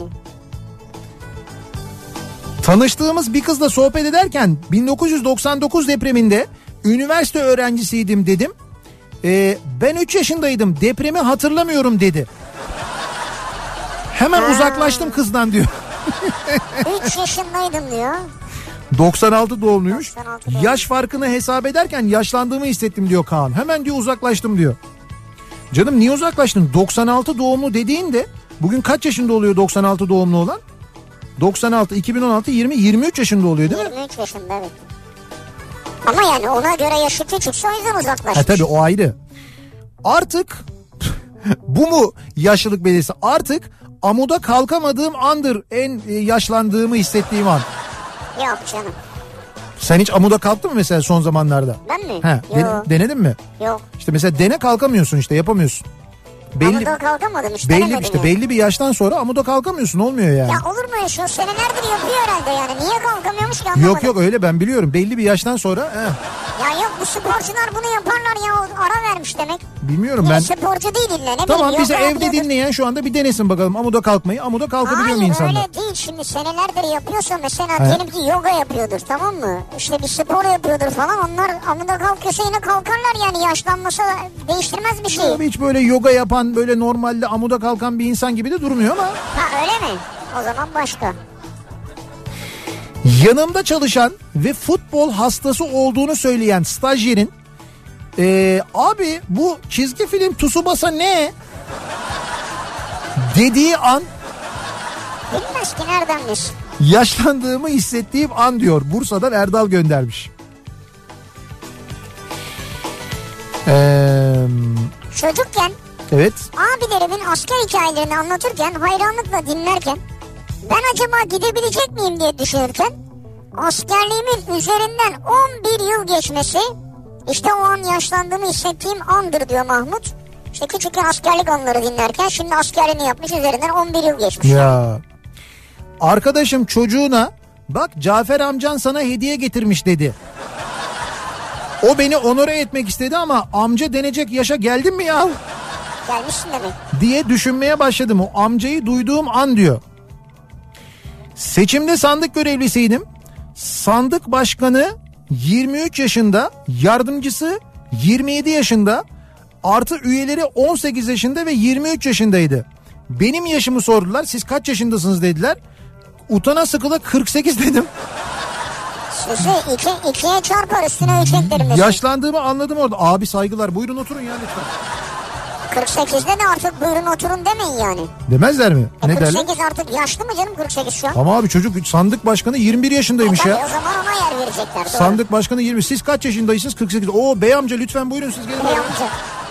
Tanıştığımız bir kızla sohbet ederken bin dokuz yüz doksan dokuz depreminde üniversite öğrencisiydim dedim. Ee, ben üç yaşındaydım, depremi hatırlamıyorum dedi. Hemen Ha. uzaklaştım kızdan diyor. üç yaşındaydım diyor. doksan altı doğumluymuş. doksan altı doğumlu. Yaş farkını hesap ederken yaşlandığımı hissettim diyor Kaan. Hemen diyor uzaklaştım diyor. Canım niye uzaklaştın? doksan altı doğumlu dediğinde bugün kaç yaşında oluyor doksan altı doğumlu olan? doksan altı, iki bin on altı, yirmi, yirmi üç yaşında oluyor değil mi? yirmi üç yaşında evet. Ama yani ona göre yaşı küçükse o yüzden uzaklaşmış. Ha tabii o ayrı. Artık bu mu yaşlılık belirtisi? Artık amuda kalkamadığım andır en e, yaşlandığımı hissettiğim an. Yok canım. Sen hiç amuda kalktın mı mesela son zamanlarda? Ben mi? He, den- Yok. denedin mi? Yok. İşte mesela dene kalkamıyorsun işte yapamıyorsun. Belli, Amuda kalkamadım işte. belli denemedim işte yani. belli bir yaştan sonra amuda kalkamıyorsun olmuyor yani. Ya olur mu öyle şey? Senelerdir yapıyor herhalde yani. Niye kalkamıyormuş ki anlamadım. Yok yok öyle ben biliyorum belli bir yaştan sonra he, Ya yok bu sporcular bunu yaparlar ya. O ara vermiş demek. bilmiyorum Ben... ben. Sporcu değil illa ne Tamam bileyim. bize yoga evde yapıyordur. dinleyen şu anda bir denesin bakalım amuda kalkmayı. Amuda kalkabiliyor mu Hayır insanlar? öyle değil şimdi senelerdir yapıyorsa mesela He. diyelim ki yoga yapıyordur tamam mı? İşte bir spor yapıyordur falan onlar amuda kalkıyorsa yine kalkarlar yani yaşlanmasa değiştirmez bir şey. Hiç böyle yoga yapan böyle normalde amuda kalkan bir insan gibi de durmuyor ama. Ha öyle mi? O zaman başka. Yanımda çalışan ve futbol hastası olduğunu söyleyen stajyerin ee, abi bu çizgi film Tsubasa ne? Dediği an Bilmez ki nereden bilsin. yaşlandığımı hissettiğim an diyor. Bursa'dan Erdal göndermiş. Eee... Çocukken Evet. abilerimin asker hikayelerini anlatırken hayranlıkla dinlerken ben acaba gidebilecek miyim diye düşünürken askerliğimin üzerinden on bir yıl geçmesi işte o an yaşlandığımı hissettiğim andır diyor Mahmut. İşte küçükken askerlik anıları dinlerken şimdi askerliğini yapmış üzerinden on bir yıl geçmiş. Ya. Arkadaşım çocuğuna bak Cafer amcan sana hediye getirmiş dedi. O beni onore etmek istedi ama amca denecek yaşa geldin mi ya? Gelmişsin demek. Diye düşünmeye başladım. O amcayı duyduğum an diyor. Seçimde sandık görevlisiydim. Sandık başkanı yirmi üç yaşında, yardımcısı yirmi yedi yaşında, artı üyeleri on sekiz yaşında ve yirmi üç yaşındaydı. Benim yaşımı sordular. Siz kaç yaşındasınız dediler. Utana sıkıla kırk sekiz dedim. Sizi iki, ikiye çarpar üstüne üç eklerim desin. Yaşlandığımı anladım orada. Abi saygılar buyurun oturun ya lütfen. kırk sekizde de artık buyurun oturun demeyin yani. Demezler mi? E Ne kırk derler? sekiz artık yaşlı mı canım kırk sekiz şu an? Ama abi çocuk sandık başkanı yirmi bir yaşındaymış E tabii ya. o zaman ona yer verecekler. Doğru. Sandık başkanı yirmi. Siz kaç yaşındaysınız? kırk sekiz. Oo bey amca lütfen buyurun siz gelin. Bey amca.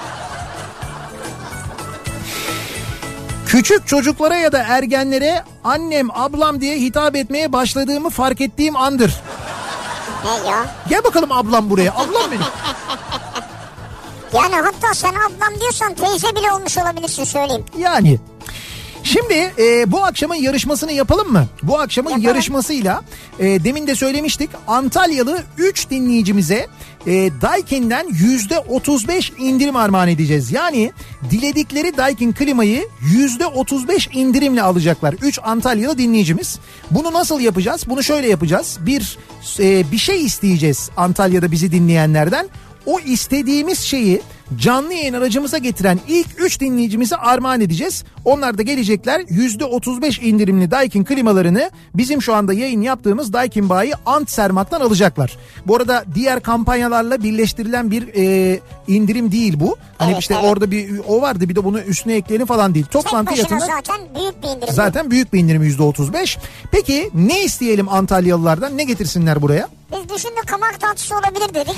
Küçük çocuklara ya da ergenlere annem ablam diye hitap etmeye başladığımı fark ettiğim andır. Ne ya? Gel bakalım ablam buraya. Ablam benim. Yani hatta sen ablam diyorsan teyze bile olmuş olabilirsin, söyleyeyim. Yani... Şimdi e, bu akşamın yarışmasını yapalım mı? Bu akşamın yapalım. Yarışmasıyla e, demin de söylemiştik, Antalyalı üç dinleyicimize e, Daikin'den yüzde otuz beş indirim armağan edeceğiz. Yani diledikleri Daikin klimayı yüzde otuz beş indirimle alacaklar. üç Antalyalı dinleyicimiz. Bunu nasıl yapacağız? Bunu şöyle yapacağız. Bir e, bir şey isteyeceğiz Antalya'da bizi dinleyenlerden. O istediğimiz şeyi canlı yayın aracımıza getiren ilk üç dinleyicimize armağan edeceğiz. Onlar da gelecekler, yüzde otuz beş indirimli Daikin klimalarını bizim şu anda yayın yaptığımız Daikin Bayi Antsermak'tan alacaklar. Bu arada diğer kampanyalarla birleştirilen bir e, indirim değil bu. Hani evet, işte evet. Orada bir o vardı, bir de bunu üstüne ekleyelim falan değil. Toplantı fiyatına zaten büyük bir indirim. Zaten büyük bir indirim, yüzde otuz beş. Peki ne isteyelim Antalyalılardan? Ne getirsinler buraya? Biz düşündük, kabak tatlısı olabilir dedik.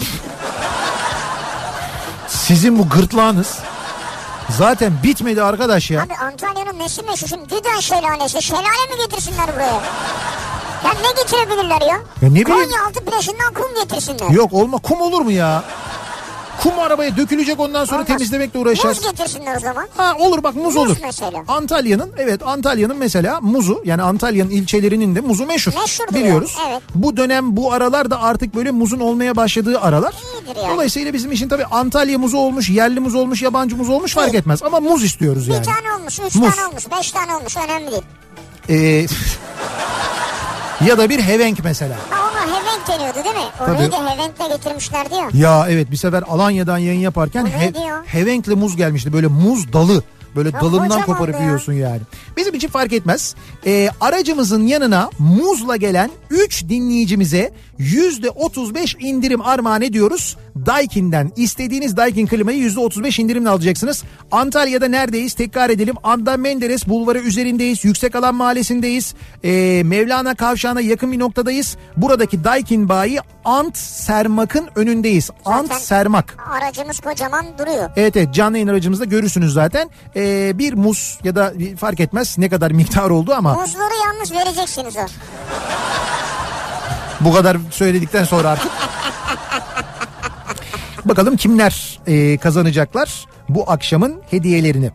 Sizin bu gırtlağınız zaten bitmedi arkadaş ya. Abi Antalya'nın nesi meşhur? Şimdi Düden şelalesi. Şelale mi getirsinler buraya? Ya ne getirebilirler ya? Ya ne bileyim. Konyaaltı plajından kum getirsinler. Yok olma, kum olur mu ya? Kum arabaya dökülecek, ondan sonra Olmaz. Temizlemekle uğraşacağız. Muz getirsinler o zaman. Ha olur bak, muz, muz olur. Mesela. Antalya'nın evet Antalya'nın mesela muzu, yani Antalya'nın ilçelerinin de muzu meşhur. Meşhurdur biliyoruz. Ya, evet. Bu dönem bu aralar da artık böyle muzun olmaya başladığı aralar. İyidir yani. Dolayısıyla bizim için tabii Antalya muzu olmuş, yerli muz olmuş, yabancı muz olmuş fark etmez. Ama muz istiyoruz yani. Bir tane olmuş, üç muz. tane olmuş, beş tane olmuş, önemli değil. Ee, ya da bir hevenk mesela. Ha, ona hevenk deniyordu değil mi? Orayı da hevenkle getirmişlerdi ya. Ya evet, bir sefer Alanya'dan yayın yaparken he, hevenkle muz gelmişti. Böyle muz dalı. Böyle ya dalından koparıp yiyorsun yani. Bizim için fark etmez. Ee, aracımızın yanına muzla gelen üç dinleyicimize yüzde otuz beş indirim armağan ediyoruz. Daikin'den istediğiniz Daikin klimayı yüzde otuz beş indirimle alacaksınız. Antalya'da neredeyiz? Tekrar edelim. Adnan Menderes Bulvarı üzerindeyiz. Yüksekalan Mahallesi'ndeyiz. Ee, Mevlana Kavşağı'na yakın bir noktadayız. Buradaki Daikin Bayi Antsermak'ın önündeyiz. Antsermak. Aracımız kocaman duruyor. Evet evet, canlı yayın aracımızda görürsünüz zaten. Ee, bir muz ya da fark etmez ne kadar miktar oldu ama. Muzları yalnız vereceksiniz o. Bu kadar söyledikten sonra artık. Bakalım kimler e, kazanacaklar bu akşamın hediyelerini.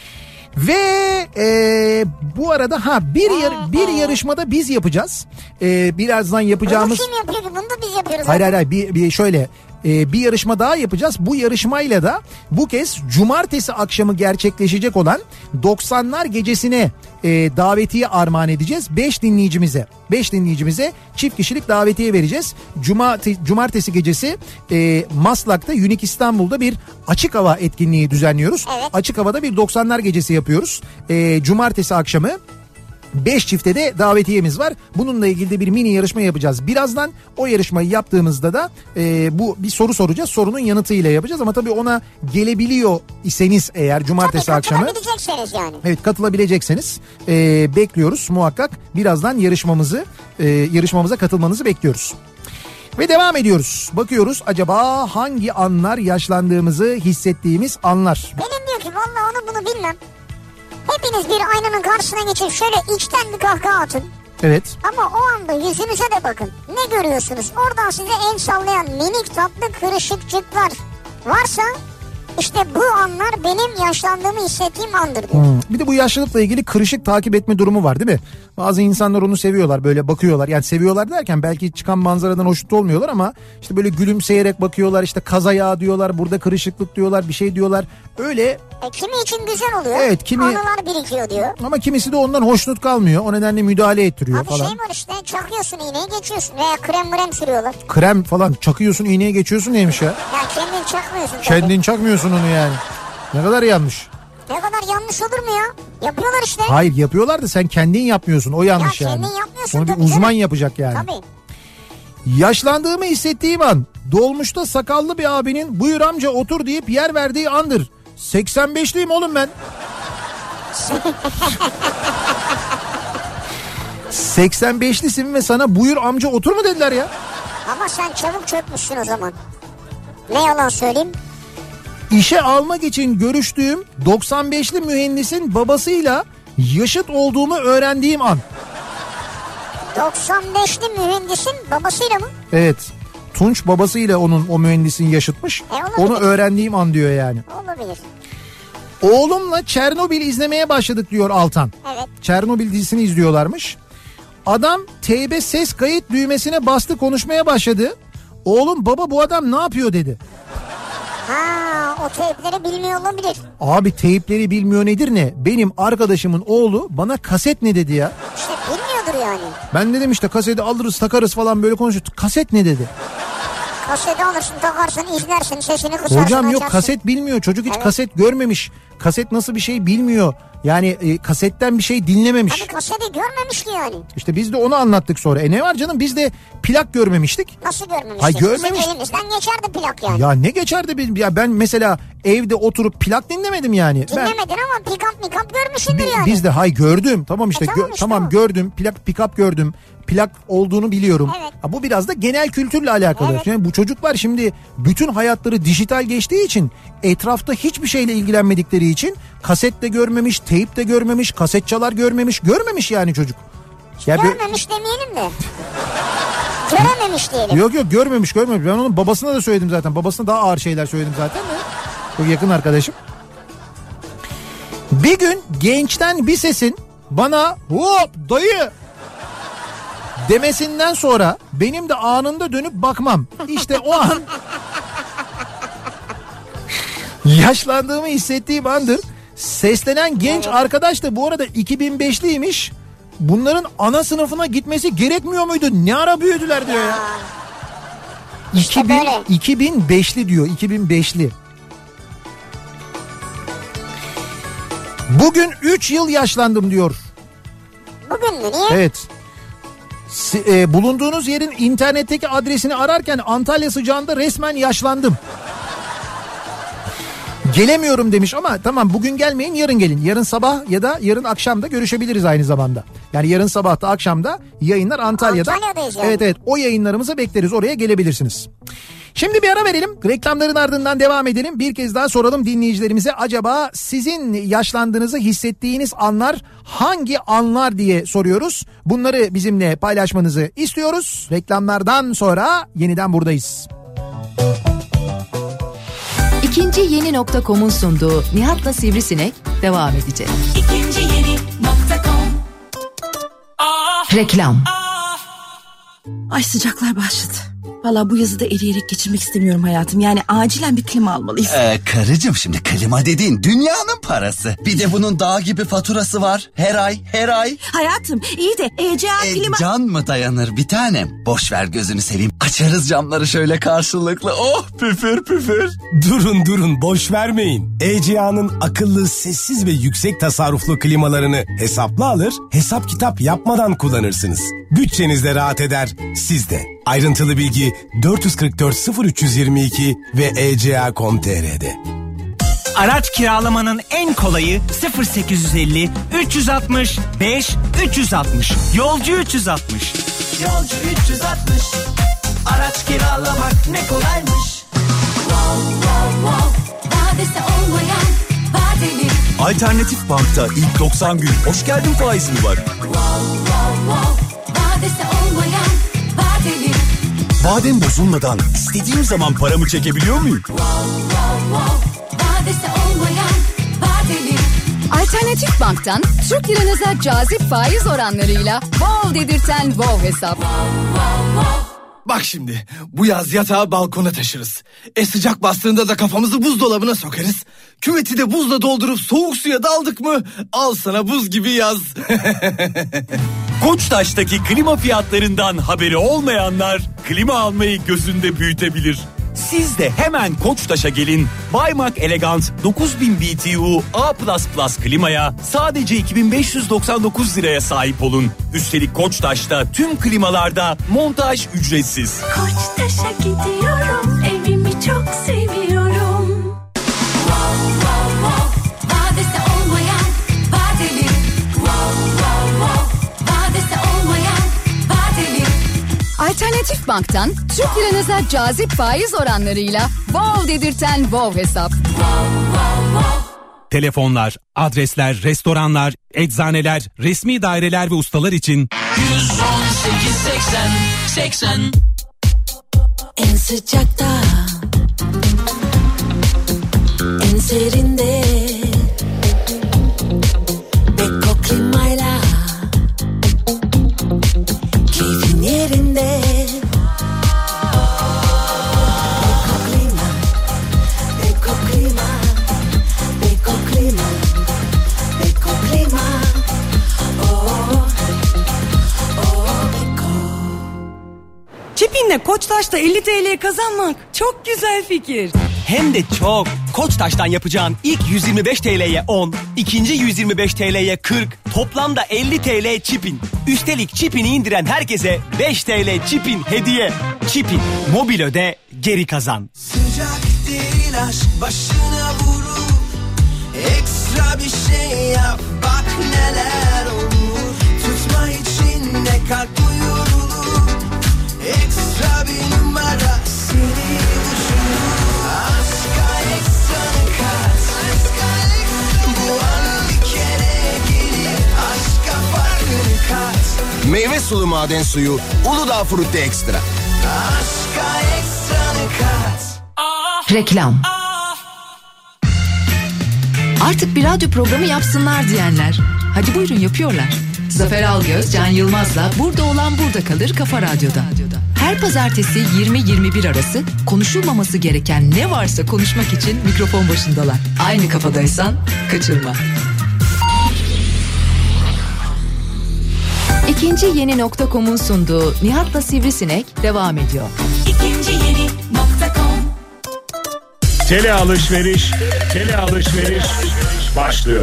Ve e, bu arada ha bir yar, bir yarışmada biz yapacağız. E, birazdan yapacağımız. Bunu kim yapıyor ki? Bunu da biz yapıyoruz. Hayır hayır, hayır bir, bir şöyle. Ee, bir yarışma daha yapacağız. Bu yarışmayla da bu kez cumartesi akşamı gerçekleşecek olan doksanlar gecesine e, davetiye armağan edeceğiz. beş dinleyicimize. beş dinleyicimize çift kişilik davetiye vereceğiz. Cuma, cumartesi gecesi e, Maslak'ta Unique İstanbul'da bir açık hava etkinliği düzenliyoruz. Evet. Açık havada bir doksanlar gecesi yapıyoruz. E, cumartesi akşamı. beş çifte de davetiyemiz var. Bununla ilgili de bir mini yarışma yapacağız. Birazdan o yarışmayı yaptığımızda da e, bu bir soru soracağız. Sorunun yanıtıyla yapacağız ama tabii ona gelebiliyor iseniz eğer cumartesi tabii, akşamı. katılabilecekseniz yani. Evet, katılabilecekseniz e, bekliyoruz muhakkak. Birazdan yarışmamızı e, yarışmamıza katılmanızı bekliyoruz. Ve devam ediyoruz. Bakıyoruz acaba hangi anlar yaşlandığımızı hissettiğimiz anlar. Benim diyor ki vallahi onu bunu bilmem. Hepiniz bir aynanın karşısına geçip şöyle içten bir kahkaha atın. Evet. Ama o anda yüzünüze de bakın. Ne görüyorsunuz? Oradan size el sallayan minik tatlı kırışıkçıklar varsa işte bu anlar benim yaşlandığımı hissettiğim andır diyor. Hmm. Bir de bu yaşlılıkla ilgili kırışık takip etme durumu var değil mi? Bazı insanlar onu seviyorlar, böyle bakıyorlar. Yani seviyorlar derken belki çıkan manzaradan hoşnut olmuyorlar ama işte böyle gülümseyerek bakıyorlar, işte kaza yağı diyorlar, burada kırışıklık diyorlar, bir şey diyorlar. Öyle. E, kimi için güzel oluyor. Evet, kimi... Anılar birikiyor diyor. Ama kimisi de ondan hoşnut kalmıyor. O nedenle müdahale ettiriyor Abi falan. Abi şey var işte, çakıyorsun iğneyi geçiyorsun veya krem krem sürüyorlar. Krem falan çakıyorsun, iğneye geçiyorsun neymiş ya? Ya kendin çakmıyorsun tabii. Kendin çakmıyorsun onu yani. Ne kadar yanlış. Ne kadar yanlış olur mu ya? Yapıyorlar işte. Hayır, yapıyorlar da sen kendin yapmıyorsun, o yanlış ya yani. kendin yapmıyorsun onu bir tabii uzman canım. yapacak yani. Tabii. Yaşlandığımı hissettiğim an dolmuşta sakallı bir abinin buyur amca otur deyip yer verdiği andır. seksen beşliyim oğlum ben. seksen beşlisin ve sana buyur amca otur mu dediler ya? Ama sen çabuk çökmüşsün o zaman. Ne yalan söyleyeyim. İşe almak için görüştüğüm doksan beşli mühendisin babasıyla yaşıt olduğumu öğrendiğim an. doksan beşli mühendisin babasıyla mı? Evet. Tunç babasıyla onun o mühendisin yaşıtmış. E, onu öğrendiğim an diyor yani. Olabilir. Oğlumla Çernobil izlemeye başladık diyor Altan. Evet. Çernobil dizisini izliyorlarmış. Adam teybe ses kayıt düğmesine bastı, konuşmaya başladı. Oğlum baba bu adam ne yapıyor dedi. Ha, o teypleri bilmiyor olabilir. Abi teypleri bilmiyor nedir ne? Benim arkadaşımın oğlu bana kaset ne dedi ya. İşte bilmiyordur yani. Ben dedim işte kaseti alırız takarız falan böyle konuşuyoruz. Kaset ne dedi? Kaseti alırsın takarsın izlersin sesini kısarsın. Hocam yok açarsın. kaset bilmiyor çocuk hiç Evet. kaset görmemiş. Kaset nasıl bir şey bilmiyor. Yani e, kasetten bir şey dinlememiş. Tabii kaseti görmemişti yani. İşte biz de onu anlattık sonra. E ne var canım biz de plak görmemiştik. Nasıl görmemiştik? Hayır, görmemiş. Bizim elimizden geçerdi plak yani. Ya ne geçerdi bizim ya ben mesela evde oturup plak dinlemedim yani. Dinlemedin Ben, ama pick-up pick-up görmüşsündür bi- yani. Biz de hay gördüm tamam işte E, tamam gö- işte tamam o. gördüm plak pick-up gördüm. Plak olduğunu biliyorum. Evet. Ha, bu biraz da genel kültürle alakalı. Evet. Yani bu çocuklar şimdi bütün hayatları dijital geçtiği için etrafta hiçbir şeyle ilgilenmedikleri için kaset de görmemiş, teyp de görmemiş, kaset çalar görmemiş, görmemiş yani çocuk. Ya bö- Görmemiş demeyelim de. Görememiş diyelim. Yok yok görmemiş görmemiş. Ben onun babasına da söyledim zaten. Babasına daha ağır şeyler söyledim zaten de. Çok yakın arkadaşım. Bir gün gençten bir sesin bana hop dayı demesinden sonra benim de anında dönüp bakmam. İşte o an yaşlandığımı hissettiğim andır. Seslenen genç arkadaş da bu arada iki bin beşliymiş. Bunların ana sınıfına gitmesi gerekmiyor muydu? Ne ara büyüdüler diyor ya. İşte iki bin, böyle. iki bin beşli diyor. iki bin beşli. Bugün üç yıl yaşlandım diyor. Bugün mü niye? Evet. Si- e, bulunduğunuz yerin internetteki adresini ararken Antalya sıcağında resmen yaşlandım. Gelemiyorum demiş ama tamam bugün gelmeyin yarın gelin. Yarın sabah ya da yarın akşam da görüşebiliriz aynı zamanda. Yani yarın sabah da akşam da yayınlar Antalya'da. Antalya'dayız yani. Evet evet o yayınlarımıza bekleriz, oraya gelebilirsiniz. Şimdi bir ara verelim, reklamların ardından devam edelim. Bir kez daha soralım dinleyicilerimize, acaba sizin yaşlandığınızı hissettiğiniz anlar hangi anlar diye soruyoruz. Bunları bizimle paylaşmanızı istiyoruz. Reklamlardan sonra yeniden buradayız. İkinci yeni nokta com'un sunduğu Nihat'la Sivrisinek devam edecek. İkinci yeni nokta com. Reklam. Ay sıcaklar başladı. Valla bu yazı da eriyerek geçirmek istemiyorum hayatım. Yani acilen bir klima almalıyız. Ee, karıcığım şimdi klima dediğin dünyanın parası. Bir de bunun dağ gibi faturası var. Her ay her ay. Hayatım iyi de E C A E, klima... can mı dayanır bir tanem? Boş ver gözünü seveyim. Açarız camları şöyle karşılıklı. Oh püfür püfür. Durun durun boş vermeyin. E C A'nın akıllı, sessiz ve yüksek tasarruflu klimalarını hesaplı alır, hesap kitap yapmadan kullanırsınız. Bütçeniz de rahat eder, siz de. Ayrıntılı bilgi dört yüz kırk dört sıfır üç yüz yirmi iki ve e c a nokta com nokta t r'de. Araç kiralamanın en kolayı sıfır sekiz yüz elli üç yüz altmış beş üç yüz altmış. Yolcu üç yüz altmış. Yolcu üç yüz altmış. Araç kiralamak ne kolaymış. Wow, wow, wow. Vadesi olmayan vadeli. Alternatif Bank'ta ilk doksan gün hoş geldin faizi mi var? Wow, wow, wow. Vadesi olmayan vadeli. Vadem bozulmadan istediğim zaman paramı çekebiliyor muyum? Wow, wow, wow. Vadesi olmayan vadeli. Alternatif Bank'tan Türk liranıza cazip faiz oranlarıyla wow dedirten wow hesap. Wow, wow, wow. Bak şimdi bu yaz yatağı balkona taşırız. E sıcak bastığında da kafamızı buzdolabına sokarız. Küveti de buzla doldurup soğuk suya daldık mı al sana buz gibi yaz. Koçtaş'taki klima fiyatlarından haberi olmayanlar klima almayı gözünde büyütebilir. Siz de hemen Koçtaş'a gelin. Baymak Elegant dokuz bin B T U A plus plus klimaya sadece iki bin beş yüz doksan dokuz liraya sahip olun. Üstelik Koçtaş'ta tüm klimalarda montaj ücretsiz. Koçtaş'a gidiyorum, evimi çok seviyorum. Wow, wow, wow. Vadesi olmayan vadeli. Wow, wow, wow. Vadesi olmayan vadeli. Alternatif Bank'tan Türk liranıza cazip faiz oranlarıyla wow dedirten wow hesap. Wow, wow, wow. Telefonlar, adresler, restoranlar, eczaneler, resmi daireler ve ustalar için yüz on sekiz seksen seksen. En sıcakta, en serinde, Beko klimayla, keyfin yerinde. Beko klima, Beko klima, Beko klima, Beko klima. Oh, oh Beko. Çipinle Koçtaş'ta elli TL kazanmak çok güzel fikir. Hem de çok. Koçtaş'tan yapacağın ilk yüz yirmi beş TL'ye on, ikinci yüz yirmi beş TL'ye kırk, toplamda elli TL çipin. Üstelik çipini indiren herkese beş TL çipin hediye. Çipin, mobil öde, geri kazan. Sıcak değil aşk başına vurur. Ekstra bir şey yap bak neler olur. Tutma içinde kalp duyurulur. Ekstra bir numara seni düşünür. Aşka ekstranı kat. Bu an bir kere gelir. Aşka farkını kat. Meyve sulu maden suyu Uludağ Frutti Ekstra. Aşka ekstranı kat. Reklam. Artık bir radyo programı yapsınlar diyenler. Hadi buyurun yapıyorlar. Zafer Algöz, Can Yılmaz'la Burada Olan Burada Kalır Kafa Radyo'da. Her pazartesi yirmi yirmi bir arası konuşulmaması gereken ne varsa konuşmak için mikrofon başındalar. Aynı kafadaysan kaçırma. İkinci Yeni nokta com'un sunduğu Nihat'la Sivrisinek devam ediyor. İkinci Yeni nokta com. Tele alışveriş, tele alışveriş başlıyor.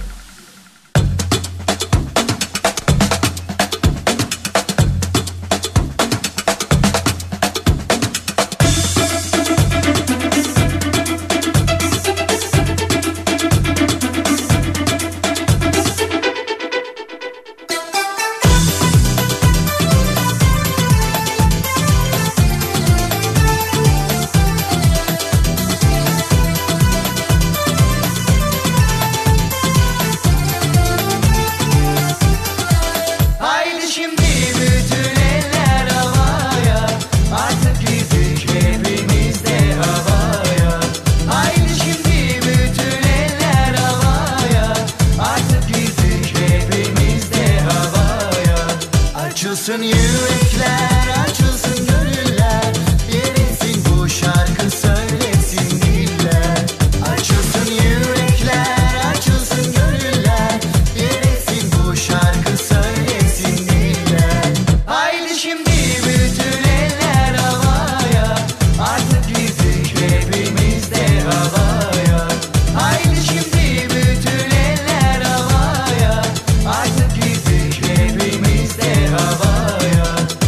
Açılsın yürekler, açılsın gönüller, yerilsin bu şarkı söylesin diller. Açılsın yürekler, açılsın gönüller, yerilsin bu şarkı söylesin diller. Haydi şimdi bütün eller havaya, artık gittik hepimiz de havaya. Haydi şimdi bütün eller havaya, artık gittik hepimiz de havaya.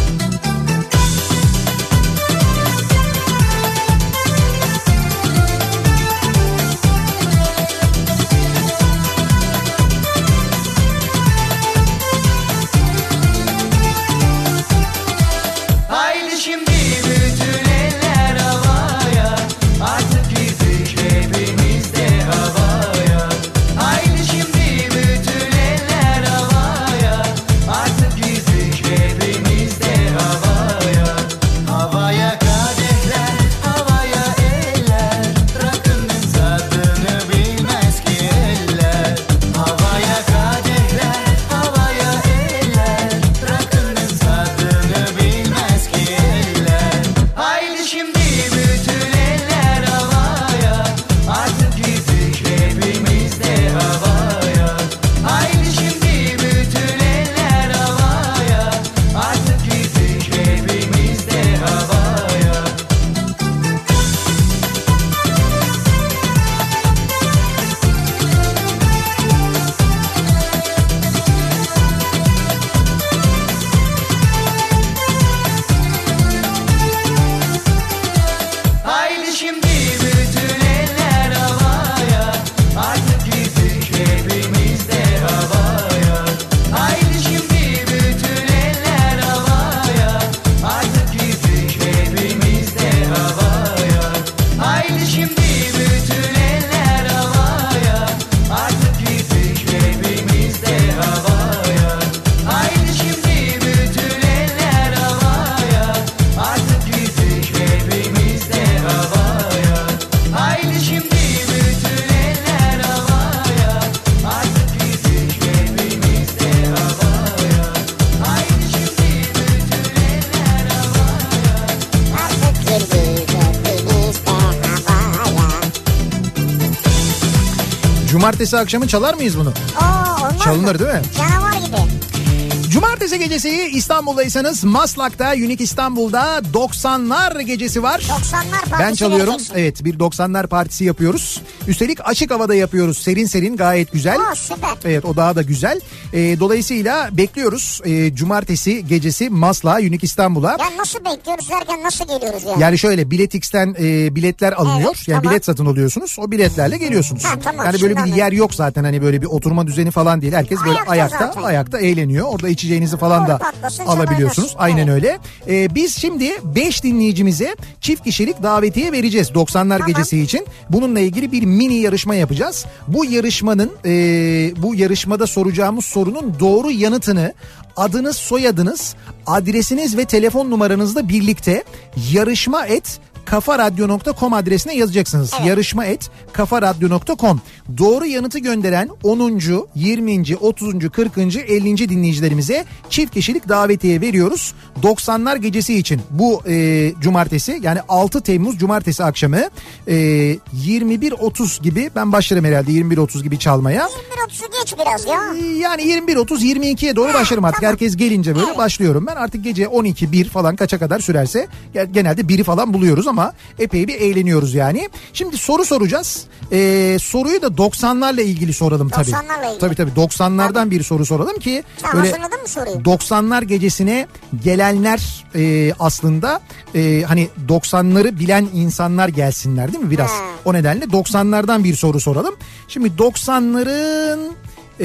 Cumartesi akşamı çalar mıyız bunu? Oo, olmaz Çalınır mı? değil mi? Canavar gibi. Cumartesi gecesi İstanbul'daysanız Maslak'ta, Unique İstanbul'da doksanlar gecesi var. doksanlar partisi Ben çalıyorum. vereceksin. Evet, bir doksanlar partisi yapıyoruz. Üstelik açık havada yapıyoruz. Serin serin, gayet güzel. Aa, süper. Evet, o daha da güzel. Ee, dolayısıyla bekliyoruz. Ee, Cumartesi gecesi Maslak'a, Unique İstanbul'a. Ya nasıl bekliyoruz derken nasıl geliyoruz yani? Yani şöyle Biletix'ten e, biletler alınıyor. Evet, yani tamam. bilet satın alıyorsunuz. O biletlerle geliyorsunuz. Ha, tamam, yani böyle bir şimdi yer yok zaten, hani böyle bir oturma düzeni falan değil. Herkes böyle Ayakta ayakta zaten. ayakta eğleniyor. Orada içeceğinizi falan da patlasın, alabiliyorsunuz. çalarız. Aynen öyle. Ee, biz şimdi beş dinleyicimize çift kişilik davetiye vereceğiz doksanlar gecesi için. Bununla ilgili bir mini yarışma yapacağız. Bu yarışmanın e, bu yarışmada soracağımız sorunun doğru yanıtını adınız, soyadınız, adresiniz ve telefon numaranızla birlikte yarışma et kafaradyo nokta com adresine yazacaksınız. Evet. Yarışma et kafaradyo nokta com. Doğru yanıtı gönderen onuncu, yirminci, otuzuncu, kırkıncı, ellinci dinleyicilerimize çift kişilik davetiye veriyoruz. doksanlar gecesi için bu e, cumartesi, yani altı Temmuz cumartesi akşamı e, yirmi bir otuz gibi ben başlarım herhalde, yirmi bir otuz gibi çalmaya. yirmi bir otuzu geç biraz ya. Yani yirmi bir otuz yirmi ikiye doğru Ha, başlarım artık. tamam. Herkes gelince böyle Evet. başlıyorum ben. Artık gece on iki bir falan kaça kadar sürerse, genelde biri falan buluyoruz ama epey bir eğleniyoruz yani. Şimdi soru soracağız. Ee, soruyu da doksanlarla ilgili soralım tabii. doksanlarla ilgili. Tabii tabii doksanlardan bir soru soralım ki Sen böyle hazırladın mı soruyu? doksanlar gecesine gelenler e, aslında e, hani doksanları bilen insanlar gelsinler değil mi biraz? Ha. O nedenle doksanlardan bir soru soralım. Şimdi doksanların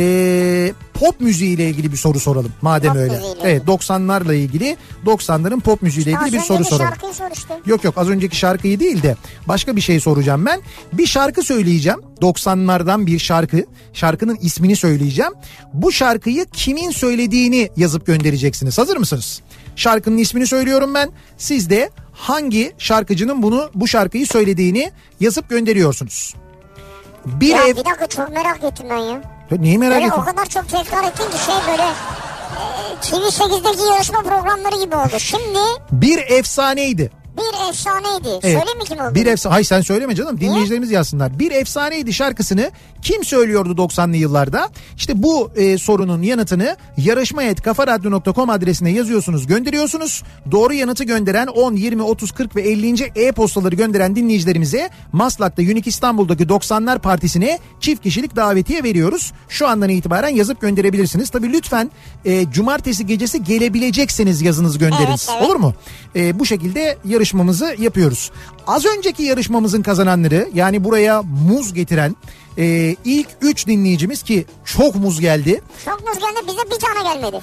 e, pop müziğiyle ilgili bir soru soralım madem Pop öyle. müziğiyle. Evet, doksanlarla ilgili, doksanların pop müziğiyle ilgili Az bir soru önceki soralım. şarkıyı sor işte. Yok yok, az önceki şarkıyı değil de başka bir şey soracağım ben. Bir şarkı söyleyeceğim. doksanlardan bir şarkı. Şarkının ismini söyleyeceğim. Bu şarkıyı kimin söylediğini yazıp göndereceksiniz. Hazır mısınız? Şarkının ismini söylüyorum ben. Siz de hangi şarkıcının bunu bu şarkıyı söylediğini yazıp gönderiyorsunuz. Bir ya ev... bir dakika, çok merak ettim ben ya. Ya neyi merak Böyle ettin? o kadar çok tekrar ettin ki şey böyle e, T V sekizdeki yarışma programları gibi oldu. Şimdi Bir efsaneydi. bir efsaneydi. Evet. Söyle mi kim oldu? Bir efsane. Hayır, sen söyleme canım. Dinleyicilerimiz yazsınlar. Bir efsaneydi şarkısını kim söylüyordu doksanlı yıllarda? İşte bu e, sorunun yanıtını yarışma et kafaradyo nokta com adresine yazıyorsunuz, gönderiyorsunuz. Doğru yanıtı gönderen on, yirmi, otuz, kırk ve ellinci e-postaları gönderen dinleyicilerimize Maslak'ta Unique İstanbul'daki doksanlar partisine çift kişilik davetiye veriyoruz. Şu andan itibaren yazıp gönderebilirsiniz. Tabii lütfen e, cumartesi gecesi gelebilecekseniz yazınızı gönderiniz. Evet, evet. Olur mu? E, bu şekilde yarışmamızı yapıyoruz. Az önceki yarışmamızın kazananları, yani buraya muz getiren e, ilk üç dinleyicimiz, ki çok muz geldi. Çok muz geldi, bize bir tane gelmedi.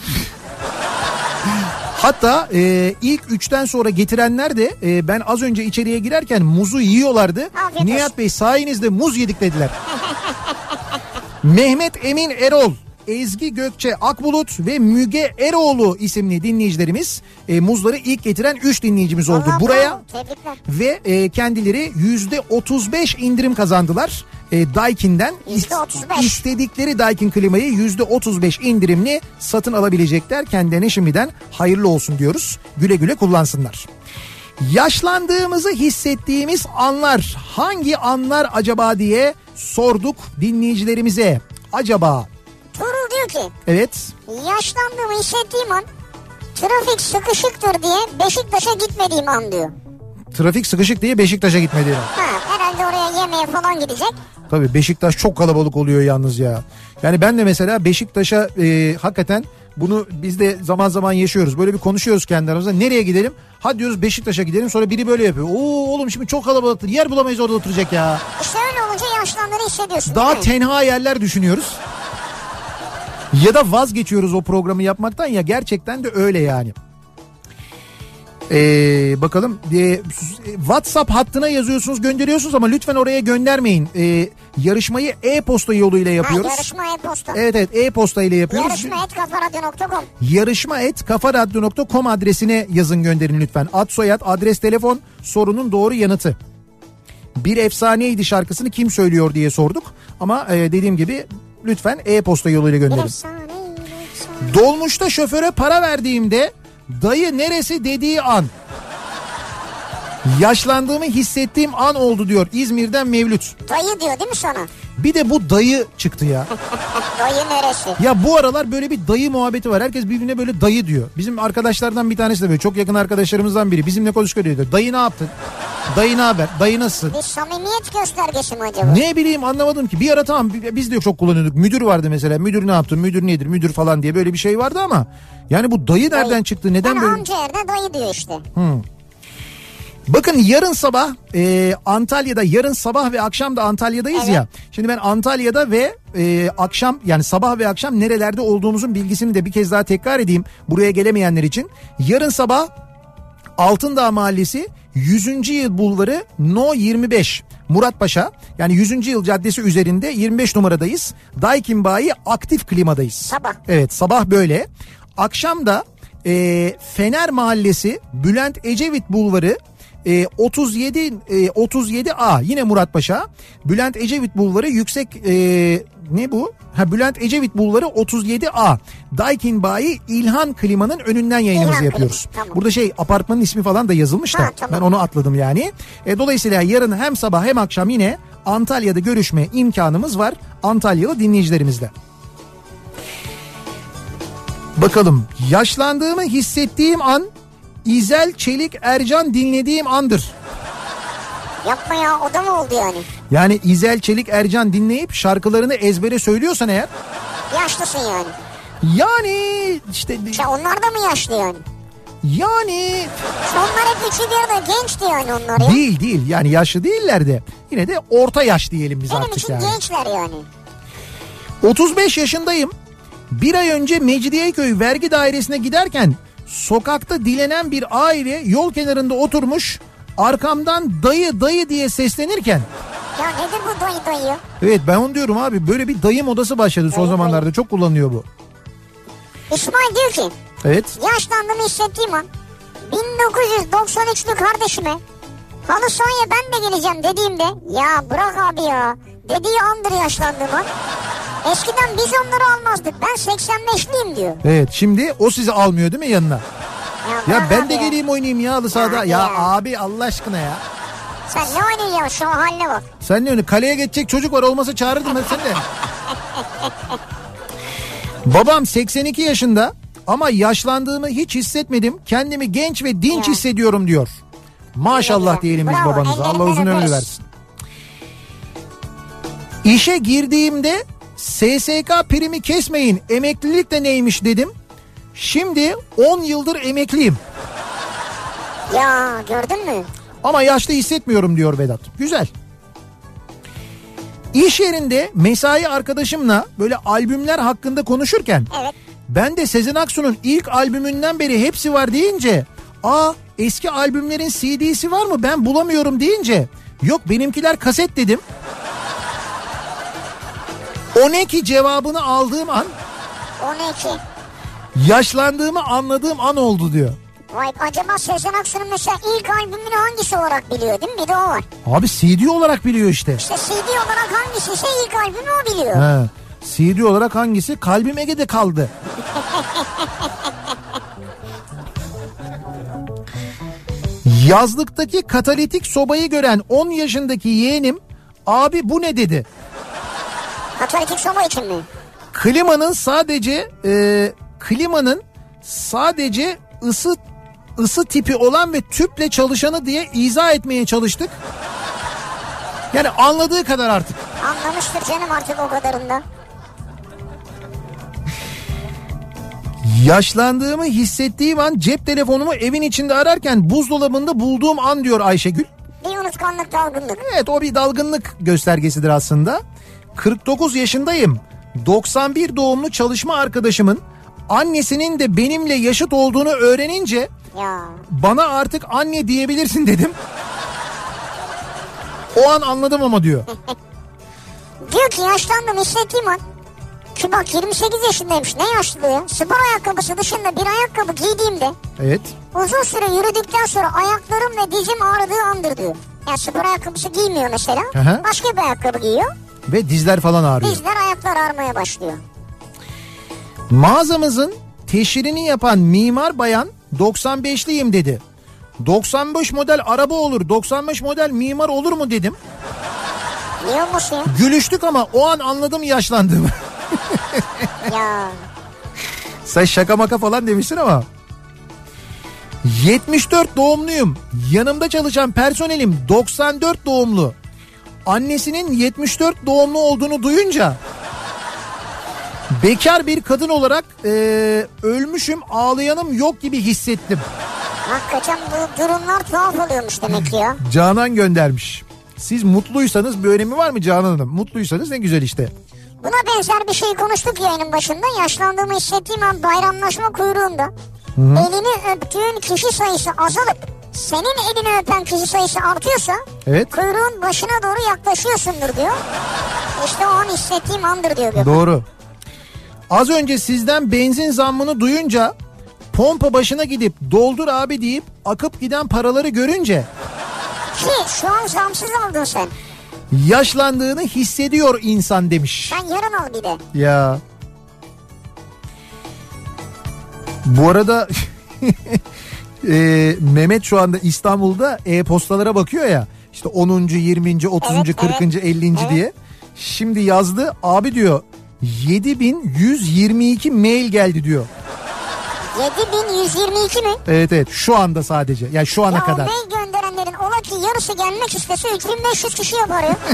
Hatta e, ilk üçten sonra getirenler de e, ben az önce içeriye girerken muzu yiyorlardı. Afiyet Nihat olsun. Bey, sayenizde muz yedik dediler. Mehmet Emin Erol, Ezgi Gökçe Akbulut ve Müge Eroğlu isimli dinleyicilerimiz e, muzları ilk getiren üç dinleyicimiz oldu Allah buraya. bravo, tebrikler. Ve e, kendileri yüzde otuz beş indirim kazandılar e, Daikin'den. yüzde otuz beş. İstedikleri Daikin klimayı yüzde otuz beş indirimli satın alabilecekler. Kendilerine şimdiden hayırlı olsun diyoruz. Güle güle kullansınlar. Yaşlandığımızı hissettiğimiz anlar hangi anlar acaba diye sorduk dinleyicilerimize. Acaba? Tuğrul diyor ki Evet. yaşlandığımı hissettiğim an trafik sıkışıktır diye Beşiktaş'a gitmediğim an diyor. Trafik sıkışık diye Beşiktaş'a gitmedi ya. Ha, herhalde oraya yemeğe falan gidecek. Tabii Beşiktaş çok kalabalık oluyor yalnız ya. Yani ben de mesela Beşiktaş'a e, hakikaten bunu biz de zaman zaman yaşıyoruz. Böyle bir konuşuyoruz kendi aramızda. Nereye gidelim? Hadi diyoruz Beşiktaş'a gidelim. Sonra biri böyle yapıyor. Oo oğlum şimdi çok kalabalıktır. Yer bulamayız orada oturacak ya. İşte öyle olunca yaşlandığını hissediyorsun. Daha değil mi? tenha yerler düşünüyoruz. Ya da vazgeçiyoruz o programı yapmaktan, ya gerçekten de öyle yani. Ee, bakalım ee, WhatsApp hattına yazıyorsunuz, gönderiyorsunuz ama lütfen oraya göndermeyin. Ee, yarışmayı e-posta yoluyla yapıyoruz. Ha, yarışma e-posta. Evet evet, e-posta ile yapıyoruz. Yarışma et kafaradyo nokta com. Yarışma et kafaradyo nokta com adresine yazın, gönderin lütfen. Ad, soyad, adres, telefon, sorunun doğru yanıtı. Bir efsaneydi şarkısını kim söylüyor diye sorduk ama e, dediğim gibi lütfen e-posta yoluyla gönderin. Dolmuşta şoföre para verdiğimde dayı neresi dediği an. Yaşlandığımı hissettiğim an oldu diyor İzmir'den Mevlüt. Dayı diyor değil mi sana? Bir de bu dayı çıktı ya. Dayı neresi? Ya bu aralar böyle bir dayı muhabbeti var. Herkes birbirine böyle dayı diyor. Bizim arkadaşlardan bir tanesi de böyle çok yakın arkadaşlarımızdan biri. Bizimle konuşuyor diyor. Dayı ne yaptın? Dayı ne haber? Dayı nasılsın? Bir samimiyet göstergesi mi acaba? Ne bileyim anlamadım ki. Bir ara tamam biz de çok kullanıyorduk. Müdür vardı mesela. Müdür ne yaptın? Müdür nedir? Müdür falan diye böyle bir şey vardı ama. Yani bu dayı nereden dayı. çıktı? Neden yani böyle? Amca yerde dayı diyor işte. Hmm. Bakın yarın sabah e, Antalya'da yarın sabah ve akşam da Antalya'dayız evet. ya. Şimdi ben Antalya'da ve e, akşam yani sabah ve akşam nerelerde olduğumuzun bilgisini de bir kez daha tekrar edeyim. Buraya gelemeyenler için. Yarın sabah Altındağ Mahallesi yüzüncü yıl bulvarı No yirmi beş Muratpaşa yani yüzüncü yıl caddesi üzerinde yirmi beş numaradayız. Daikin Bayi aktif klimadayız. Sabah. Evet sabah böyle. Akşam da e, Fener Mahallesi Bülent Ecevit bulvarı E, otuz yedi e, otuz yedi A yine Muratpaşa Bülent Ecevit bulvarı yüksek e, ne bu? Ha Bülent Ecevit bulvarı otuz yedi A Daikin Bayi İlhan Klima'nın önünden yayınımızı İlhan yapıyoruz. Klima, tamam. Burada şey apartmanın ismi falan da yazılmış da ha, tamam. Ben onu atladım yani. E, dolayısıyla yarın hem sabah hem akşam yine Antalya'da görüşme imkanımız var Antalyalı dinleyicilerimizle. Bakalım yaşlandığımı hissettiğim an İzel Çelik Ercan dinlediğim andır. Yapma ya o da mı oldu yani? Yani İzel Çelik Ercan dinleyip şarkılarını ezbere söylüyorsan eğer. Yaşlısın yani. Yani işte. İşte onlar da mı yaşlı yani? Yani. Onlar hep üçü bir arada gençti yani onlar ya. Değil değil yani yaşlı değiller de yine de orta yaş diyelim biz Benim artık yani. Benim için gençler yani. otuz beş yaşındayım. Bir ay önce Mecidiyeköy vergi dairesine giderken sokakta dilenen bir aile yol kenarında oturmuş arkamdan dayı dayı diye seslenirken. Ya nedir bu dayı dayı? Evet ben onu diyorum abi böyle bir dayı modası başladı son dayı, zamanlarda dayı. Çok kullanılıyor bu. İsmail diyor ki. Evet. Yaşlandığımı hissettiğim an bin dokuz yüz doksan üçlü kardeşime halı sahaya ben de geleceğim dediğimde ya bırak abi ya dediği andır yaşlandığım an. Eskiden biz onları almazdık. Ben seksen beşliyim diyor. Evet şimdi o sizi almıyor değil mi yanına? Ya, ya ben de ya. geleyim oynayayım ya halı sahada. Ya, ya abi Allah aşkına ya. Sen ne oynuyorsun ya şu haline bak. Sen ne oynuyorsun? Kaleye geçecek çocuk var olmasa çağırırdım ben seni de. Babam seksen iki yaşında ama yaşlandığımı hiç hissetmedim. Kendimi genç ve dinç ya. hissediyorum diyor. Maşallah diyelim biz babanıza. Allah uzun ömür versin. İşe girdiğimde S S K primi kesmeyin emeklilik de neymiş dedim. Şimdi on yıldır emekliyim. Ya gördün mü? Ama yaşlı hissetmiyorum diyor Vedat. Güzel. İş yerinde mesai arkadaşımla böyle albümler hakkında konuşurken evet. Ben de Sezen Aksu'nun ilk albümünden beri hepsi var deyince aa eski albümlerin C D'si var mı ben bulamıyorum deyince yok benimkiler kaset dedim. O ne ki cevabını aldığım an o ne ki? Yaşlandığımı anladığım an oldu diyor. Vay acaba Sezen Aksu'nun mesela ilk albümünü hangisi olarak biliyor değil mi? Bir de o var. Abi C D olarak biliyor işte. İşte C D olarak hangisi ise ilk albümü o biliyor. He. C D olarak hangisi? Kalbim Ege'de kaldı. Yazlıktaki katalitik sobayı gören on yaşındaki yeğenim abi bu ne dedi. Katalitik soba için mi? Klimanın sadece e, klimanın sadece ısı ısı tipi olan ve tüple çalışanı diye izah etmeye çalıştık. Yani anladığı kadar artık. Anlamıştır canım artık o kadarında. Yaşlandığımı hissettiğim an cep telefonumu evin içinde ararken buzdolabında bulduğum an diyor Ayşegül. Bir unutkanlık, dalgınlık. Evet o bir dalgınlık göstergesidir aslında. kırk dokuz yaşındayım. doksan bir doğumlu çalışma arkadaşımın annesinin de benimle yaşıt olduğunu öğrenince ya. Bana artık anne diyebilirsin dedim. O an anladım ama diyor. Diyor ki yaşlandım hissettiğim an. Ki bak yirmi sekiz yaşındaymış ne yaşlı ya. Spor ayakkabısı dışında bir ayakkabı giydiğimde. Evet. Uzun süre yürüdükten sonra ayaklarım ve dizim ağrıdığı andır diyor. Yani spor ayakkabısı giymiyor mesela. Aha. Başka bir ayakkabı giyiyor. Ve dizler falan ağrıyor. Dizler ayaklar ağrımaya başlıyor. Mağazamızın teşhirini yapan mimar bayan doksan beşliyim dedi. doksan beş model araba olur, doksan beş model mimar olur mu dedim. Niye olmasın ya? Gülüştük ama o an anladım yaşlandığımı. Ya. Sen şaka maka falan demişsin ama. yetmiş dört doğumluyum. Yanımda çalışan personelim doksan dört doğumlu. Annesinin yetmiş dört doğumlu olduğunu duyunca bekar bir kadın olarak e, ölmüşüm ağlayanım yok gibi hissettim. Hakikaten bu durumlar tuhaf oluyormuş demek ki ya. Canan göndermiş. Siz mutluysanız bir önemi var mı Canan Hanım? Mutluysanız ne güzel işte. Buna benzer bir şey konuştuk yayının başında. Yaşlandığımı hissettiğim an bayramlaşma kuyruğunda Hı-hı. elini öptüğün kişi sayısı azalıp senin elini öpen kişi sayısı artıyorsa evet. Kuyruğun başına doğru yaklaşıyorsundur diyor. İşte o an hissettiğim andır diyor Gökhan. Doğru. Az önce sizden benzin zammını duyunca pompa başına gidip doldur abi deyip akıp giden paraları görünce ki şu an zamsız aldın sen. Yaşlandığını hissediyor insan demiş. Sen yarın al bir de. Ya. Bu arada e, Mehmet şu anda İstanbul'da e-postalara bakıyor ya. İşte onuncu, yirminci, otuzuncu, evet, kırkıncı, evet. ellinci Evet. diye. Şimdi yazdı abi diyor yedi bin yüz yirmi iki mail geldi diyor. yedi bin yüz yirmi iki mi? Evet evet şu anda sadece. Yani şu ana ya kadar. Ya o mail gönderenlerin ola ki yarısı gelmek istese üç bin beş yüz kişi yapar ya.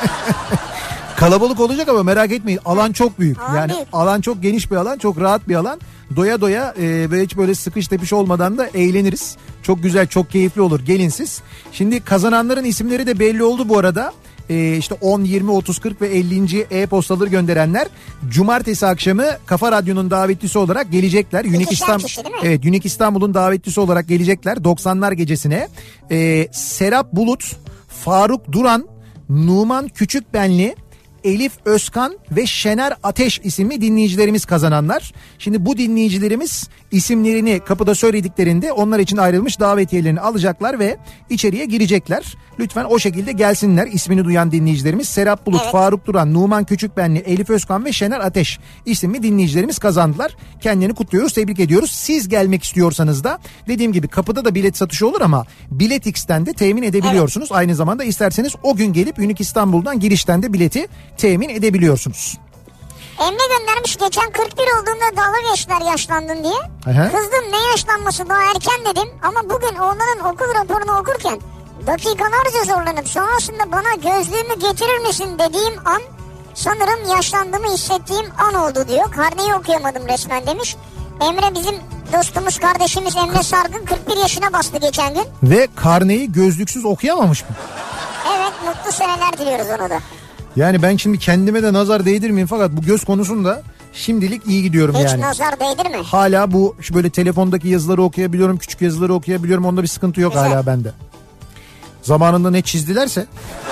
Kalabalık olacak ama merak etmeyin alan çok büyük. Alan yani büyük. Alan çok geniş bir alan, çok rahat bir alan. Doya doya e, ve hiç böyle sıkış tepiş olmadan da eğleniriz. Çok güzel, çok keyifli olur. Gelin siz. Şimdi kazananların isimleri de belli oldu bu arada. E, işte on, yirmi, otuz, kırk ve ellinci e-postaları gönderenler cumartesi akşamı Kafa Radyo'nun davetlisi olarak gelecekler. Unique İstanbul, evet, Unique İstanbul'un davetlisi olarak gelecekler doksanlar gecesine. E, Serap Bulut, Faruk Duran, Numan Küçükbenli, Elif Özkan ve Şener Ateş isimli dinleyicilerimiz kazananlar. Şimdi bu dinleyicilerimiz isimlerini kapıda söylediklerinde onlar için ayrılmış davetiyelerini alacaklar ve içeriye girecekler. Lütfen o şekilde gelsinler ismini duyan dinleyicilerimiz. Serap Bulut, evet. Faruk Duran, Numan Küçükbenli, Elif Özkan ve Şener Ateş isimli dinleyicilerimiz kazandılar. Kendilerini kutluyoruz, tebrik ediyoruz. Siz gelmek istiyorsanız da dediğim gibi kapıda da bilet satışı olur ama Biletix'ten de temin edebiliyorsunuz. Evet. Aynı zamanda isterseniz o gün gelip Unique İstanbul'dan girişten de bileti temin edebiliyorsunuz. Emre göndermiş, geçen kırk bir olduğunda dalga geçtiler yaşlandın diye. Aha. Kızdım, ne yaşlanması, daha erken dedim. Ama bugün oğlanın okul raporunu okurken dakikalarca zorlanıp sonrasında bana gözlüğümü getirir misin dediğim an sanırım yaşlandığımı hissettiğim an oldu diyor. Karneyi okuyamadım resmen demiş. Emre bizim dostumuz, kardeşimiz Emre Sargın kırk bir yaşına bastı geçen gün. Ve karneyi gözlüksüz okuyamamış mı? Evet, mutlu seneler diliyoruz ona da. Yani ben şimdi kendime de nazar değdirmeyeyim fakat bu göz konusunda şimdilik iyi gidiyorum Hiç yani. Hiç nazar değdirme. Hala bu şu böyle telefondaki yazıları okuyabiliyorum, küçük yazıları okuyabiliyorum. Onda bir sıkıntı yok. Güzel. Hala bende. Zamanında ne çizdilerse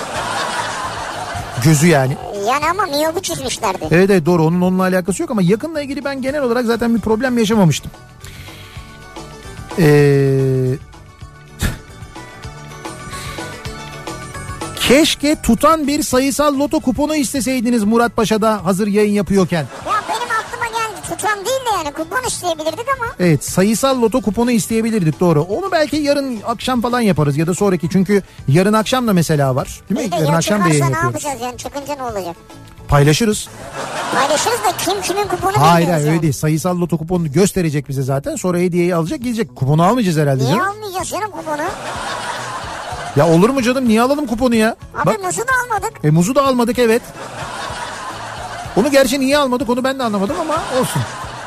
gözü yani. Yani ama miyopu çizmişlerdi. Evet evet doğru, onun onunla alakası yok ama yakınla ilgili ben genel olarak zaten bir problem yaşamamıştım. Eee... Keşke tutan bir sayısal loto kuponu isteseydiniz Murat Paşa'da hazır yayın yapıyorken. Ya benim aklıma geldi, tutan değil de yani kupon isteyebilirdik ama. Evet, sayısal loto kuponu isteyebilirdik, doğru. Onu belki yarın akşam falan yaparız ya da sonraki, çünkü yarın akşam da mesela var. Değil mi? İyi de yarın ya akşam da yayın çıkarsa ne yapıyoruz. yapacağız yani, çıkınca ne olacak? Paylaşırız. Paylaşırız da kim kimin kuponu hayır hayır yani. öyle değil, sayısal loto kuponunu gösterecek bize zaten, sonra hediyeyi alacak gidecek. Kuponu almayacağız herhalde. Niye canım? almayacağız canım kuponu? Ya olur mu canım, niye alalım kuponu ya? Abi Bak, muzu da almadık. E muzu da almadık, evet. Onu gerçi niye almadık onu ben de anlamadım ama olsun.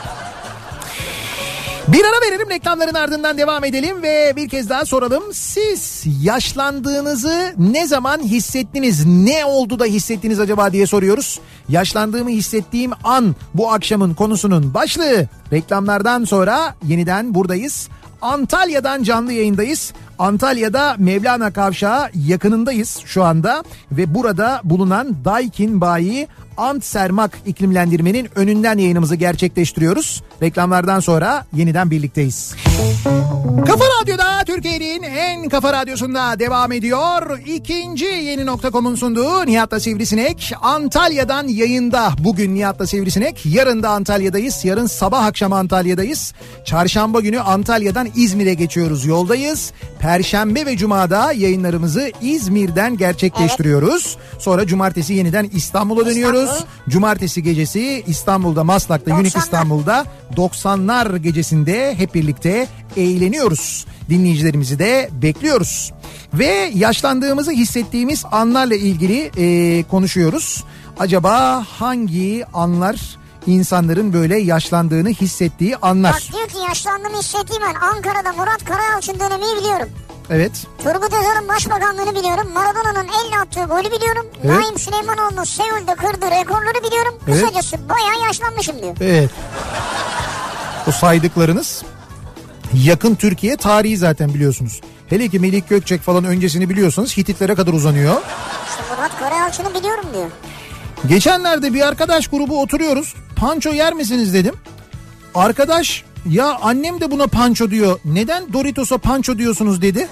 Bir ara verelim, reklamların ardından devam edelim ve bir kez daha soralım. Siz yaşlandığınızı ne zaman hissettiniz? Ne oldu da hissettiniz acaba diye soruyoruz. Yaşlandığımı hissettiğim an bu akşamın konusunun başlığı. Reklamlardan sonra yeniden buradayız. Antalya'dan canlı yayındayız. Antalya'da Mevlana Kavşağı yakınındayız şu anda ve burada bulunan Daikin Bayi Ant Sermak iklimlendirmenin önünden yayınımızı gerçekleştiriyoruz. Reklamlardan sonra yeniden birlikteyiz. Kafa Radyo'da, Türkiye'nin en kafa radyosunda devam ediyor. İkinci yeni nokta com'un sunduğu Nihat'la Sivrisinek Antalya'dan yayında. Bugün Nihat'la Sivrisinek, yarın da Antalya'dayız. Yarın sabah akşam Antalya'dayız. Çarşamba günü Antalya'dan İzmir'e geçiyoruz, yoldayız. Perşembe ve Cuma'da yayınlarımızı İzmir'den gerçekleştiriyoruz. Evet. Sonra cumartesi yeniden İstanbul'a dönüyoruz. İstanbul. Cumartesi gecesi İstanbul'da, Maslak'ta, Unique İstanbul'da doksanlar gecesinde hep birlikte eğleniyoruz. Dinleyicilerimizi de bekliyoruz. Ve yaşlandığımızı hissettiğimiz anlarla ilgili e, konuşuyoruz. Acaba hangi anlar insanların böyle yaşlandığını hissettiği anlar? Bak diyor ki yaşlandığımı hissettiğim an Ankara'da Murat Karayalçın dönemini biliyorum. Evet. Turgut Özal'ın başbakanlığını biliyorum. Maradona'nın elle attığı golü biliyorum. Evet. Naim Süleymanoğlu'nun Seul'de kırdığı rekorları biliyorum. Evet. Kısacası bayağı yaşlanmışım diyor. Evet. O saydıklarınız yakın Türkiye tarihi zaten biliyorsunuz. Hele ki Melik Gökçek falan öncesini biliyorsanız Hititlere kadar uzanıyor. İşte Murat Karayalçın'ı biliyorum diyor. Geçenlerde bir arkadaş grubu oturuyoruz. Panço yer misiniz dedim. Arkadaş, ya annem de buna panço diyor. Neden Doritos'a panço diyorsunuz dedi.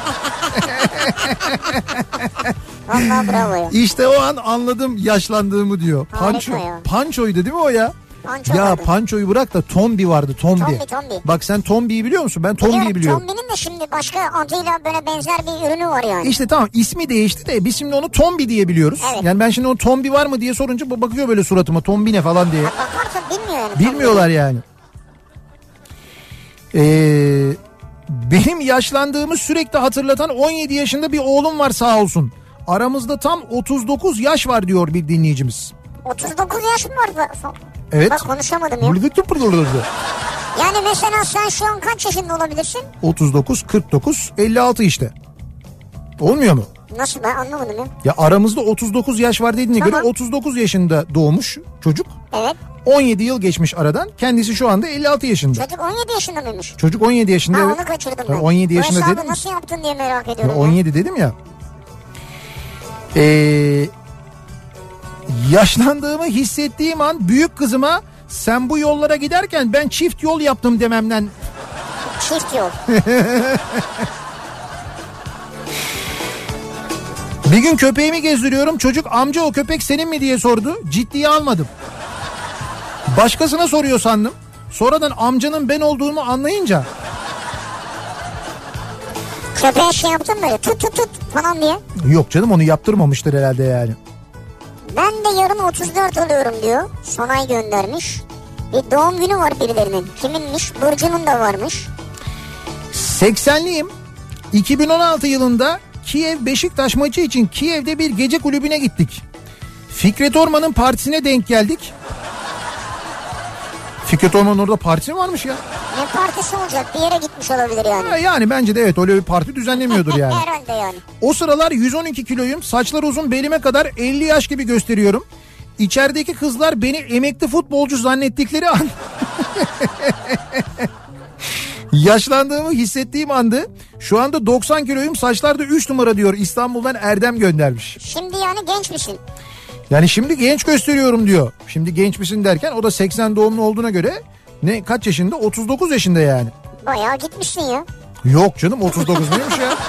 Vallahi bravo ya. İşte o an anladım yaşlandığımı diyor. Panço. Ya. Pançoydu değil mi o ya? Panço ya vardı. Pançoyu bırak da Tombi vardı, Tombi. Tombi, Tombi. Bak sen Tombi'yi biliyor musun? Ben Tombi'yi biliyorum. Tombinin de şimdi başka adıyla böyle benzer bir ürünü var yani. İşte tamam, ismi değişti de biz şimdi onu Tombi diye biliyoruz. Evet. Yani ben şimdi onu Tombi var mı diye sorunca bakıyor böyle suratıma, Tombi ne falan diye. Ha, bakarsın bilmiyor yani. Bilmiyorlar yani. Ee, benim yaşlandığımı sürekli hatırlatan on yedi yaşında bir oğlum var sağ olsun. Aramızda tam otuz dokuz yaş var diyor bir dinleyicimiz. otuz dokuz yaş mı var? Evet. Bak konuşamadım ya. Yani mesela sen şu an kaç yaşında olabilirsin? otuz dokuz, kırk dokuz, elli altı işte. Olmuyor mu? Nasıl, ben anlamadım ya. Ya aramızda otuz dokuz yaş var dediğine tamam. göre otuz dokuz yaşında doğmuş çocuk. Evet. on yedi yıl geçmiş aradan. Kendisi şu anda elli altı yaşında. Çocuk on yedi yaşında mıymış? Çocuk on yedi yaşında. Ha, evet. onu kaçırdım ben. on yedi yaşında dedim. Bu nasıl yaptın diye merak ediyorum. Ya on yedi dedim ya. Eee... Yaşlandığımı hissettiğim an büyük kızıma sen bu yollara giderken ben çift yol yaptım dememden. Çift yol. Bir gün köpeğimi gezdiriyorum, çocuk amca o köpek senin mi diye sordu. Ciddiye almadım. Başkasına soruyor sandım. Sonradan amcanın ben olduğumu anlayınca. Köpeğe şey yaptın böyle tut tut tut falan diye. Yok canım, onu yaptırmamıştır herhalde yani. Ben de yarın otuz dört oluyorum diyor. Sonay göndermiş. Bir doğum günü var birilerinin. Kiminmiş? Burcu'nun da varmış. seksenliyim. iki bin on altı yılında Kiev Beşiktaş maçı için Kiev'de bir gece kulübüne gittik. Fikret Orman'ın partisine denk geldik. Fikret Orman'ın orada partisi mi varmış ya? Ne partisi olacak? Bir yere gitmiş olabilir yani. Ha, yani bence de evet, öyle bir parti düzenlemiyordur yani. Herhalde yani. O sıralar yüz on iki kiloyum, saçlar uzun, belime kadar elli yaş gibi gösteriyorum. İçerideki kızlar beni emekli futbolcu zannettikleri an yaşlandığımı hissettiğim andı. Şu anda doksan kiloyum, saçlarda üç numara diyor. İstanbul'dan Erdem göndermiş. Şimdi yani genç misin? Yani şimdi genç gösteriyorum diyor. Şimdi genç misin derken o da seksen doğumlu olduğuna göre ne kaç yaşında? otuz dokuz yaşında yani. Bayağı gitmişsin ya. Yok canım, otuz dokuz neymiş ya?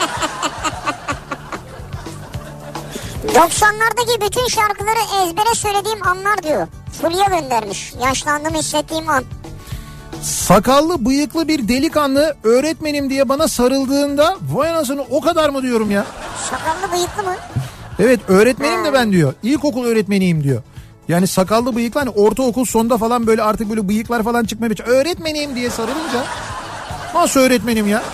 doksanlardaki bütün şarkıları ezbere söylediğim anlar diyor. Fulya göndermiş. Yaşlandığımı hissettiğim an. Sakallı bıyıklı bir delikanlı öğretmenim diye bana sarıldığında vay anasını o kadar mı diyorum ya. Sakallı bıyıklı mı? Evet, öğretmenim de ben diyor. İlkokul öğretmeniyim diyor. Yani sakallı bıyıklı, hani ortaokul sonunda falan böyle artık böyle bıyıklar falan çıkmaya başlıyor. Öğretmenim diye sarılınca nasıl öğretmenim ya?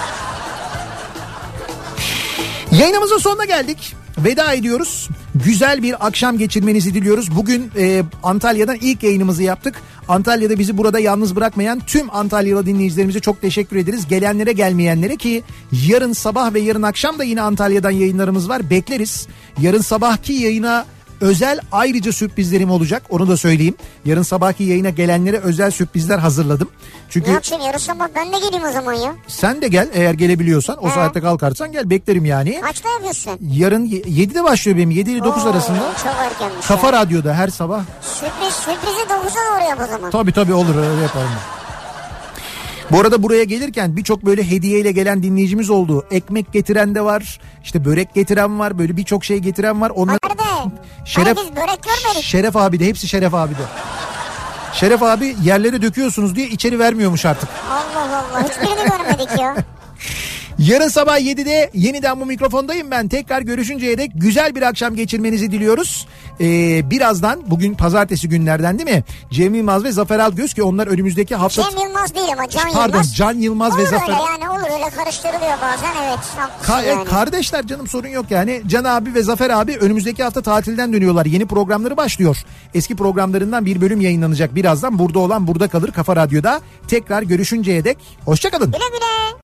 Yayınımızın sonuna geldik. Veda ediyoruz. Güzel bir akşam geçirmenizi diliyoruz. Bugün e, Antalya'dan ilk yayınımızı yaptık. Antalya'da bizi burada yalnız bırakmayan tüm Antalyalı dinleyicilerimize çok teşekkür ederiz. Gelenlere, gelmeyenlere, ki yarın sabah ve yarın akşam da yine Antalya'dan yayınlarımız var. Bekleriz. Yarın sabahki yayına özel ayrıca sürprizlerim olacak. Onu da söyleyeyim. Yarın sabahki yayına gelenlere özel sürprizler hazırladım. Çünkü Ne yapayım yarın sabah ben de geleyim o zaman ya. sen de gel eğer gelebiliyorsan. O He. saatte kalkarsan gel, beklerim yani. Kaçta yapıyorsun? Yarın yedide başlıyor benim. yedi ile dokuz Oo, arasında. Çok erkenmiş Kafa ya. Radyo'da her sabah. Sürpriz, sürprizi dokuza doğru yap o zaman. Tabii tabii olur, öyle yapalım. Bu arada buraya gelirken birçok böyle hediyeyle gelen dinleyicimiz oldu. Ekmek getiren de var. İşte börek getiren var. Böyle birçok şey getiren var. Onlar... Nerede? Şeref... Hayır, biz börek görmedik. Şeref abi de, hepsi Şeref abi de. Şeref abi yerlere döküyorsunuz diye içeri vermiyormuş artık. Allah Allah, hiçbirini görmedik ya. Yarın sabah yedide yeniden bu mikrofondayım ben. Tekrar görüşünceye dek güzel bir akşam geçirmenizi diliyoruz. Ee, birazdan, bugün pazartesi günlerden değil mi? Cem Yılmaz ve Zafer Algöz, ki onlar önümüzdeki hafta... Cem Yılmaz değil ama Can Pardon, Yılmaz. Can Yılmaz olur ve Zafer... Olur öyle yani, olur öyle karıştırılıyor bazen, evet. Ka- yani. Kardeşler canım, sorun yok yani. Can abi ve Zafer abi önümüzdeki hafta tatilden dönüyorlar. Yeni programları başlıyor. Eski programlarından bir bölüm yayınlanacak birazdan. Burada olan burada kalır Kafa Radyo'da. Tekrar görüşünceye dek hoşça kalın. Güle güle.